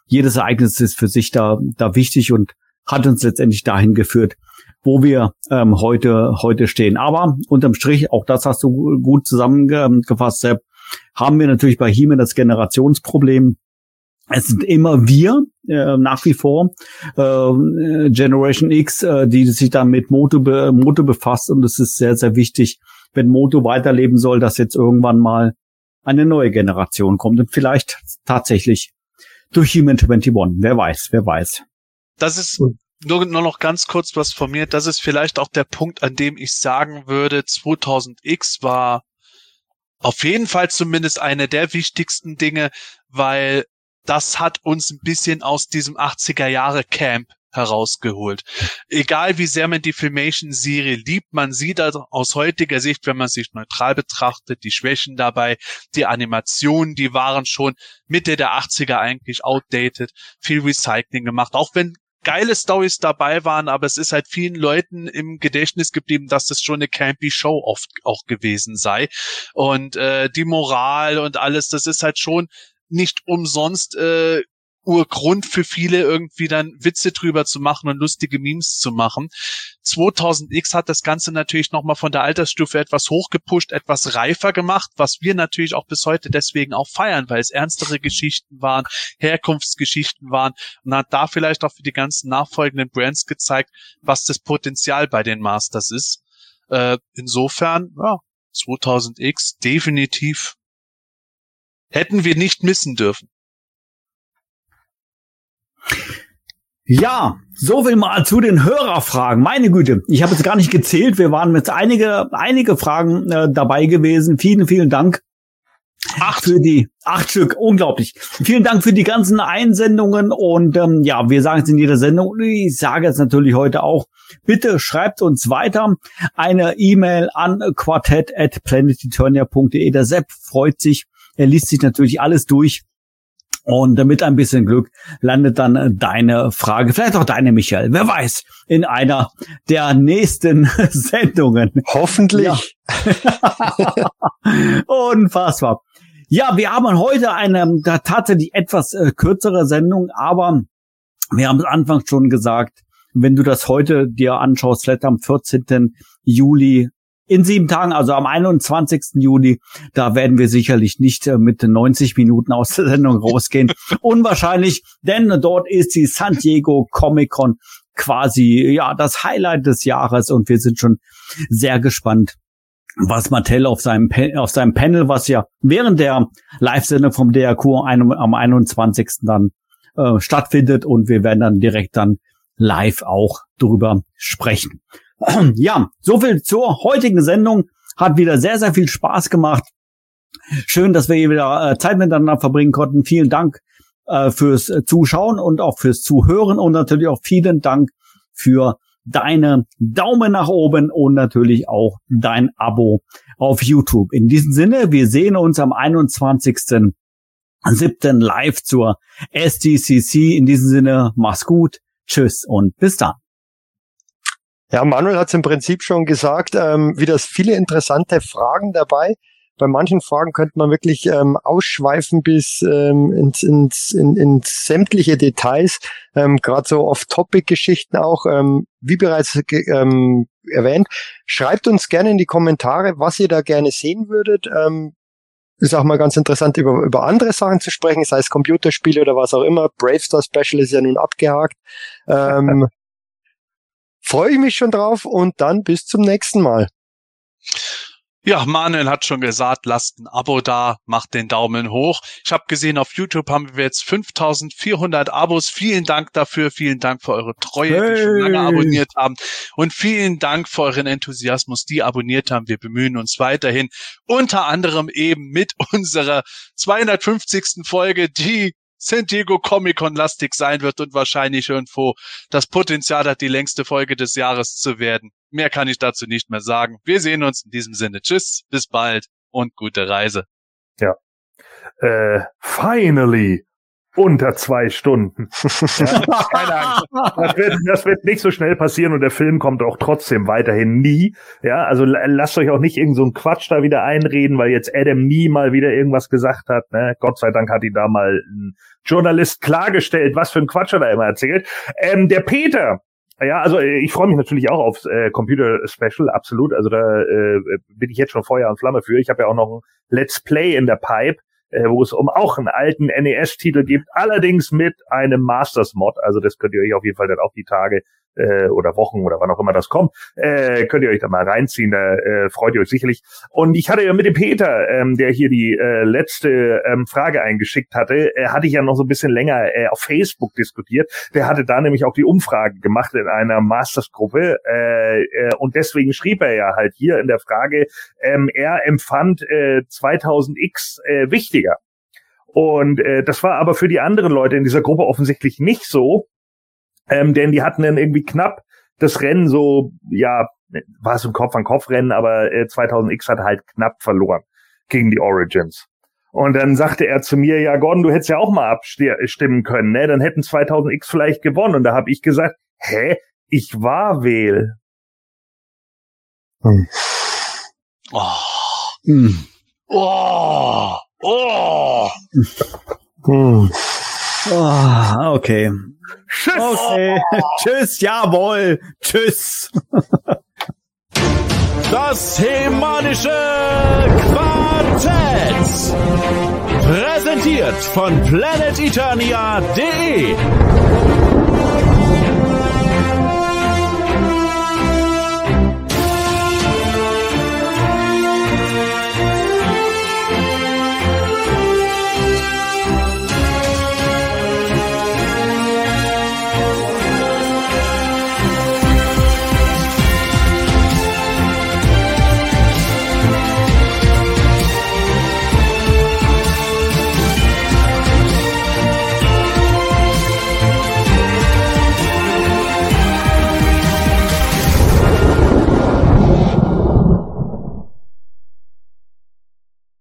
jedes Ereignis ist für sich da, da wichtig und hat uns letztendlich dahin geführt, wo wir ähm, heute heute stehen. Aber unterm Strich, auch das hast du gut zusammengefasst, Sepp, haben wir natürlich bei He-Man das Generationsproblem. Es sind immer wir, äh, nach wie vor, äh, Generation X, äh, die sich dann mit Moto, be- Moto befasst. Und es ist sehr, sehr wichtig, wenn Moto weiterleben soll, dass jetzt irgendwann mal eine neue Generation kommt. Und vielleicht tatsächlich durch He-Man einundzwanzig. Wer weiß, wer weiß. Das ist nur, nur noch ganz kurz was von mir. Das ist vielleicht auch der Punkt, an dem ich sagen würde, zweitausend X war auf jeden Fall zumindest eine der wichtigsten Dinge, weil das hat uns ein bisschen aus diesem achtziger-Jahre-Camp herausgeholt. Egal wie sehr man die Filmation-Serie liebt, man sieht also aus heutiger Sicht, wenn man sich neutral betrachtet, die Schwächen dabei, die Animationen, die waren schon Mitte der achtziger eigentlich outdated, viel Recycling gemacht, auch wenn geile Storys dabei waren, aber es ist halt vielen Leuten im Gedächtnis geblieben, dass das schon eine campy Show oft auch gewesen sei. Und äh, die Moral und alles, das ist halt schon nicht umsonst äh, Urgrund für viele, irgendwie dann Witze drüber zu machen und lustige Memes zu machen. zweitausend X hat das Ganze natürlich nochmal von der Altersstufe etwas hochgepusht, etwas reifer gemacht, was wir natürlich auch bis heute deswegen auch feiern, weil es ernstere Geschichten waren, Herkunftsgeschichten waren und hat da vielleicht auch für die ganzen nachfolgenden Brands gezeigt, was das Potenzial bei den Masters ist. Äh, insofern, ja, zweitausend X definitiv hätten wir nicht missen dürfen. Ja, so viel mal zu den Hörerfragen. Meine Güte, ich habe jetzt gar nicht gezählt. Wir waren mit einige einige Fragen äh, dabei gewesen. Vielen, vielen Dank. Acht für die acht Stück, unglaublich. Vielen Dank für die ganzen Einsendungen und ähm, ja, wir sagen es in jeder Sendung. Ich sage es natürlich heute auch. Bitte schreibt uns weiter eine E-Mail an quartett at planeteternia punkt de. Der Sepp freut sich. Er liest sich natürlich alles durch. Und mit ein bisschen Glück landet dann deine Frage, vielleicht auch deine, Michael, wer weiß, in einer der nächsten Sendungen. Hoffentlich. Ja. Unfassbar. Ja, wir haben heute eine tatsächlich etwas äh, kürzere Sendung, aber wir haben es anfangs schon gesagt, wenn du das heute dir anschaust, vielleicht am vierzehnten Juli, in sieben Tagen, also am einundzwanzigsten Juli, da werden wir sicherlich nicht äh, mit neunzig Minuten aus der Sendung rausgehen. Unwahrscheinlich, denn dort ist die San Diego Comic Con quasi ja das Highlight des Jahres und wir sind schon sehr gespannt, was Mattel auf seinem pa- auf seinem Panel, was ja während der Live-Sendung vom D R Q am einundzwanzigsten dann äh, stattfindet und wir werden dann direkt dann live auch drüber sprechen. Ja, so viel zur heutigen Sendung. Hat wieder sehr, sehr viel Spaß gemacht. Schön, dass wir hier wieder äh, Zeit miteinander verbringen konnten. Vielen Dank äh, fürs Zuschauen und auch fürs Zuhören und natürlich auch vielen Dank für deine Daumen nach oben und natürlich auch dein Abo auf YouTube. In diesem Sinne, wir sehen uns am einundzwanzigsten siebten live zur S D C C. In diesem Sinne, mach's gut, tschüss und bis dann. Ja, Manuel hat es im Prinzip schon gesagt, ähm, wieder viele interessante Fragen dabei. Bei manchen Fragen könnte man wirklich ähm, ausschweifen bis ähm, ins, ins, in, ins sämtliche Details, ähm, gerade so Off-Topic-Geschichten auch, ähm, wie bereits ähm, erwähnt. Schreibt uns gerne in die Kommentare, was ihr da gerne sehen würdet. Ähm, ist auch mal ganz interessant, über, über andere Sachen zu sprechen, sei es Computerspiele oder was auch immer. Bravestar Special ist ja nun abgehakt. Ähm, Freue ich mich schon drauf und dann bis zum nächsten Mal. Ja, Manuel hat schon gesagt, lasst ein Abo da, macht den Daumen hoch. Ich habe gesehen, auf YouTube haben wir jetzt fünftausendvierhundert Abos. Vielen Dank dafür, vielen Dank für eure Treue, hey. die schon lange abonniert haben. Und vielen Dank für euren Enthusiasmus, die abonniert haben. Wir bemühen uns weiterhin, unter anderem eben mit unserer zweihundertfünfzigsten Folge, die San Diego Comic-Con lastig sein wird und wahrscheinlich irgendwo das Potenzial hat, die längste Folge des Jahres zu werden. Mehr kann ich dazu nicht mehr sagen. Wir sehen uns in diesem Sinne. Tschüss, bis bald und gute Reise. Ja. Äh, finally, Unter zwei Stunden. Ja, keine Angst. Das wird, das wird nicht so schnell passieren und der Film kommt auch trotzdem weiterhin nie. Ja, also lasst euch auch nicht irgend so einen Quatsch da wieder einreden, weil jetzt Adam nie mal wieder irgendwas gesagt hat. Ne? Gott sei Dank hat ihn da mal ein Journalist klargestellt, was für ein Quatsch er da immer erzählt. Ähm, der Peter, ja, also ich freue mich natürlich auch aufs äh, Computer Special, absolut. Also da äh, bin ich jetzt schon Feuer und Flamme für. Ich habe ja auch noch ein Let's Play in der Pipe, äh, wo es um auch einen alten N E S-Titel gibt, allerdings mit einem Masters-Mod. Also das könnt ihr euch auf jeden Fall dann auch die Tage äh, oder Wochen oder wann auch immer das kommt, äh, könnt ihr euch da mal reinziehen, da äh, freut ihr euch sicherlich. Und ich hatte ja mit dem Peter, ähm, der hier die äh, letzte ähm, Frage eingeschickt hatte, äh, hatte ich ja noch so ein bisschen länger äh, auf Facebook diskutiert. Der hatte da nämlich auch die Umfrage gemacht in einer Masters-Gruppe äh, äh, und deswegen schrieb er ja halt hier in der Frage, ähm, er empfand äh, zweitausend X äh, wichtiger. Und äh, das war aber für die anderen Leute in dieser Gruppe offensichtlich nicht so. Ähm, denn die hatten dann irgendwie knapp das Rennen so, ja, war es ein Kopf-an-Kopf-Rennen, aber äh, zweitausend X hat halt knapp verloren gegen die Origins. Und dann sagte er zu mir, ja Gordon, du hättest ja auch mal abstimmen können, ne? Dann hätten zweitausend X vielleicht gewonnen. Und da habe ich gesagt, hä, ich war wähl. Hm. Oh. Hm. Oh. Oh. Hm. Oh, okay. Tschüss. Okay. Oh. Tschüss, jawohl. Tschüss. Das Hemanische Quartett. Präsentiert von Planet Eternia punkt de.